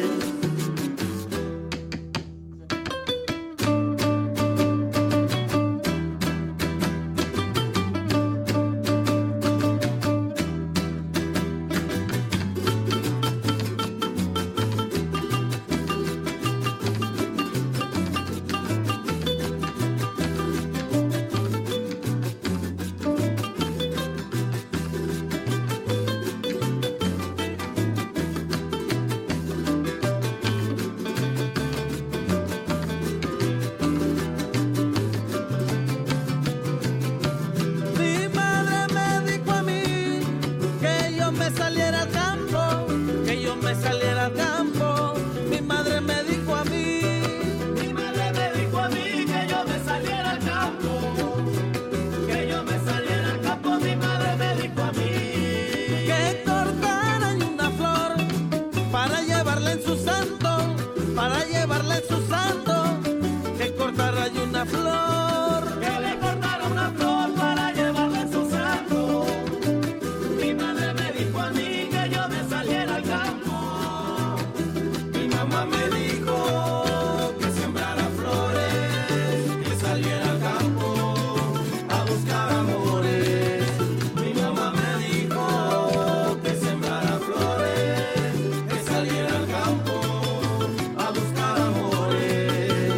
Mi madre me dijo a mí que yo me saliera al campo, que yo me saliera al campo. Mi madre me dijo a mí, mi madre me dijo a mí que yo me saliera al campo, que yo me saliera al campo. Mi madre me dijo a mí que cortaran una flor para llevarla en su santo, para llevarla en su santo, que cortaran una flor, que le cortara una flor para llevarla en su santo. Mi madre me dijo a mí que yo me saliera al campo. Mi mamá me dijo que sembrara flores, que saliera al campo a buscar amores. Mi mamá me dijo que sembrara flores, que saliera al campo a buscar amores.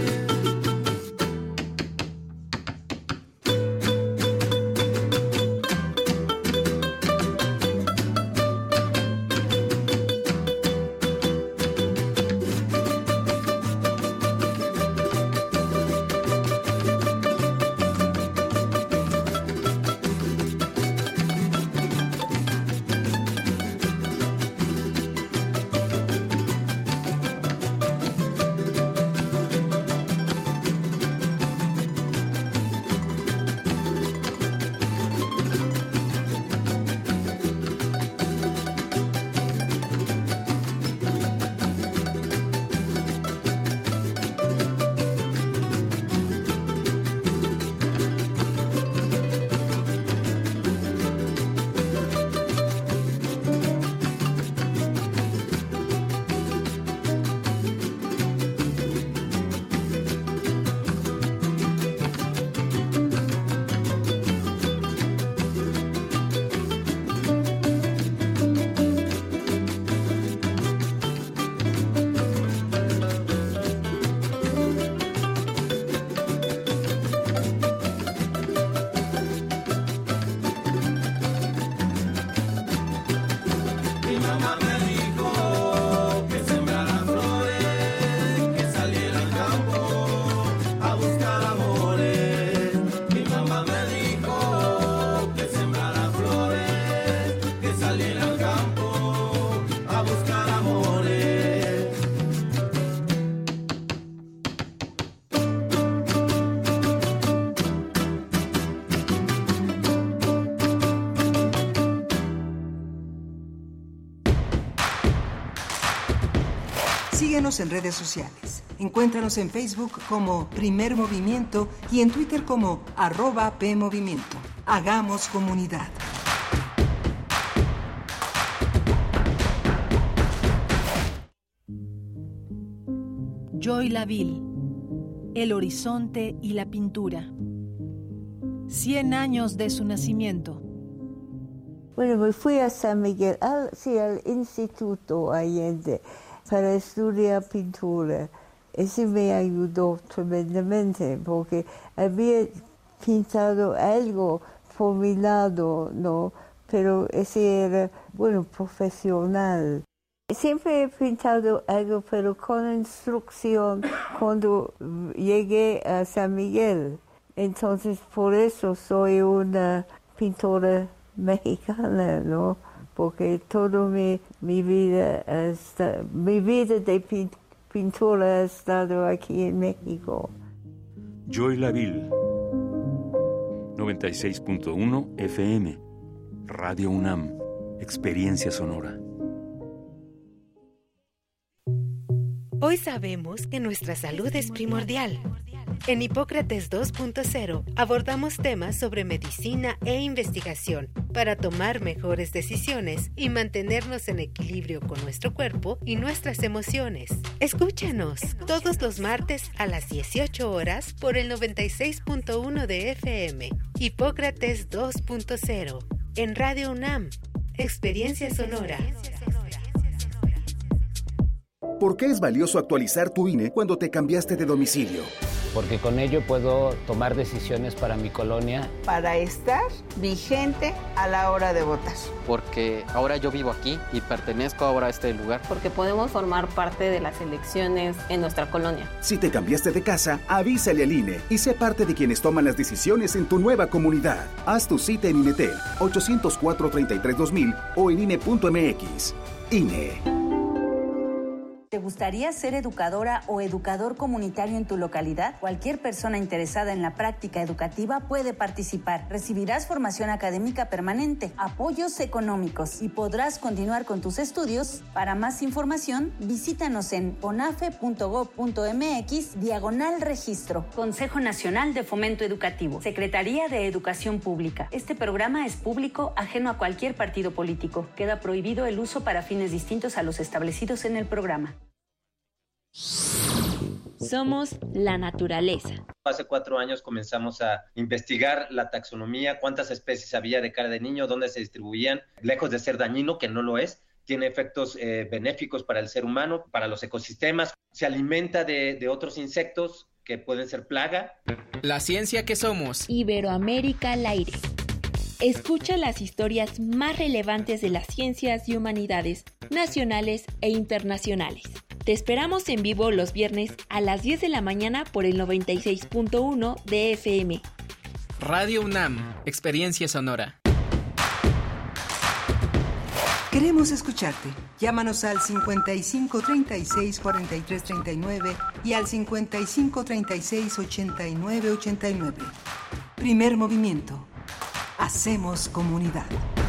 Mi mamá me dijo que sembrara flores, que saliera al campo a buscar amores. Mi mamá me dijo que sembrara flores, que saliera al campo a buscar amores. Síguenos en redes sociales. Encuéntranos en Facebook como Primer Movimiento y en Twitter como arroba PMovimiento. Hagamos comunidad. Joy Laville, El horizonte y la pintura. Cien años de su nacimiento. Bueno, me fui a San Miguel, al, sí, al Instituto Allende, para estudiar pintura. Ese me ayudó tremendamente, porque había pintado algo por mi lado, ¿no? Pero ese era, bueno, profesional. Siempre he pintado algo, pero con instrucción cuando llegué a San Miguel. Entonces, por eso soy una pintora mexicana, ¿no? Porque toda mi, mi vida, hasta, mi vida de pin, pintura ha estado aquí en México. Joy Laville, noventa y seis punto uno F M, Radio UNAM, Experiencia Sonora. Hoy sabemos que nuestra salud es primordial. En Hipócrates dos punto cero abordamos temas sobre medicina e investigación para tomar mejores decisiones y mantenernos en equilibrio con nuestro cuerpo y nuestras emociones. Escúchanos todos los martes a las dieciocho horas por el noventa y seis punto uno de F M. Hipócrates dos punto cero en Radio UNAM, Experiencia Sonora. ¿Por qué es valioso actualizar tu I N E cuando te cambiaste de domicilio? Porque con ello puedo tomar decisiones para mi colonia. Para estar vigente a la hora de votar. Porque ahora yo vivo aquí y pertenezco ahora a este lugar. Porque podemos formar parte de las elecciones en nuestra colonia. Si te cambiaste de casa, avísale al I N E y sé parte de quienes toman las decisiones en tu nueva comunidad. Haz tu cita en INETEL ochocientos cuatro, treinta y tres, dos mil o en I N E punto M X. I N E. ¿Te gustaría ser educadora o educador comunitario en tu localidad? Cualquier persona interesada en la práctica educativa puede participar. Recibirás formación académica permanente, apoyos económicos y podrás continuar con tus estudios. Para más información, visítanos en onafe punto gob punto m x diagonal registro. Consejo Nacional de Fomento Educativo, Secretaría de Educación Pública. Este programa es público, ajeno a cualquier partido político. Queda prohibido el uso para fines distintos a los establecidos en el programa. Somos la naturaleza. Hace cuatro años comenzamos a investigar la taxonomía, cuántas especies había de cara de niño, dónde se distribuían, lejos de ser dañino, que no lo es, tiene efectos eh, benéficos para el ser humano, para los ecosistemas, se alimenta de, de otros insectos que pueden ser plaga. La ciencia que somos. Iberoamérica al aire. Escucha las historias más relevantes de las ciencias y humanidades, nacionales e internacionales. Te esperamos en vivo los viernes a las diez de la mañana por el noventa y seis punto uno de F M. Radio UNAM, Experiencia Sonora. Queremos escucharte. Llámanos al cincuenta y cinco, treinta y seis, cuarenta y tres, treinta y nueve y al cincuenta y cinco, treinta y seis, ochenta y nueve, ochenta y nueve. Primer movimiento. Hacemos comunidad.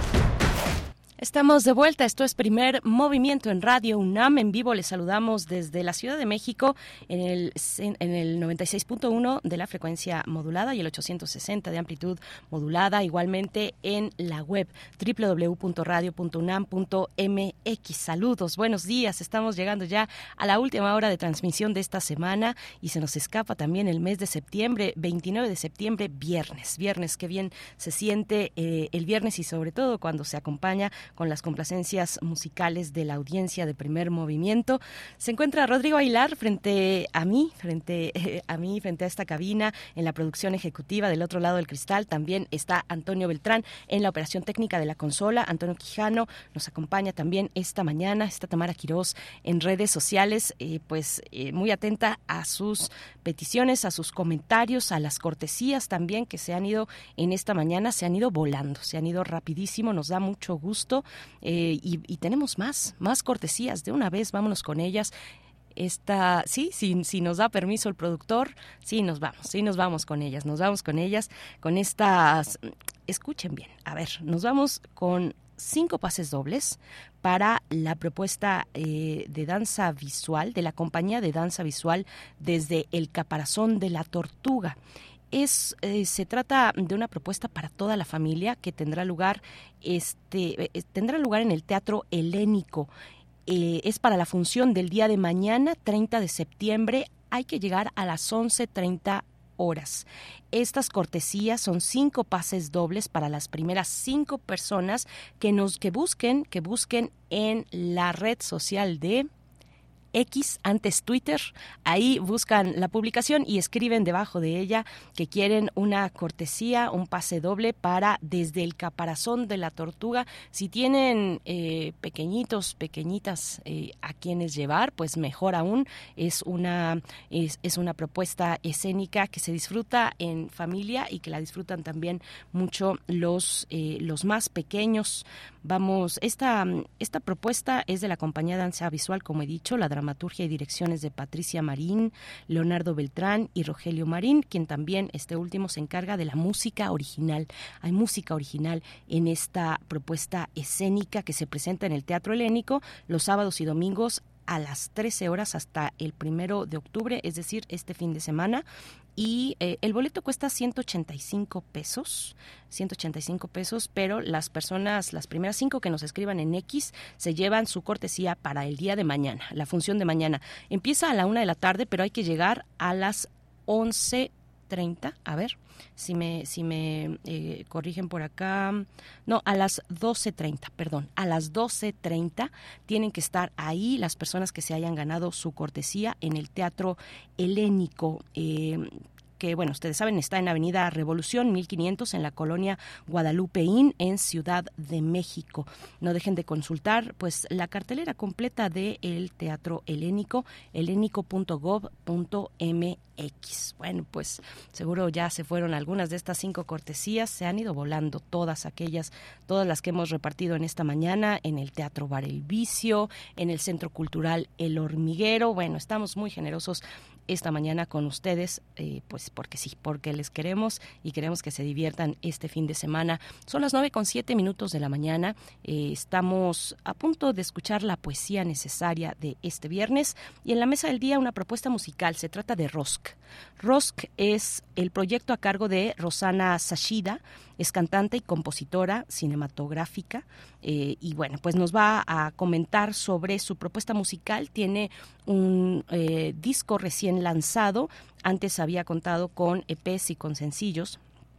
Estamos de vuelta, esto es Primer Movimiento en Radio UNAM. En vivo les saludamos desde la Ciudad de México en el, en el noventa y seis punto uno de la frecuencia modulada y el ochocientos sesenta de amplitud modulada, igualmente en la web doble u doble u doble u punto radio punto unam punto m x. Saludos, buenos días, estamos llegando ya a la última hora de transmisión de esta semana y se nos escapa también el mes de septiembre, veintinueve de septiembre, viernes, viernes, qué bien se siente eh, el viernes y sobre todo cuando se acompaña con las complacencias musicales de la audiencia de Primer Movimiento. Se encuentra Rodrigo Aguilar frente a mí, frente eh, a mí, frente a esta cabina, en la producción ejecutiva del otro lado del cristal. También está Antonio Beltrán en la operación técnica de la consola. Antonio Quijano nos acompaña también esta mañana. Está Tamara Quirós en redes sociales, eh, pues eh, muy atenta a sus peticiones, a sus comentarios, a las cortesías también que se han ido en esta mañana, se han ido volando, se han ido rapidísimo, nos da mucho gusto. Eh, y, y tenemos más, más cortesías. De una vez, vámonos con ellas. Esta, sí, si, si nos da permiso el productor, sí nos vamos, sí nos vamos con ellas, nos vamos con ellas, con estas, escuchen bien, a ver, nos vamos con cinco pases dobles para la propuesta eh, de danza visual, de la compañía de danza visual desde el Caparazón de la Tortuga. Es, eh, se trata de una propuesta para toda la familia que tendrá lugar, este, eh, tendrá lugar en el Teatro Helénico. Eh, es para la función del día de mañana, treinta de septiembre. Hay que llegar a las once treinta horas. Estas cortesías son cinco pases dobles para las primeras cinco personas que nos que busquen, que busquen en la red social de X, antes Twitter. Ahí buscan la publicación y escriben debajo de ella que quieren una cortesía, un pase doble para Desde el Caparazón de la Tortuga. Si tienen eh, pequeñitos, pequeñitas eh, a quienes llevar, pues mejor aún. Es una, es, es una propuesta escénica que se disfruta en familia y que la disfrutan también mucho los, eh, los más pequeños. Vamos, esta, esta propuesta es de la compañía Danza Visual, como he dicho, la dramaturgia y direcciones de Patricia Marín, Leonardo Beltrán y Rogelio Marín, quien también, este último, se encarga de la música original. Hay música original en esta propuesta escénica que se presenta en el Teatro Helénico los sábados y domingos a las trece horas hasta el primero de octubre, es decir, este fin de semana. Y eh, el boleto cuesta ciento ochenta y cinco pesos, ciento ochenta y cinco pesos, pero las personas, las primeras cinco que nos escriban en X, se llevan su cortesía para el día de mañana, la función de mañana. Empieza a la una de la tarde, pero hay que llegar a las once treinta, a ver, si me, si me eh, corrigen por acá, no, a las doce treinta, perdón, a las doce treinta tienen que estar ahí las personas que se hayan ganado su cortesía en el Teatro Helénico, eh, que, bueno, ustedes saben, está en Avenida Revolución mil quinientos en la colonia Guadalupeín en Ciudad de México. No dejen de consultar pues la cartelera completa del Teatro Helénico, helénico punto gob punto m x. Bueno, pues seguro ya se fueron algunas de estas cinco cortesías, se han ido volando todas aquellas, todas las que hemos repartido en esta mañana en el Teatro Bar El Vicio, en el Centro Cultural El Hormiguero. Bueno, estamos muy generosos esta mañana con ustedes, eh, pues porque sí, porque les queremos y queremos que se diviertan este fin de semana. Son las nueve con siete minutos de la mañana, eh, estamos a punto de escuchar la poesía necesaria de este viernes y en la mesa del día una propuesta musical, se trata de Rosk. Rosk es el proyecto a cargo de Rosana Sashida, es cantante y compositora cinematográfica eh, y bueno, pues nos va a comentar sobre su propuesta musical. Tiene un eh, disco recién lanzado, antes había contado con E Pes y con sencillos,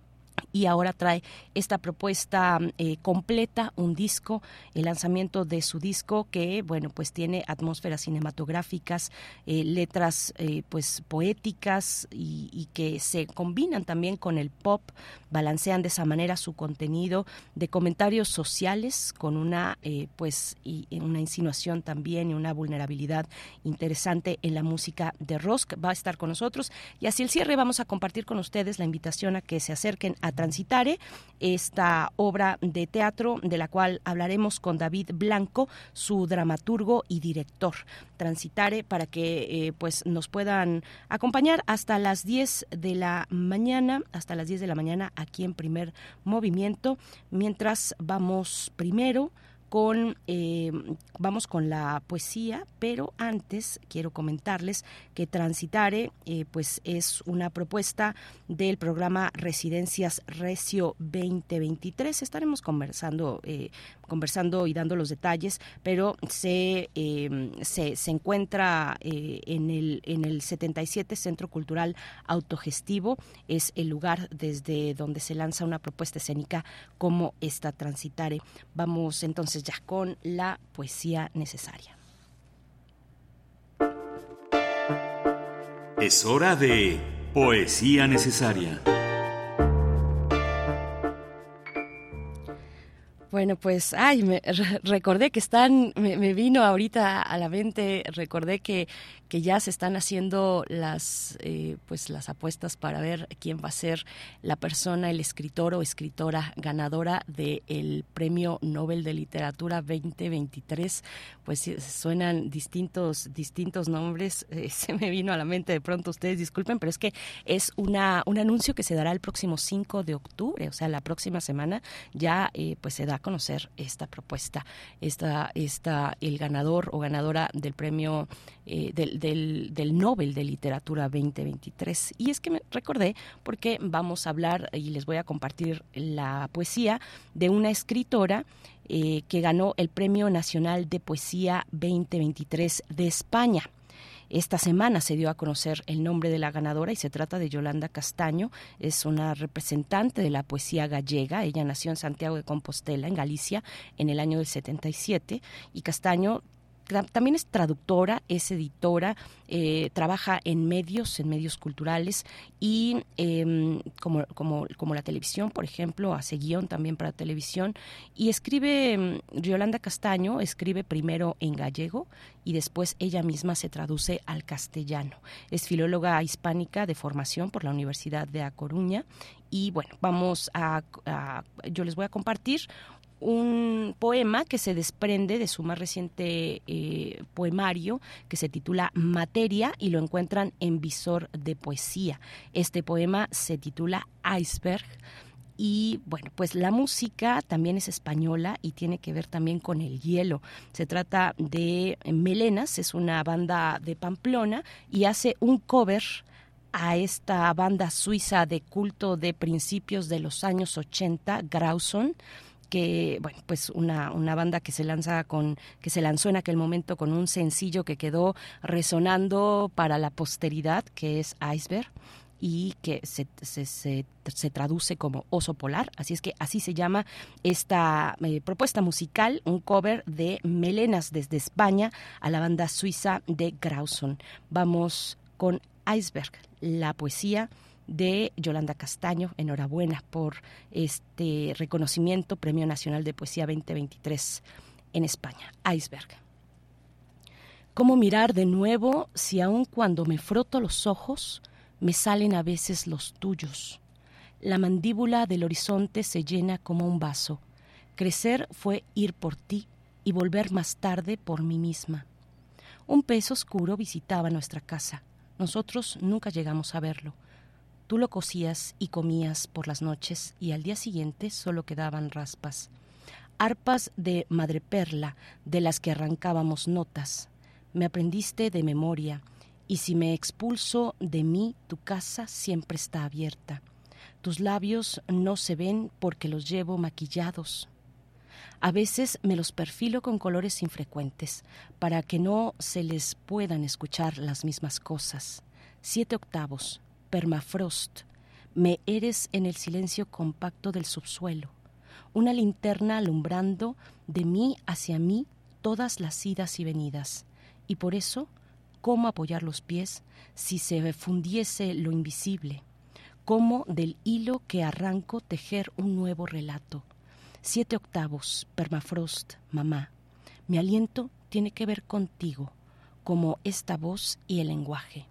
y ahora trae esta propuesta eh, completa, un disco, el lanzamiento de su disco que, bueno, pues tiene atmósferas cinematográficas, eh, letras eh, pues poéticas y, y que se combinan también con el pop, balancean de esa manera su contenido de comentarios sociales con una eh, pues y una insinuación también y una vulnerabilidad interesante en la música de Rosk. Va a estar con nosotros y hacia el cierre vamos a compartir con ustedes la invitación a que se acerquen a Transitare, esta obra de teatro de la cual hablaremos con David Blanco, su dramaturgo y director. Transitare, para que eh, pues nos puedan acompañar hasta las diez de la mañana, hasta las diez de la mañana aquí en Primer Movimiento, mientras vamos primero con eh, vamos con la poesía, pero antes quiero comentarles que Transitare eh, pues es una propuesta del programa Residencias Recio veinte veintitrés. Estaremos conversando eh, conversando y dando los detalles, pero se eh, se, se encuentra eh, en el en el setenta y siete Centro Cultural Autogestivo. Es el lugar desde donde se lanza una propuesta escénica como esta, Transitare. Vamos entonces ya con la poesía necesaria. Es hora de poesía necesaria. Bueno, pues, ay, me re- recordé que están, me, me vino ahorita a la mente, recordé que, que ya se están haciendo las, eh, pues las apuestas para ver quién va a ser la persona, el escritor o escritora ganadora del Premio Nobel de Literatura veinte veintitrés. Pues suenan distintos, distintos nombres, eh, se me vino a la mente de pronto, ustedes disculpen, pero es que es una, un anuncio que se dará el próximo cinco de octubre, o sea, la próxima semana ya eh, pues se da a conocer esta propuesta, esta, esta, el ganador o ganadora del premio eh, del, del, del Nobel de Literatura veinte veintitrés. Y es que me recordé porque vamos a hablar y les voy a compartir la poesía de una escritora eh, que ganó el Premio Nacional de Poesía veinte veintitrés de España. Esta semana se dio a conocer el nombre de la ganadora y se trata de Yolanda Castaño. Es una representante de la poesía gallega. Ella nació en Santiago de Compostela, en Galicia, en el año del setenta y siete. Y Castaño también es traductora, es editora, eh, trabaja en medios, en medios culturales y eh, como, como, como la televisión, por ejemplo, hace guión también para televisión y escribe, Yolanda Castaño escribe primero en gallego y después ella misma se traduce al castellano. Es filóloga hispánica de formación por la Universidad de A Coruña y bueno, vamos a, a yo les voy a compartir un poema que se desprende de su más reciente eh, poemario que se titula Materia y lo encuentran en Visor de Poesía. Este poema se titula Iceberg y bueno, pues la música también es española y tiene que ver también con el hielo. Se trata de Melenas, es una banda de Pamplona y hace un cover a esta banda suiza de culto de principios de los años ochenta, Grauson, que bueno, pues una, una banda que se lanza con, que se lanzó en aquel momento con un sencillo que quedó resonando para la posteridad, que es Iceberg, y que se, se, se, se traduce como oso polar, así es que así se llama esta eh, propuesta musical, un cover de Melenas desde España a la banda suiza de Grauson. Vamos con Iceberg, la poesía de Yolanda Castaño. Enhorabuena por este reconocimiento, Premio Nacional de Poesía veinte veintitrés en España. Iceberg. ¿Cómo mirar de nuevo si aun cuando me froto los ojos me salen a veces los tuyos? La mandíbula del horizonte se llena como un vaso. Crecer fue ir por ti y volver más tarde por mí misma. Un pez oscuro visitaba nuestra casa. Nosotros nunca llegamos a verlo. Tú lo cocías y comías por las noches y al día siguiente solo quedaban raspas. Arpas de madreperla de las que arrancábamos notas. Me aprendiste de memoria y si me expulso de mí, tu casa siempre está abierta. Tus labios no se ven porque los llevo maquillados. A veces me los perfilo con colores infrecuentes para que no se les puedan escuchar las mismas cosas. Siete octavos. Permafrost, me eres en el silencio compacto del subsuelo, una linterna alumbrando de mí hacia mí todas las idas y venidas, y por eso, ¿cómo apoyar los pies si se fundiese lo invisible? ¿Cómo del hilo que arranco tejer un nuevo relato? Siete octavos, permafrost, mamá, mi aliento tiene que ver contigo, como esta voz y el lenguaje.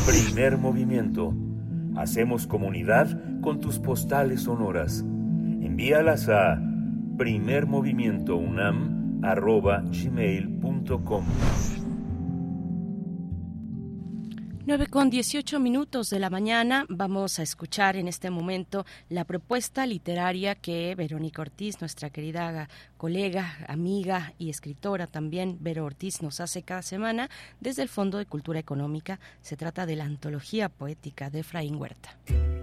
Primer movimiento. Hacemos comunidad con tus postales sonoras. Envíalas a primermovimientounam arroba gmail punto com. nueve con dieciocho minutos de la mañana. Vamos a escuchar en este momento la propuesta literaria que Verónica Ortiz, nuestra querida colega, amiga y escritora también, Vero Ortiz, nos hace cada semana desde el Fondo de Cultura Económica. Se trata de la antología poética de Efraín Huerta.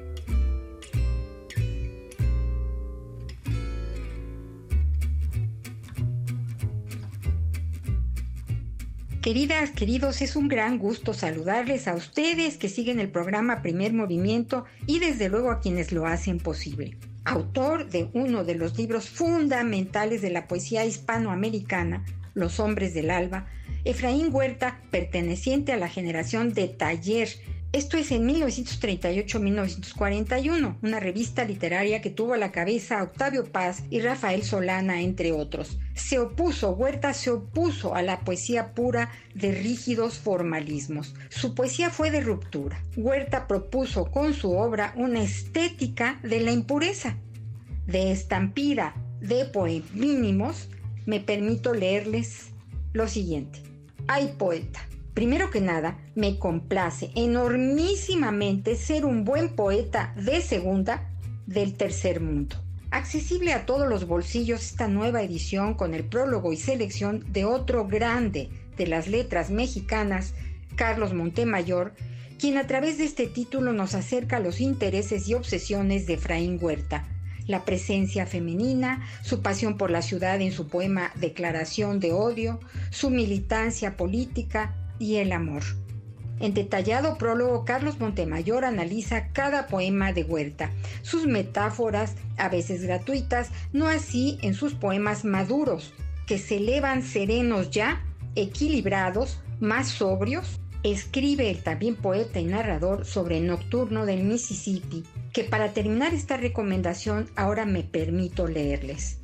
Queridas, queridos, es un gran gusto saludarles a ustedes que siguen el programa Primer Movimiento y desde luego a quienes lo hacen posible. Autor de uno de los libros fundamentales de la poesía hispanoamericana, Los Hombres del Alba, Efraín Huerta, perteneciente a la generación de Taller. Esto es en mil novecientos treinta y ocho a mil novecientos cuarenta y uno, una revista literaria que tuvo a la cabeza a Octavio Paz y Rafael Solana, entre otros. Se opuso, Huerta se opuso a la poesía pura de rígidos formalismos. Su poesía fue de ruptura. Huerta propuso con su obra una estética de la impureza. De estampida de poemínimos, me permito leerles lo siguiente. Hay poeta. Primero que nada, me complace enormísimamente ser un buen poeta de segunda del tercer mundo. Accesible a todos los bolsillos esta nueva edición con el prólogo y selección de otro grande de las letras mexicanas, Carlos Montemayor, quien a través de este título nos acerca a los intereses y obsesiones de Efraín Huerta, la presencia femenina, su pasión por la ciudad en su poema Declaración de Odio, su militancia política y el amor. En detallado prólogo, Carlos Montemayor analiza cada poema de Huerta, sus metáforas, a veces gratuitas, no así en sus poemas maduros, que se elevan serenos ya, equilibrados, más sobrios. Escribe el también poeta y narrador sobre Nocturno del Mississippi, que para terminar esta recomendación ahora me permito leerles.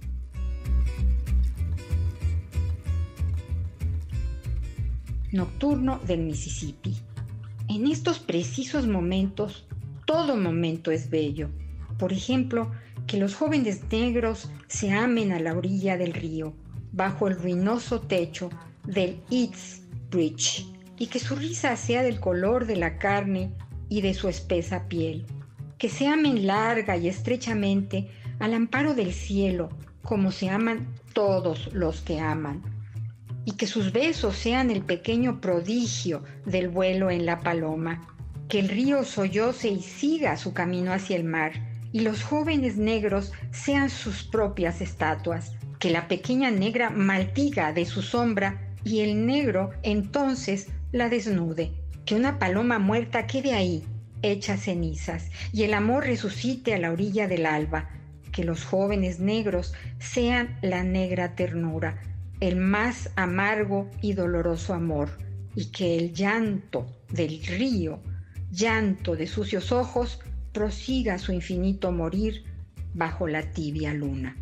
Nocturno del Mississippi. En estos precisos momentos, todo momento es bello. Por ejemplo, que los jóvenes negros se amen a la orilla del río, bajo el ruinoso techo del East Bridge, y que su risa sea del color de la carne y de su espesa piel. Que se amen larga y estrechamente al amparo del cielo, como se aman todos los que aman. Y que sus besos sean el pequeño prodigio del vuelo en la paloma, que el río solloce y siga su camino hacia el mar, y los jóvenes negros sean sus propias estatuas, que la pequeña negra maldiga de su sombra y el negro entonces la desnude, que una paloma muerta quede ahí, hecha cenizas, y el amor resucite a la orilla del alba, que los jóvenes negros sean la negra ternura, el más amargo y doloroso amor, y que el llanto del río, llanto de sucios ojos, prosiga su infinito morir bajo la tibia luna.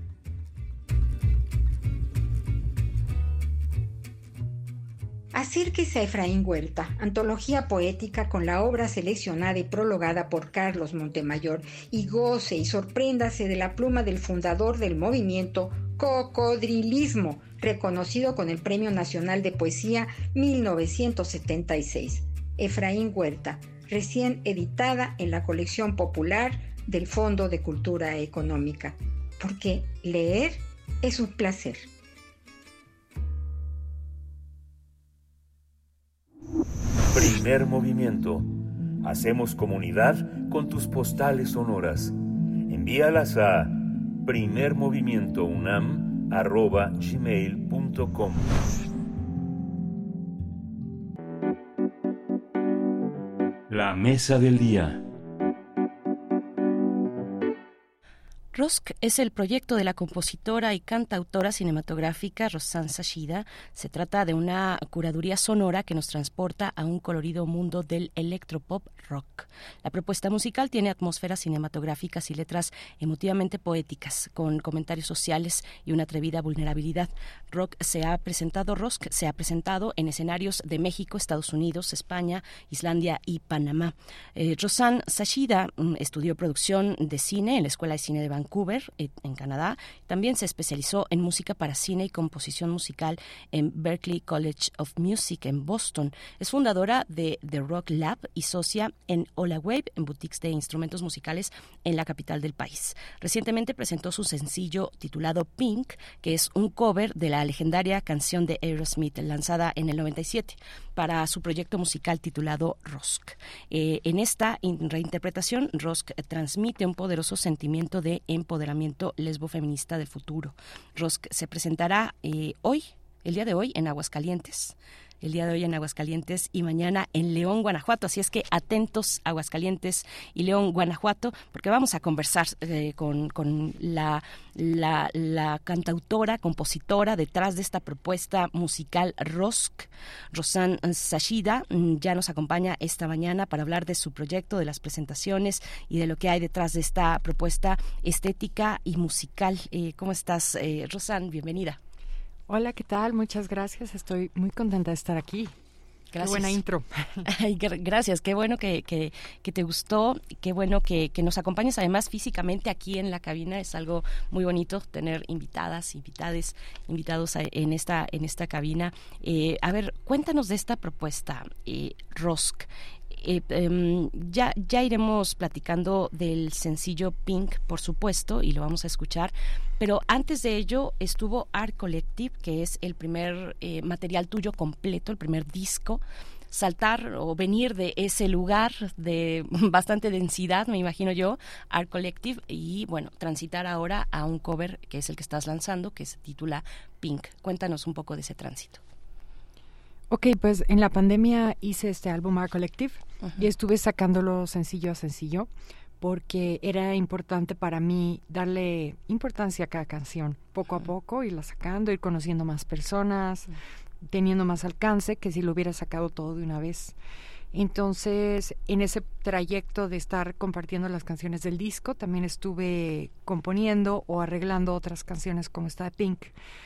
Acérquese a Efraín Huerta, antología poética con la obra seleccionada y prologada por Carlos Montemayor, y goce y sorpréndase de la pluma del fundador del movimiento Cocodrilismo, reconocido con el Premio Nacional de Poesía mil novecientos setenta y seis. Efraín Huerta, recién editada en la colección popular del Fondo de Cultura Económica, porque leer es un placer. Primer movimiento. Hacemos comunidad con tus postales sonoras. Envíalas a primermovimientounam arroba gmail punto com. La mesa del día. Rosk es el proyecto de la compositora y cantautora cinematográfica Rosanne Sachida. Se trata de una curaduría sonora que nos transporta a un colorido mundo del electropop rock. La propuesta musical tiene atmósferas cinematográficas y letras emotivamente poéticas, con comentarios sociales y una atrevida vulnerabilidad. Rock se ha presentado, Rosk se ha presentado en escenarios de México, Estados Unidos, España, Islandia y Panamá. Eh, Rosanne Sachida mm, estudió producción de cine en la Escuela de Cine de Vancouver, en Canadá. También se especializó en música para cine y composición musical en Berklee College of Music en Boston. Es fundadora de The Rock Lab y socia en Hola Wave, en boutiques de instrumentos musicales en la capital del país. Recientemente presentó su sencillo titulado Pink, que es un cover de la legendaria canción de Aerosmith, lanzada en el noventa y siete, para su proyecto musical titulado Rosk. Eh, en esta in- reinterpretación, Rosk transmite un poderoso sentimiento de empoderamiento lesbo-feminista del futuro. Rosk se presentará eh, hoy, el día de hoy, en Aguascalientes. El día de hoy en Aguascalientes y mañana en León, Guanajuato. Así es que atentos, Aguascalientes y León, Guanajuato, porque vamos a conversar eh, con, con la, la, la cantautora, compositora detrás de esta propuesta musical Rosk, Rosanne Sachida. Ya nos acompaña esta mañana para hablar de su proyecto, de las presentaciones y de lo que hay detrás de esta propuesta estética y musical. Eh, ¿Cómo estás, eh, Rosanne? Bienvenida. Hola, ¿qué tal? Muchas gracias. Estoy muy contenta de estar aquí. Gracias. Qué buena intro. Ay, gracias, qué bueno que, que, que te gustó, qué bueno que, que nos acompañes además físicamente aquí en la cabina. Es algo muy bonito tener invitadas, invitades, invitados a, en esta en esta cabina. Eh, a ver, cuéntanos de esta propuesta, eh, Rosk. Eh, eh, ya, ya iremos platicando del sencillo Pink, por supuesto, y lo vamos a escuchar, pero antes de ello estuvo Art Collective, que es el primer eh, material tuyo completo, el primer disco. Saltar o venir de ese lugar de bastante densidad, me imagino yo, Art Collective, y bueno, transitar ahora a un cover que es el que estás lanzando, que se titula Pink. Cuéntanos un poco de ese tránsito. Ok, pues en la pandemia hice este álbum Art Collective uh-huh. y estuve sacándolo sencillo a sencillo porque era importante para mí darle importancia a cada canción, poco uh-huh. a poco, irla sacando, ir conociendo más personas, uh-huh. teniendo más alcance que si lo hubiera sacado todo de una vez. Entonces, en ese trayecto de estar compartiendo las canciones del disco, también estuve componiendo o arreglando otras canciones como esta de Pink.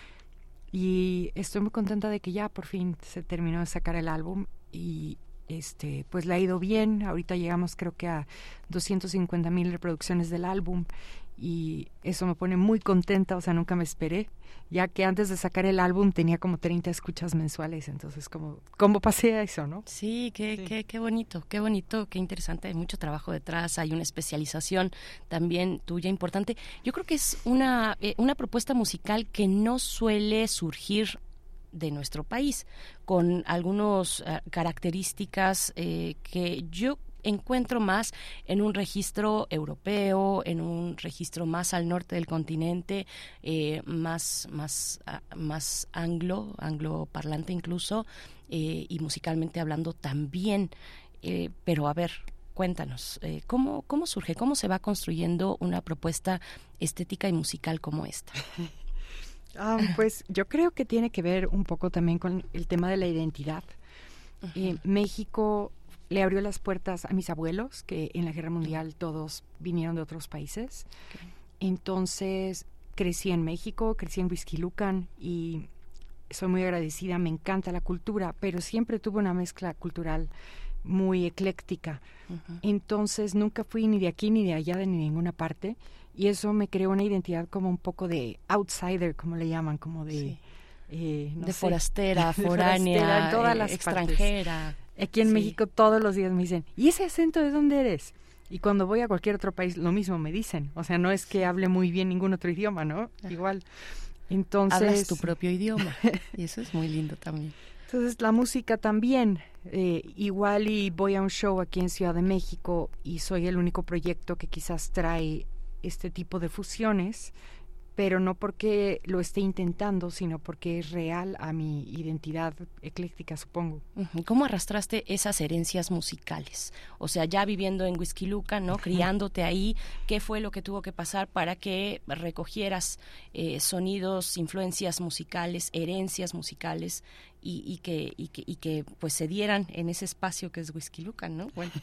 Y estoy muy contenta de que ya por fin se terminó de sacar el álbum y este pues le ha ido bien. Ahorita llegamos creo que a doscientas cincuenta mil reproducciones del álbum y eso me pone muy contenta, o sea, nunca me esperé, ya que antes de sacar el álbum tenía como treinta escuchas mensuales, entonces como cómo pasé a eso, ¿no? Sí, qué, sí. qué, qué bonito, qué bonito, qué interesante, hay mucho trabajo detrás, hay una especialización también tuya importante. Yo creo que es una, eh, una propuesta musical que no suele surgir de nuestro país, con algunas uh, características eh, que yo encuentro más en un registro europeo, en un registro más al norte del continente, eh, más más uh, más anglo, angloparlante incluso, eh, y musicalmente hablando también. Eh, pero a ver, cuéntanos, eh, ¿cómo, cómo surge, cómo se va construyendo una propuesta estética y musical como esta? Um, pues yo creo que tiene que ver un poco también con el tema de la identidad. Uh-huh. Eh, México le abrió las puertas a mis abuelos, que en la Guerra Mundial todos vinieron de otros países. Okay. Entonces crecí en México, crecí en Huixquilucan y soy muy agradecida, me encanta la cultura, pero siempre tuve una mezcla cultural muy ecléctica. Uh-huh. Entonces nunca fui ni de aquí ni de allá, de ni ninguna parte, y eso me creó una identidad como un poco de outsider, como le llaman, como de... Sí. Eh, no de sé, forastera, foránea, forastera, en todas las extranjera. Partes. Aquí en sí. México todos los días me dicen, ¿y ese acento de dónde eres? Y cuando voy a cualquier otro país lo mismo me dicen, o sea, no es que hable muy bien ningún otro idioma, ¿no? Ajá. Igual. Entonces hablas tu propio idioma y eso es muy lindo también. Entonces la música también, eh, igual y voy a un show aquí en Ciudad de México y soy el único proyecto que quizás trae este tipo de fusiones. pero no porque lo esté intentando, sino porque es real a mi identidad ecléctica, supongo. ¿Cómo arrastraste esas herencias musicales? O sea, ya viviendo en Huixquilucan, ¿no? Criándote ahí, ¿qué fue lo que tuvo que pasar para que recogieras eh, sonidos, influencias musicales, herencias musicales y, y, que, y, que, y que pues se dieran en ese espacio que es Huixquilucan, ¿no? Bueno.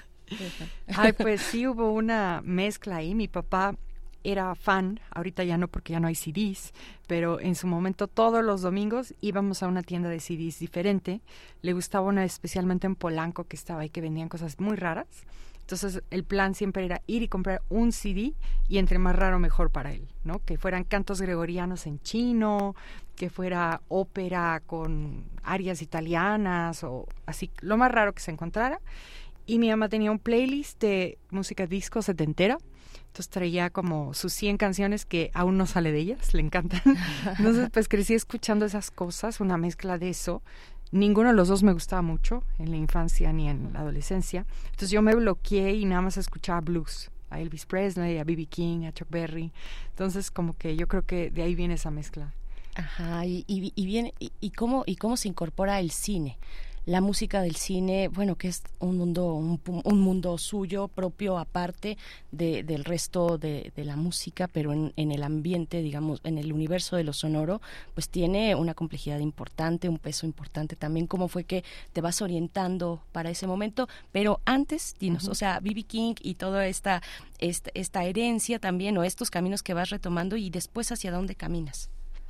Ay, pues sí hubo una mezcla ahí. Mi papá era fan, ahorita ya no porque ya no hay C Ds, pero en su momento todos los domingos íbamos a una tienda de C Ds diferente. Le gustaba una especialmente en Polanco que estaba ahí, que vendían cosas muy raras. Entonces el plan siempre era ir y comprar un C D y entre más raro mejor para él, ¿no? Que fueran cantos gregorianos en chino, que fuera ópera con arias italianas o así, lo más raro que se encontrara. Y mi mamá tenía un playlist de música disco setentera. Entonces traía como sus cien canciones que aún no sale de ellas, le encantan. Entonces pues crecí escuchando esas cosas, una mezcla de eso. Ninguno de los dos me gustaba mucho en la infancia ni en la adolescencia. Entonces yo me bloqueé y nada más escuchaba blues. A Elvis Presley, a B B King, a Chuck Berry. Entonces como que yo creo que de ahí viene esa mezcla. Ajá, y, y, y, bien, y, y, cómo, y cómo se incorpora el cine. La música del cine, bueno, que es un mundo un, un mundo suyo, propio, aparte de, del resto de, de la música, pero en, en el ambiente, digamos, en el universo de lo sonoro, pues tiene una complejidad importante, un peso importante también. ¿Cómo fue que te vas orientando para ese momento? Pero antes, dinos, uh-huh. o sea, B B King y toda esta, esta, esta herencia también, o estos caminos que vas retomando, y después hacia dónde caminas.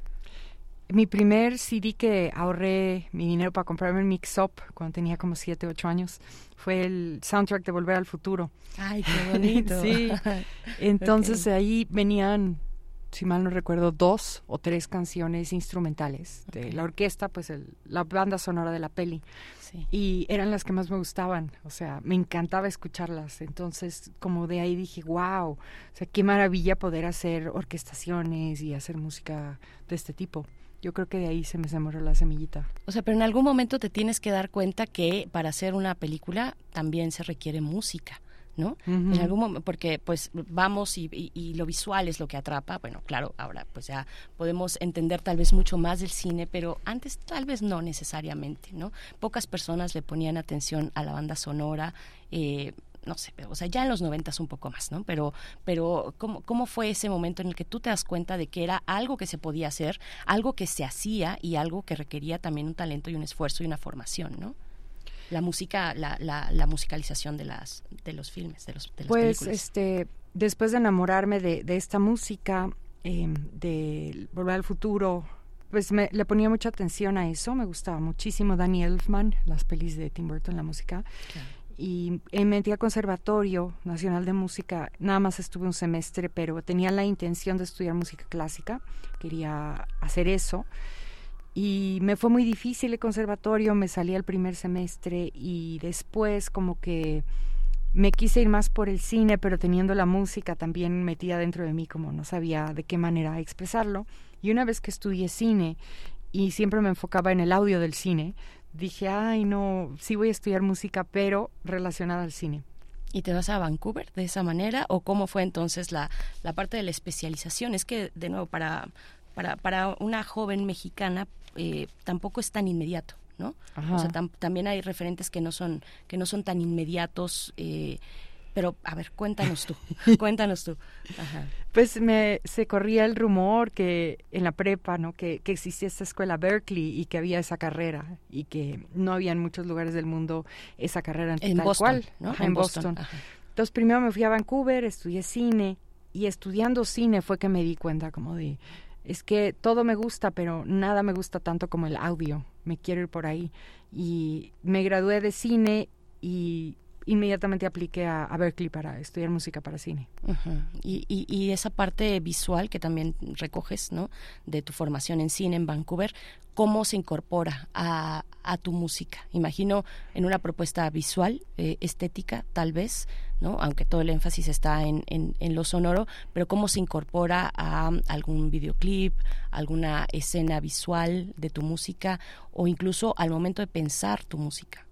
Mi primer C D que ahorré mi dinero para comprarme el mix-up cuando tenía como siete, ocho años fue el soundtrack de Volver al Futuro. ¡Ay, qué bonito! Sí, entonces okay. ahí venían, si mal no recuerdo, dos o tres canciones instrumentales de okay. la orquesta, pues el, la banda sonora de la peli. Sí. Y eran las que más me gustaban, o sea, me encantaba escucharlas. Entonces, como de ahí dije, wow, o sea, qué maravilla poder hacer orquestaciones y hacer música de este tipo. Yo creo que de ahí se me sembró la semillita. O sea, pero en algún momento te tienes que dar cuenta que para hacer una película también se requiere música, ¿no? Uh-huh. En algún momento, porque pues vamos y, y, y lo visual es lo que atrapa. Bueno, claro, ahora pues ya podemos entender tal vez mucho más del cine, pero antes tal vez no necesariamente, ¿no? Pocas personas le ponían atención a la banda sonora, eh, no sé, o sea, ya en los noventas un poco más, ¿no? Pero, pero ¿cómo, cómo fue ese momento en el que tú te das cuenta de que era algo que se podía hacer, algo que se hacía y algo que requería también un talento y un esfuerzo y una formación, ¿no? La música, la, la, la musicalización de las, de los filmes, de los, de las pues, películas. Pues, este, después de enamorarme de, de esta música, eh, de Volver al Futuro, pues me, le ponía mucha atención a eso, me gustaba muchísimo Danny Elfman, las pelis de Tim Burton, la música. Claro. Y me metí al Conservatorio Nacional de Música, nada más estuve un semestre, pero tenía la intención de estudiar música clásica, quería hacer eso, y me fue muy difícil el conservatorio, me salí al primer semestre, y después como que me quise ir más por el cine, pero teniendo la música también metida dentro de mí, como no sabía de qué manera expresarlo, y una vez que estudié cine, y siempre me enfocaba en el audio del cine, dije, ay, no, sí voy a estudiar música, pero relacionada al cine. ¿Y te vas a Vancouver de esa manera? ¿O cómo fue entonces la, la parte de la especialización? Es que, de nuevo, para, para, para una joven mexicana eh, tampoco es tan inmediato, ¿no? Ajá. O sea, tam, también hay referentes que no son, que no son tan inmediatos, eh, pero, a ver, cuéntanos tú, cuéntanos tú. Ajá. Pues me, se corría el rumor que en la prepa, ¿no? Que, que existía esta escuela Berkeley y que había esa carrera y que no había en muchos lugares del mundo esa carrera en tal Boston, cual, ¿no? Ajá, en en Boston. Boston. Entonces primero me fui a Vancouver, estudié cine y estudiando cine fue que me di cuenta como de, es que todo me gusta, pero nada me gusta tanto como el audio, me quiero ir por ahí. Y me gradué de cine y inmediatamente apliqué a, a Berkeley para estudiar música para cine. Uh-huh. Y, y, y esa parte visual que también recoges, ¿no? De tu formación en cine en Vancouver, ¿cómo se incorpora a, a tu música? Imagino en una propuesta visual, eh, estética, tal vez, ¿no? Aunque todo el énfasis está en, en, en lo sonoro, pero ¿cómo se incorpora a algún videoclip, alguna escena visual de tu música o incluso al momento de pensar tu música?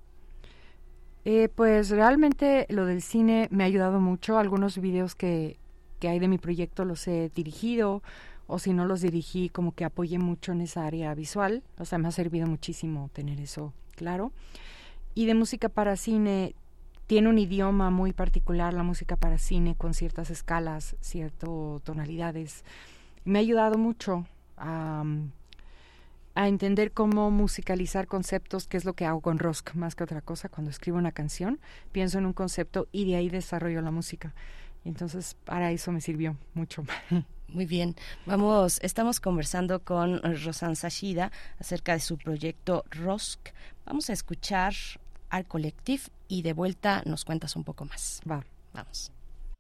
Eh, pues realmente lo del cine me ha ayudado mucho. Algunos videos que, que hay de mi proyecto los he dirigido, o si no los dirigí, como que apoyé mucho en esa área visual. O sea, me ha servido muchísimo tener eso claro. Y de música para cine, tiene un idioma muy particular la música para cine, con ciertas escalas, ciertas tonalidades. Me ha ayudado mucho a, a entender cómo musicalizar conceptos, que es lo que hago con Rosk, más que otra cosa. Cuando escribo una canción, pienso en un concepto y de ahí desarrollo la música. Entonces, para eso me sirvió mucho. Muy bien, vamos, estamos conversando con Rosanne Sashida acerca de su proyecto Rosk. Vamos a escuchar Art Collective y de vuelta nos cuentas un poco más. Va. Vamos.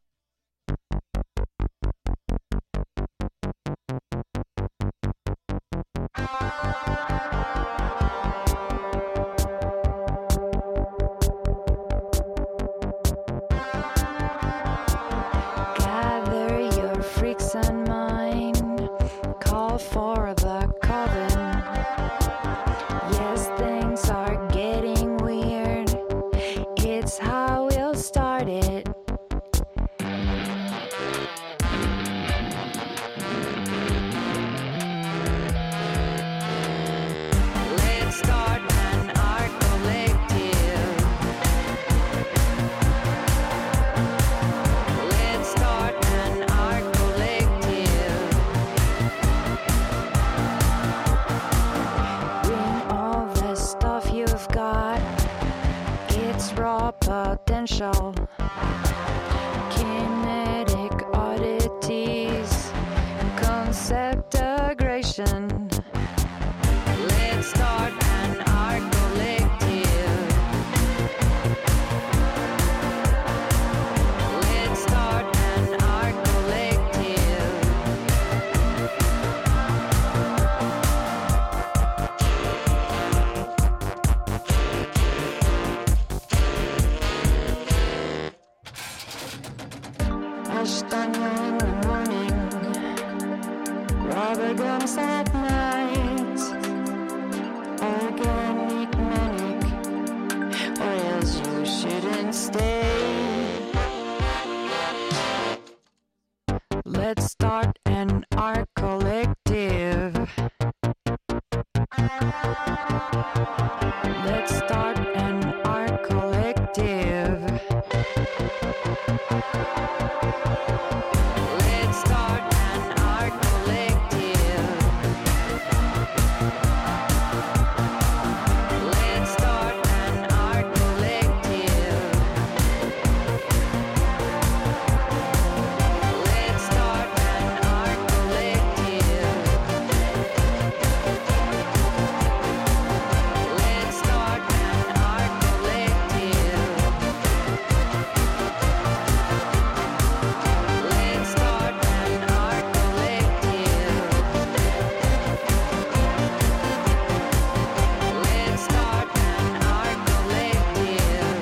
Gather your freaks and mine, call for the coven. Yes, things are getting weird. It's how we'll start it. Let's start an art collective. Let's start an art collective. Bring all the stuff you've got. It's raw potential. Kinetic oddities. Conceptagration. Let's start an art collective. Let's start an art collective. Ashtango in the morning, rubber gums at night, organic manic, or else you shouldn't stay. Let's start an art collective. Let's start an art collective. Let's start an art collective. Let's start an art collective. Let's start an art collective. Let's start an art collective. Let's start an art collective. Let's start an art collective.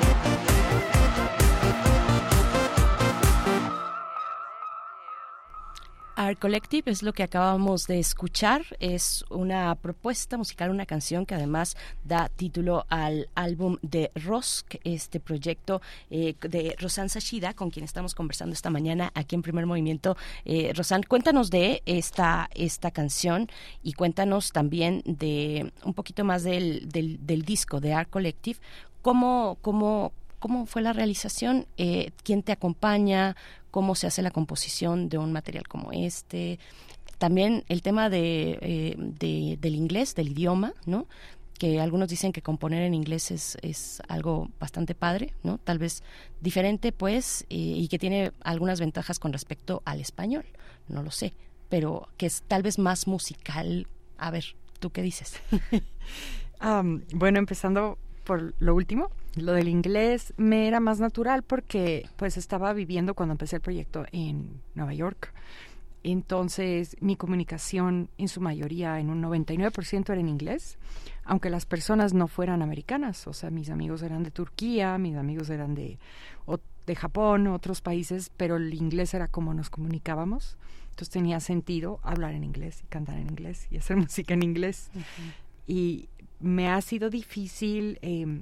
Art Collective es lo que acabamos de escuchar, es una propuesta musical, una canción que además da título al álbum de Rosk, este proyecto eh, de Rosanne Sashida, con quien estamos conversando esta mañana aquí en Primer Movimiento. Eh, Rosanne, cuéntanos de esta, esta canción y cuéntanos también de un poquito más del, del, del disco de Art Collective. ¿Cómo, cómo, cómo fue la realización? Eh, ¿Quién te acompaña? ¿Cómo se hace la composición de un material como este? También el tema de, eh, de del inglés, del idioma, ¿no? Que algunos dicen que componer en inglés es, es algo bastante padre, ¿no? Tal vez diferente, pues, eh, y que tiene algunas ventajas con respecto al español, no lo sé, pero que es tal vez más musical. A ver, ¿tú qué dices? um, bueno, empezando por lo último, lo del inglés me era más natural porque pues estaba viviendo cuando empecé el proyecto en Nueva York. Entonces mi comunicación en su mayoría, en un noventa y nueve por ciento, era en inglés, aunque las personas no fueran americanas. O sea, mis amigos eran de Turquía, mis amigos eran de, o, de Japón, otros países, pero el inglés era como nos comunicábamos. Entonces tenía sentido hablar en inglés y cantar en inglés y hacer música en inglés. Uh-huh. Y me ha sido difícil eh,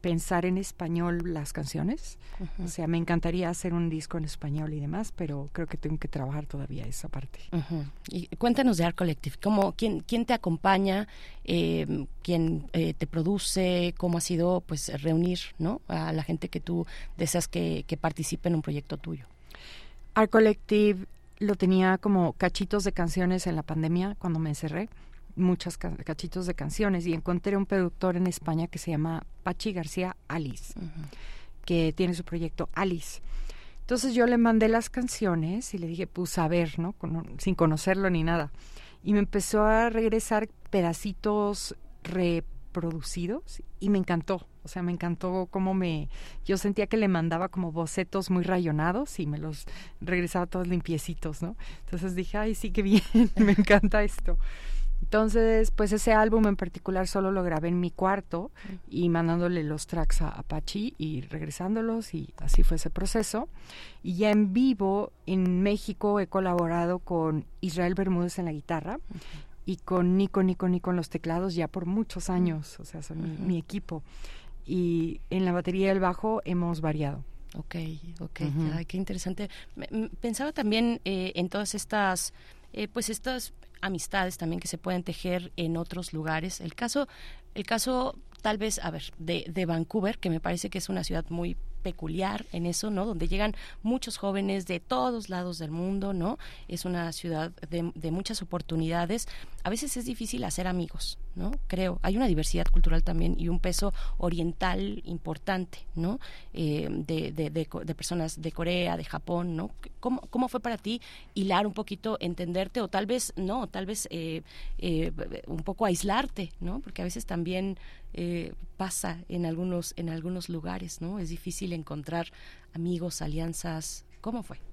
pensar en español las canciones. Uh-huh. O sea, me encantaría hacer un disco en español y demás, pero creo que tengo que trabajar todavía esa parte. Uh-huh. Y cuéntanos de Art Collective. ¿Cómo, quién, quién te acompaña? Eh, ¿Quién eh, te produce? ¿Cómo ha sido pues reunir, ¿no?, a la gente que tú deseas que, que participe en un proyecto tuyo? Art Collective lo tenía como cachitos de canciones en la pandemia cuando me encerré. Muchos cachitos de canciones, y encontré un productor en España que se llama Pachi García Alice, uh-huh. que tiene su proyecto Alice. Entonces yo le mandé las canciones y le dije, pues a ver, ¿no? Con, sin conocerlo ni nada. Y me empezó a regresar pedacitos reproducidos y me encantó. O sea, me encantó cómo me... Yo sentía que le mandaba como bocetos muy rayonados y me los regresaba todos limpiecitos, ¿no? Entonces dije, ay, sí, qué bien, me encanta esto. Entonces, pues ese álbum en particular solo lo grabé en mi cuarto y mandándole los tracks a Apache y regresándolos, y así fue ese proceso. Y ya en vivo, en México, he colaborado con Israel Bermúdez en la guitarra uh-huh. y con Nico, Nico, Nico en los teclados ya por muchos años, o sea, son uh-huh. mi, mi equipo. Y en la batería y el bajo hemos variado. Ok, ok, uh-huh. Ay, qué interesante. Pensaba también eh, en todas estas, eh, pues estas... amistades también que se pueden tejer en otros lugares. El caso, el caso tal vez, a ver, de, de Vancouver, que me parece que es una ciudad muy peculiar en eso, ¿no? Donde llegan muchos jóvenes de todos lados del mundo, ¿no? Es una ciudad de, de muchas oportunidades. A veces es difícil hacer amigos, ¿no? Creo. Hay una diversidad cultural también y un peso oriental importante, ¿no? Eh, de, de, de, de personas de Corea, de Japón, ¿no? ¿Cómo, cómo fue para ti hilar un poquito, entenderte, o tal vez no, tal vez eh, eh, un poco aislarte, ¿no? Porque a veces también eh, pasa en algunos, en algunos lugares, ¿no? Es difícil encontrar amigos, alianzas. ¿Cómo fue?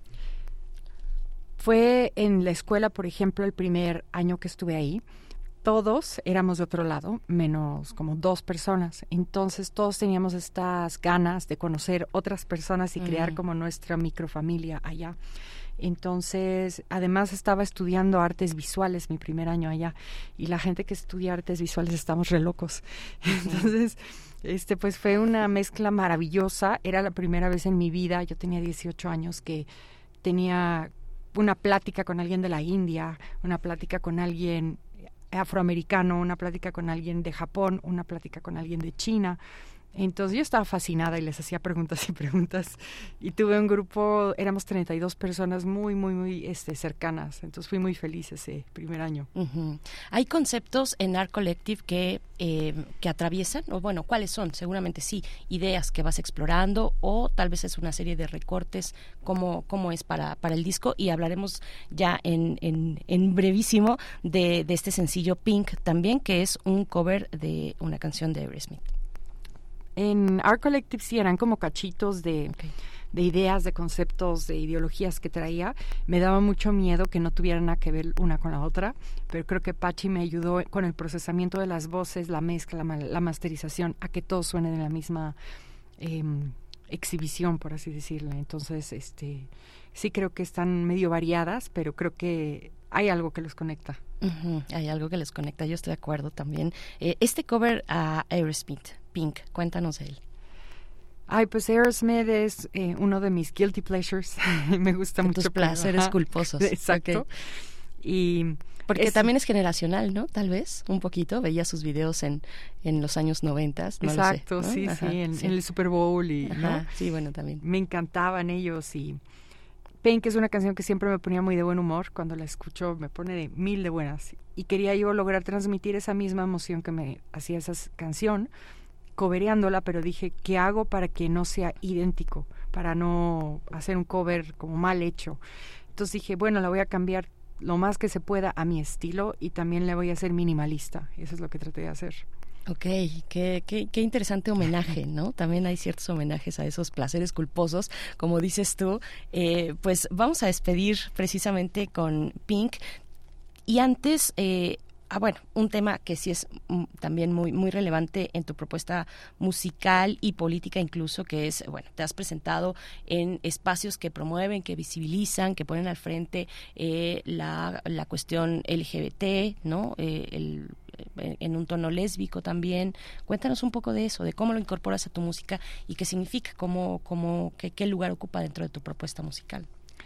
Fue en la escuela, por ejemplo, el primer año que estuve ahí. Todos éramos de otro lado, menos como dos personas. Entonces todos teníamos estas ganas de conocer otras personas y uh-huh. crear como nuestra microfamilia allá. Entonces, además estaba estudiando artes visuales mi primer año allá, y la gente que estudia artes visuales estamos re locos. Entonces, este pues fue una mezcla maravillosa. Era la primera vez en mi vida, yo tenía dieciocho años, que tenía una plática con alguien de la India, una plática con alguien afroamericano, una plática con alguien de Japón, una plática con alguien de China. Entonces yo estaba fascinada y les hacía preguntas y preguntas, y tuve un grupo, éramos treinta y dos personas muy, muy, muy este, cercanas. Entonces fui muy feliz ese primer año. Uh-huh. ¿Hay conceptos en Art Collective que, eh, que atraviesan? O bueno, ¿cuáles son? Seguramente sí, ideas que vas explorando, o tal vez es una serie de recortes. ¿Cómo, cómo es para, para el disco? Y hablaremos ya en, en, en brevísimo de, de este sencillo Pink también, que es un cover de una canción de Aerosmith. En Art Collective sí eran como cachitos de, okay. de ideas, de conceptos, de ideologías que traía. Me daba mucho miedo que no tuvieran nada que ver una con la otra, pero creo que Pachi me ayudó con el procesamiento de las voces, la mezcla, la, la masterización, a que todo suene de la misma eh, exhibición, por así decirlo. Entonces, este, sí creo que están medio variadas, pero creo que hay algo que los conecta. Uh-huh. Hay algo que les conecta, yo estoy de acuerdo también. Eh, este cover a Aerosmith, Pink, cuéntanos de él. Ay, pues Aerosmith es eh, uno de mis guilty pleasures. Me gusta de mucho. Tus placeres Ajá. culposos. Exacto. Okay. Y porque es, también es generacional, ¿no? Tal vez, un poquito. Veía sus videos en, en los años noventas, no exacto, lo sé, ¿no? sí, Ajá, sí, en, sí, en el Super Bowl y, Ajá, ¿no? Sí, bueno, también. Me encantaban ellos. Y Pink es una canción que siempre me ponía muy de buen humor. Cuando la escucho me pone de mil de buenas. Y quería yo lograr transmitir esa misma emoción que me hacía esa canción, covereándola, pero dije, ¿qué hago para que no sea idéntico? Para no hacer un cover como mal hecho. Entonces dije, bueno, la voy a cambiar lo más que se pueda a mi estilo, y también le voy a hacer minimalista. Eso es lo que traté de hacer. Ok, qué, qué, qué interesante homenaje, ¿no? También hay ciertos homenajes a esos placeres culposos, como dices tú. Eh, pues vamos a despedir precisamente con Pink. Y antes, eh, Ah, bueno, un tema que sí es mm, también muy muy relevante en tu propuesta musical y política incluso, que es, bueno, te has presentado en espacios que promueven, que visibilizan, que ponen al frente eh, la, la cuestión L G B T, ¿no? Eh, el, en un tono lésbico también. Cuéntanos un poco de eso, de cómo lo incorporas a tu música y qué significa, cómo, cómo, qué, qué lugar ocupa dentro de tu propuesta musical.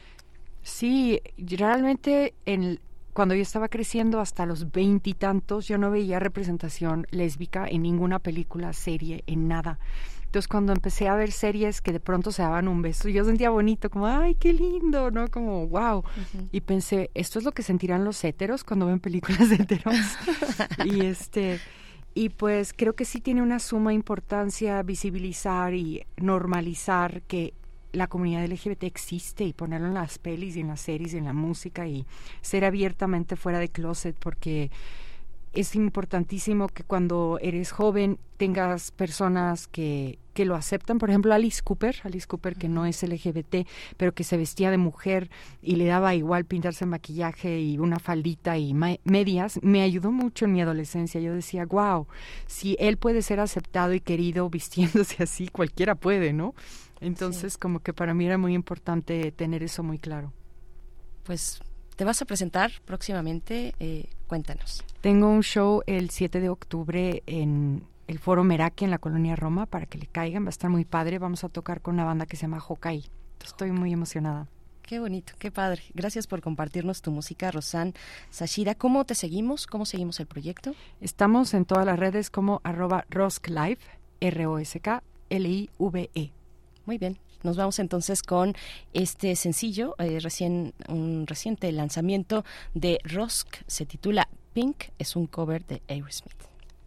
Sí, realmente en cuando yo estaba creciendo hasta los veintitantos, yo no veía representación lésbica en ninguna película, serie, en nada. Entonces, cuando empecé a ver series que de pronto se daban un beso, yo sentía bonito, como, ¡ay, qué lindo!, ¿no? Como, wow. Uh-huh. Y pensé, ¿esto es lo que sentirán los héteros cuando ven películas de héteros? y este... Y pues creo que sí tiene una suma importancia visibilizar y normalizar que la comunidad L G B T existe y ponerlo en las pelis y en las series y en la música y ser abiertamente fuera de closet, porque es importantísimo que cuando eres joven tengas personas que, que lo aceptan. Por ejemplo, Alice Cooper, Alice Cooper que no es L G B T, pero que se vestía de mujer y le daba igual pintarse maquillaje y una faldita y ma- medias, me ayudó mucho en mi adolescencia. Yo decía, wow, si él puede ser aceptado y querido vistiéndose así, cualquiera puede, ¿no? Entonces, sí. Como que para mí era muy importante tener eso muy claro. Pues te vas a presentar próximamente, eh, cuéntanos. Tengo un show el siete de octubre en el Foro Meraki en la Colonia Roma, para que le caigan, va a estar muy padre. Vamos a tocar con una banda que se llama Hokai. Estoy muy emocionada. Qué bonito, qué padre. Gracias por compartirnos tu música, Rosanne Sashida. ¿Cómo te seguimos? ¿Cómo seguimos el proyecto? Estamos en todas las redes como arroba rosklive, R O S K L I V E. Muy bien, nos vamos entonces con este sencillo, eh, recién un reciente lanzamiento de Rosk, se titula Pink, es un cover de Aerosmith.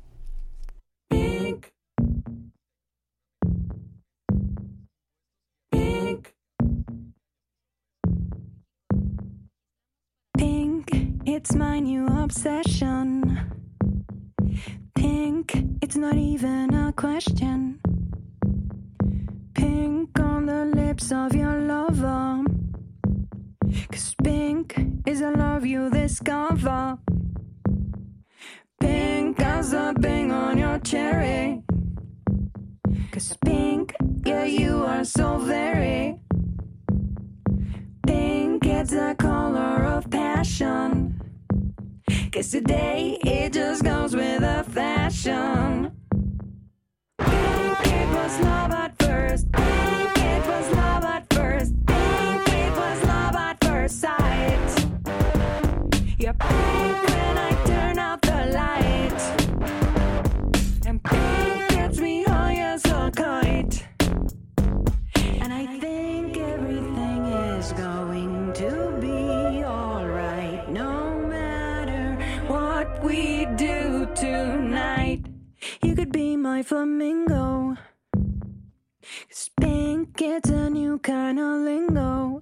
Pink. Pink. Pink, it's my new obsession. Pink, it's not even a question. Pink on the lips of your lover, 'cause pink is the love you discover. Pink as the bang on your cherry, 'cause pink, yeah, you are so very. Pink, it's the color of passion, 'cause today it just goes with the fashion. Pink, it was love at first. Pink, it was love at first. Pink, it was love at first sight. You're pink when I turn out the light, and pink gets me high as a kite. And I think everything is going to be alright, no matter what we do tonight. You could be my flamingo, 'cause pink, it's a new kind of lingo.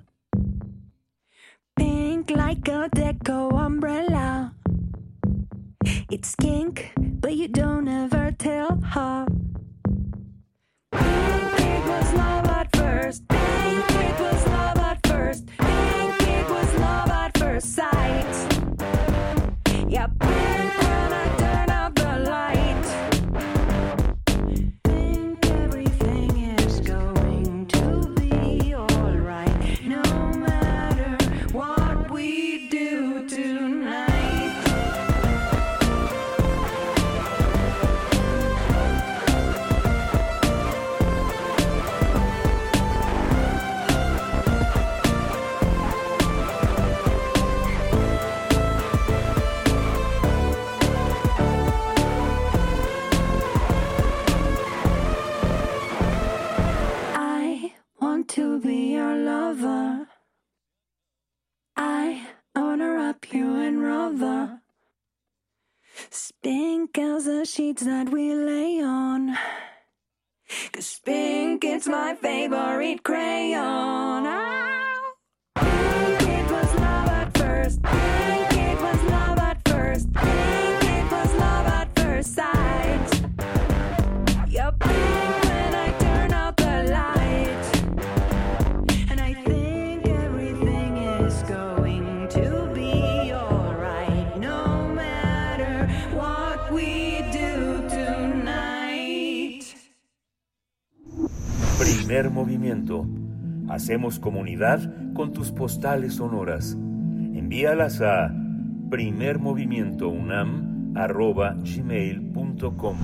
Pink like a deco umbrella. It's kink, but you don't ever tell her. Pink, it was love at first. Pink, it was love at first. Pink, it was love at first sight. Yeah, pink when I turn out the light. Think everything is going to be alright, no matter what we do tonight. I want to be your lover. I wanna wrap you in rubber. Pink as the sheets that we lay on, 'cause pink, it's my favorite crayon. Ah! Pink, it was love at first. Pink, it was love at first. Pink, it was love at first sight. You're pink when I turn out the light, and I think everything is going to be alright, no matter Primer movimiento. Hacemos comunidad con tus postales sonoras. Envíalas a primermovimientounam arroba gmail punto com.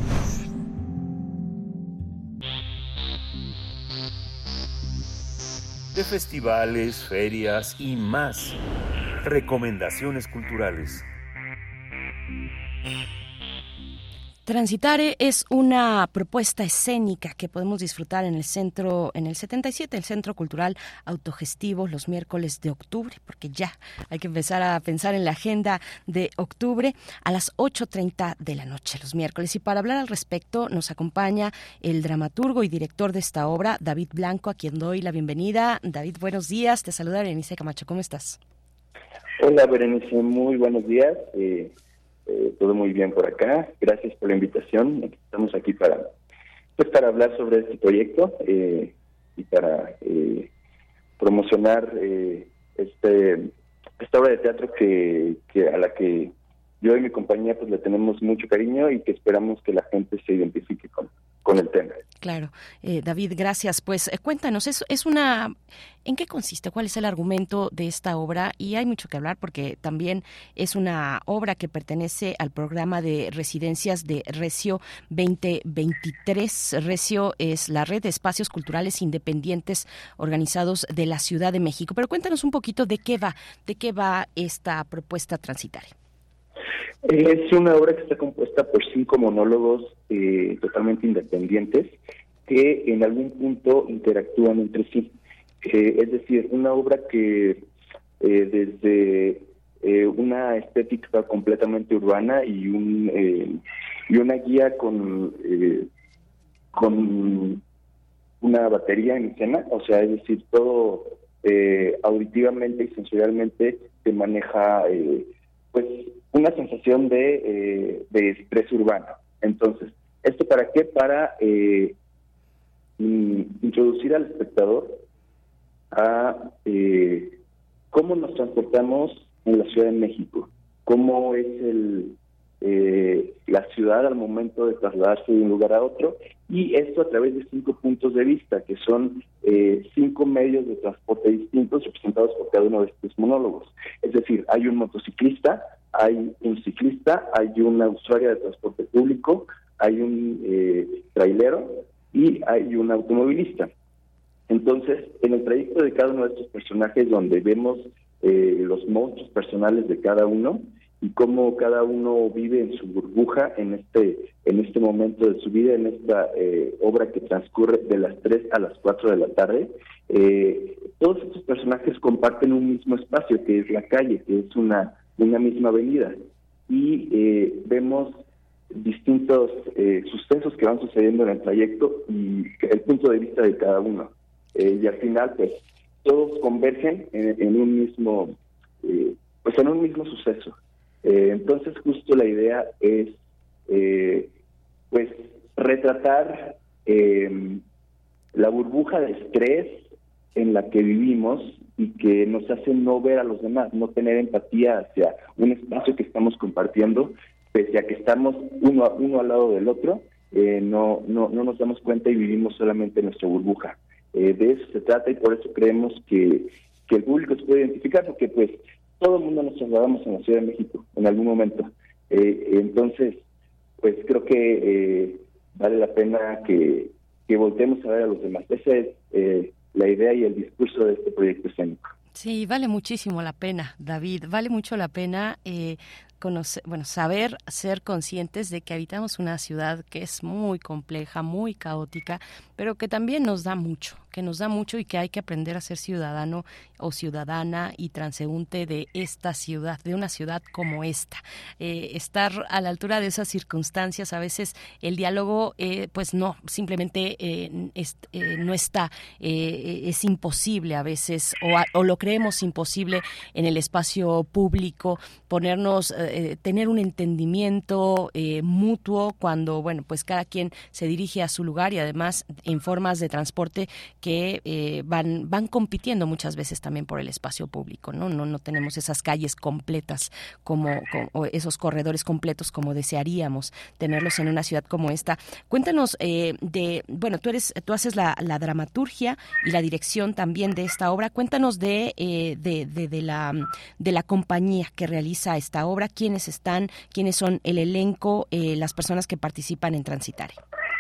De festivales, ferias y más. Recomendaciones culturales. Transitare es una propuesta escénica que podemos disfrutar en el centro, en el setenta y siete, el Centro Cultural Autogestivo, los miércoles de octubre, porque ya hay que empezar a pensar en la agenda de octubre a las ocho treinta de la noche, los miércoles. Y para hablar al respecto nos acompaña el dramaturgo y director de esta obra, David Blanco, a quien doy la bienvenida. David, buenos días. Te saluda Berenice Camacho. ¿Cómo estás? Hola, Berenice. Muy buenos días. Eh... Eh, todo muy bien por acá, gracias por la invitación. Estamos aquí para pues para hablar sobre este proyecto eh, y para eh, promocionar eh, este esta obra de teatro que, que a la que yo y mi compañía pues le tenemos mucho cariño y que esperamos que la gente se identifique con, con el tema. Claro, eh, David, gracias. Pues eh, cuéntanos, es, es una, ¿en qué consiste? ¿Cuál es el argumento de esta obra? Y hay mucho que hablar porque también es una obra que pertenece al programa de residencias de Recio veinte veintitrés. Recio es la red de espacios culturales independientes organizados de la Ciudad de México. Pero cuéntanos un poquito de qué va, de qué va esta propuesta transitaria. Es una obra que está compuesta por cinco monólogos eh, totalmente independientes que en algún punto interactúan entre sí. Eh, es decir, una obra que eh, desde eh, una estética completamente urbana y un eh, y una guía con eh, con una batería en escena, o sea, es decir, todo eh, auditivamente y sensorialmente se maneja eh, pues una sensación de, eh, de estrés urbano. Entonces, ¿esto para qué? Para eh, introducir al espectador a eh, cómo nos transportamos en la Ciudad de México, cómo es el eh, la ciudad al momento de trasladarse de un lugar a otro, y esto a través de cinco puntos de vista, que son eh, cinco medios de transporte distintos representados por cada uno de estos monólogos. Es decir, hay un motociclista, hay un ciclista, hay una usuaria de transporte público, hay un eh, trailero y hay un automovilista. Entonces, en el trayecto de cada uno de estos personajes, donde vemos eh, los monstruos personales de cada uno y cómo cada uno vive en su burbuja en este en este momento de su vida, en esta eh, obra que transcurre de las tres a las cuatro de la tarde, eh, todos estos personajes comparten un mismo espacio, que es la calle, que es una una misma avenida, y eh, vemos distintos eh, sucesos que van sucediendo en el trayecto y el punto de vista de cada uno. Eh, y al final, pues, todos convergen en, en un mismo, eh, pues, en un mismo suceso. Eh, entonces, justo la idea es, eh, pues, retratar eh, la burbuja de estrés en la que vivimos y que nos hace no ver a los demás, no tener empatía hacia un espacio que estamos compartiendo, pese a que estamos uno, a, uno al lado del otro, eh, no, no, no nos damos cuenta y vivimos solamente en nuestra burbuja. Eh, de eso se trata, y por eso creemos que, que el público se puede identificar, porque pues todo el mundo nos trasladamos en la Ciudad de México en algún momento. Eh, entonces, pues creo que eh, vale la pena que, que volteemos a ver a los demás. Esa es eh, la idea y el discurso de este proyecto escénico. Sí, vale muchísimo la pena, David, vale mucho la pena eh, conocer, bueno, saber, ser conscientes de que habitamos una ciudad que es muy compleja, muy caótica, pero que también nos da mucho, que nos da mucho y que hay que aprender a ser ciudadano o ciudadana y transeúnte de esta ciudad, de una ciudad como esta. Eh, estar a la altura de esas circunstancias, a veces el diálogo, eh, pues no, simplemente eh, es, eh, no está, eh, es imposible a veces, o, a, o lo creemos imposible en el espacio público, ponernos, eh, eh, tener un entendimiento eh, mutuo cuando, bueno, pues cada quien se dirige a su lugar y además en formas de transporte que eh, van van compitiendo muchas veces también por el espacio público, ¿no? No, no tenemos esas calles completas como, como o esos corredores completos como desearíamos tenerlos en una ciudad como esta. Cuéntanos eh, de, bueno, tú eres, tú haces la, la dramaturgia y la dirección también de esta obra. Cuéntanos de, eh, de, de, de la de la compañía que realiza esta obra, quiénes están, quiénes son el elenco, eh, las personas que participan en Transitare.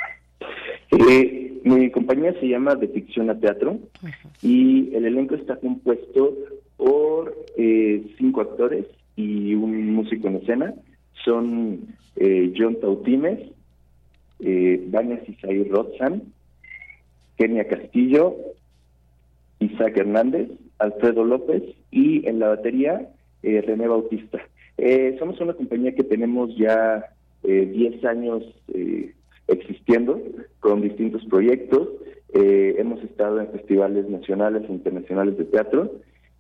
Eh, mi compañía se llama De Ficción a Teatro uh-huh. y el elenco está compuesto por eh, cinco actores y un músico en escena. Son eh, John Tautimes, eh, Vania Cisay Rotzan, Kenia Castillo, Isaac Hernández, Alfredo López y en la batería eh, René Bautista. Eh, somos una compañía que tenemos ya eh, diez años eh, existiendo con distintos proyectos. Eh, hemos estado en festivales nacionales e internacionales de teatro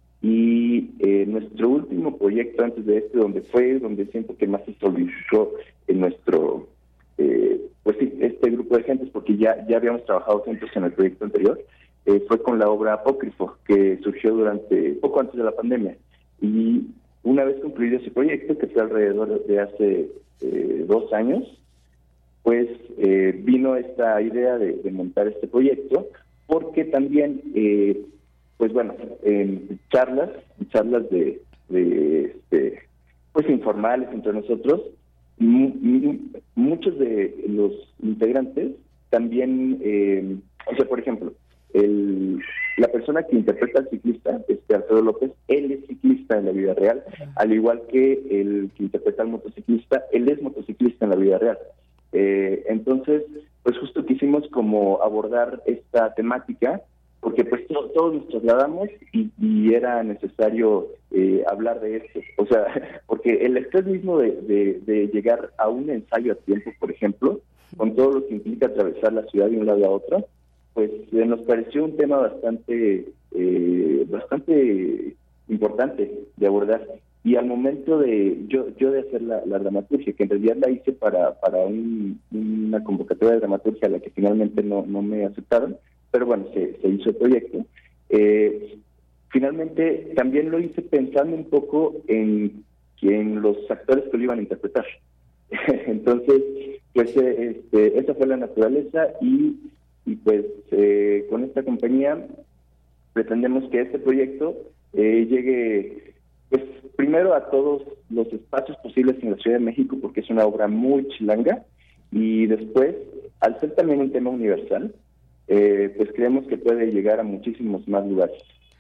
y eh, nuestro último proyecto antes de este, donde fue donde siento que más se solidificó en nuestro eh, pues sí, este grupo de gentes, porque ya, ya habíamos trabajado juntos en el proyecto anterior, eh, fue con la obra Apócrifo, que surgió durante poco antes de la pandemia. Y una vez concluido ese proyecto, que fue alrededor de hace eh, dos años, pues eh, vino esta idea de, de montar este proyecto, porque también, eh, pues bueno, en charlas, charlas de, de este, pues informales entre nosotros, m- m- muchos de los integrantes también, eh, o sea, por ejemplo, el, la persona que interpreta al ciclista, este Alfredo López, él es ciclista en la vida real, al igual que el que interpreta al motociclista, él es motociclista en la vida real. Eh, entonces, pues justo quisimos como abordar esta temática, porque pues to- todos nos trasladamos y, y era necesario eh, hablar de esto. O sea, porque el estrés mismo de, de, de llegar a un ensayo a tiempo, por ejemplo, con todo lo que implica atravesar la ciudad de un lado a otro, pues eh, nos pareció un tema bastante, eh, bastante importante de abordar. Y al momento de yo yo de hacer la, la dramaturgia, que en realidad la hice para para un, una convocatoria de dramaturgia a la que finalmente no, no me aceptaron, pero bueno, se, se hizo el proyecto. Eh, finalmente también lo hice pensando un poco en, en los actores que lo iban a interpretar. Entonces, pues eh, este, esa fue la naturaleza y, y pues eh, con esta compañía pretendemos que este proyecto eh, llegue... Pues primero a todos los espacios posibles en la Ciudad de México, porque es una obra muy chilanga, y después, al ser también un tema universal, eh, pues creemos que puede llegar a muchísimos más lugares.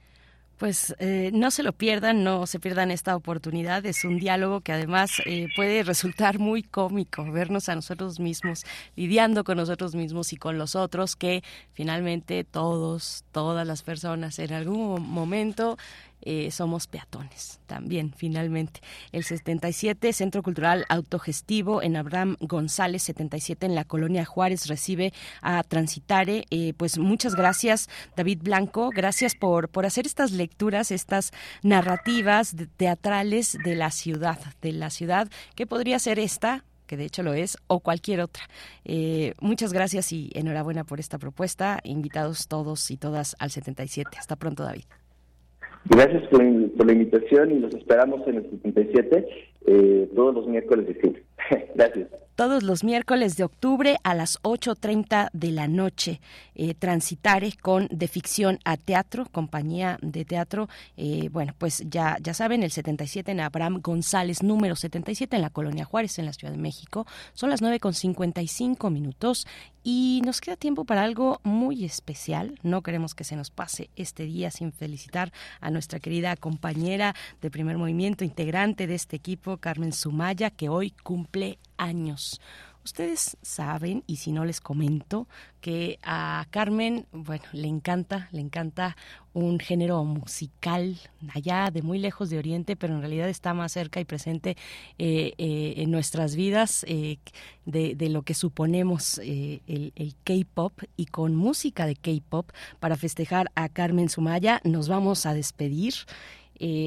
Pues eh, no se lo pierdan, no se pierdan esta oportunidad. Es un diálogo que además eh, puede resultar muy cómico, vernos a nosotros mismos, lidiando con nosotros mismos y con los otros, que finalmente todos, todas las personas en algún momento eh, somos peatones también, finalmente. El setenta y siete, Centro Cultural Autogestivo en Abraham González, setenta y siete, en la Colonia Juárez, recibe a Transitare. Eh, pues muchas gracias, David Blanco, gracias por, por hacer estas lecturas, estas narrativas de, teatrales de la ciudad, de la ciudad que podría ser esta, que de hecho lo es, o cualquier otra. Eh, muchas gracias y enhorabuena por esta propuesta. Invitados todos y todas al setenta y siete. Hasta pronto, David. Gracias por, por la invitación y los esperamos en el setenta y siete eh, todos los miércoles de octubre. Gracias. Todos los miércoles de octubre a las ocho treinta de la noche, eh, Transitare con De Ficción a Teatro, compañía de teatro. Eh, bueno, pues ya, ya saben, el setenta y siete en Abraham González, número setenta y siete en la Colonia Juárez, en la Ciudad de México. Son las nueve con cincuenta y cinco minutos y nos queda tiempo para algo muy especial. No queremos que se nos pase este día sin felicitar a nuestra querida compañera de Primer Movimiento, integrante de este equipo, Carmen Sumaya, que hoy cumple años. Ustedes saben, y si no les comento, que a Carmen, bueno, le encanta, le encanta un género musical allá de muy lejos de Oriente, pero en realidad está más cerca y presente eh, eh, en nuestras vidas eh, de, de lo que suponemos eh, el, el K-pop, y con música de K-pop para festejar a Carmen Sumaya nos vamos a despedir. Eh,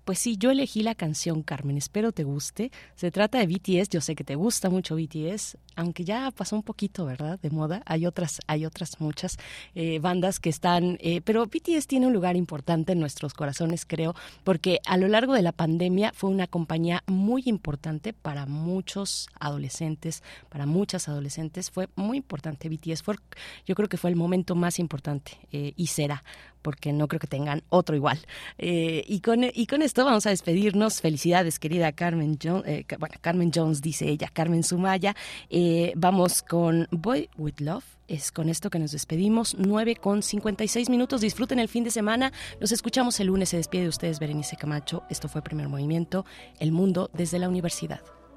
Pues sí, yo elegí la canción, Carmen, espero te guste. Se trata de B T S, yo sé que te gusta mucho B T S, aunque ya pasó un poquito, ¿verdad?, de moda. Hay otras, hay otras muchas eh, bandas que están, eh, pero B T S tiene un lugar importante en nuestros corazones, creo, porque a lo largo de la pandemia fue una compañía muy importante para muchos adolescentes, para muchas adolescentes, fue muy importante B T S, fue, yo creo que fue el momento más importante eh, y será, porque no creo que tengan otro igual. Eh, y, con, y con esto vamos a despedirnos. Felicidades, querida Carmen Jones. Eh, bueno, Carmen Jones, dice ella, Carmen Sumaya. Eh, vamos con Boy With Love. Es con esto que nos despedimos. nueve con cincuenta y seis minutos. Disfruten el fin de semana. Nos escuchamos el lunes. Se despide de ustedes Berenice Camacho. Esto fue Primer Movimiento, El Mundo desde la Universidad.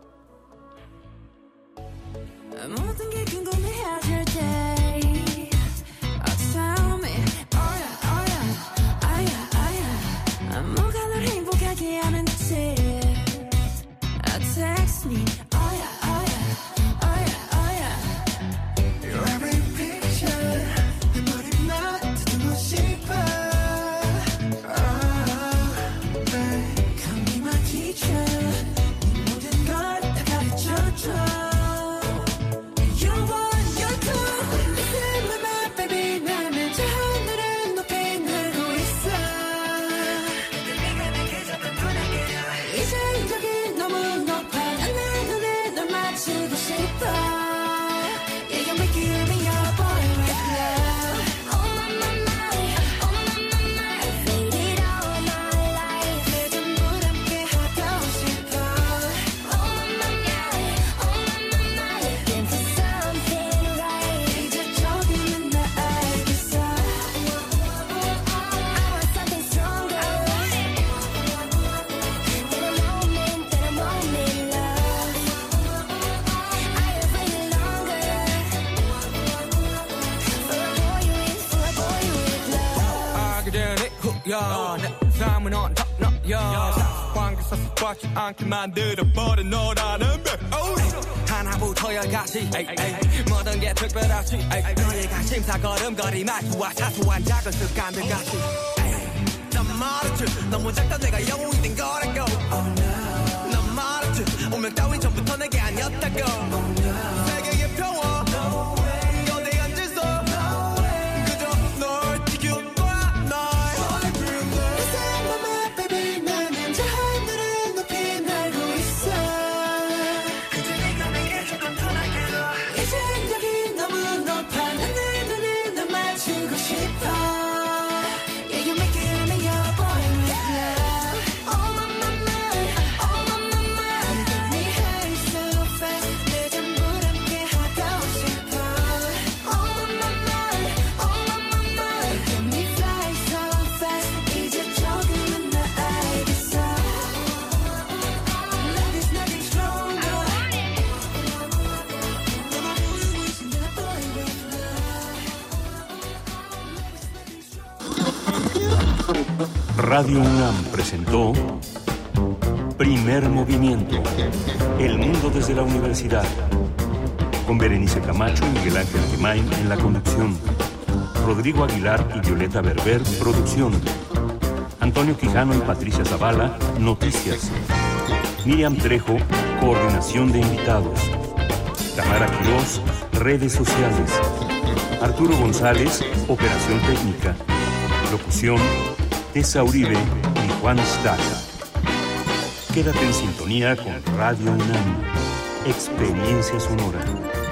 Text me, oh yeah, oh yeah, oh yeah, oh yeah. Your every picture, 내 머리 나 듣고 싶어. Oh, babe, come be my teacher. 네 모든 걸 다 가르쳐줘. You're one, you're two. Listen to my baby, 나는 저 하늘을 높이 날고 있어. 네가 내게 잡은 분에게 이제 여기 너무 높아. Yeah, you're making me your boy with love. Oh my, my, my, oh my, my, my. Waited all my life. 내 전부를 함께 하고 싶어. Oh my, my, my, oh my, my, my. Looking for something right. 이제 조금은 나 알겠어. I want something stronger. That a moment, that a moment, love. 야, 내 삶은 on top, no, 야. 관계 섭섭하지 않게 만들어버린 너라는 배. 하나부터 열까지 모든 게 특별하지. 너의 관심사 걸음걸이만 좋아 사소한 작은 습관들 같이. 난 말했지 너무 작다 내가 영웅이 된 거라고. 난 말했지 운명 따윈 전부터 내게 아니었다고. 세계의 평화 어디 앉아서 그저 널 지켜. Radio UNAM presentó Primer Movimiento, El Mundo desde la Universidad, con Berenice Camacho y Miguel Ángel Gemain en la conducción, Rodrigo Aguilar y Violeta Berber, producción, Antonio Quijano y Patricia Zavala, noticias, Miriam Trejo, coordinación de invitados, Tamara Quirós, redes sociales, Arturo González, operación técnica, locución, Tessa Uribe y Juan Staca. Quédate en sintonía con Radio UNAM. Experiencia sonora.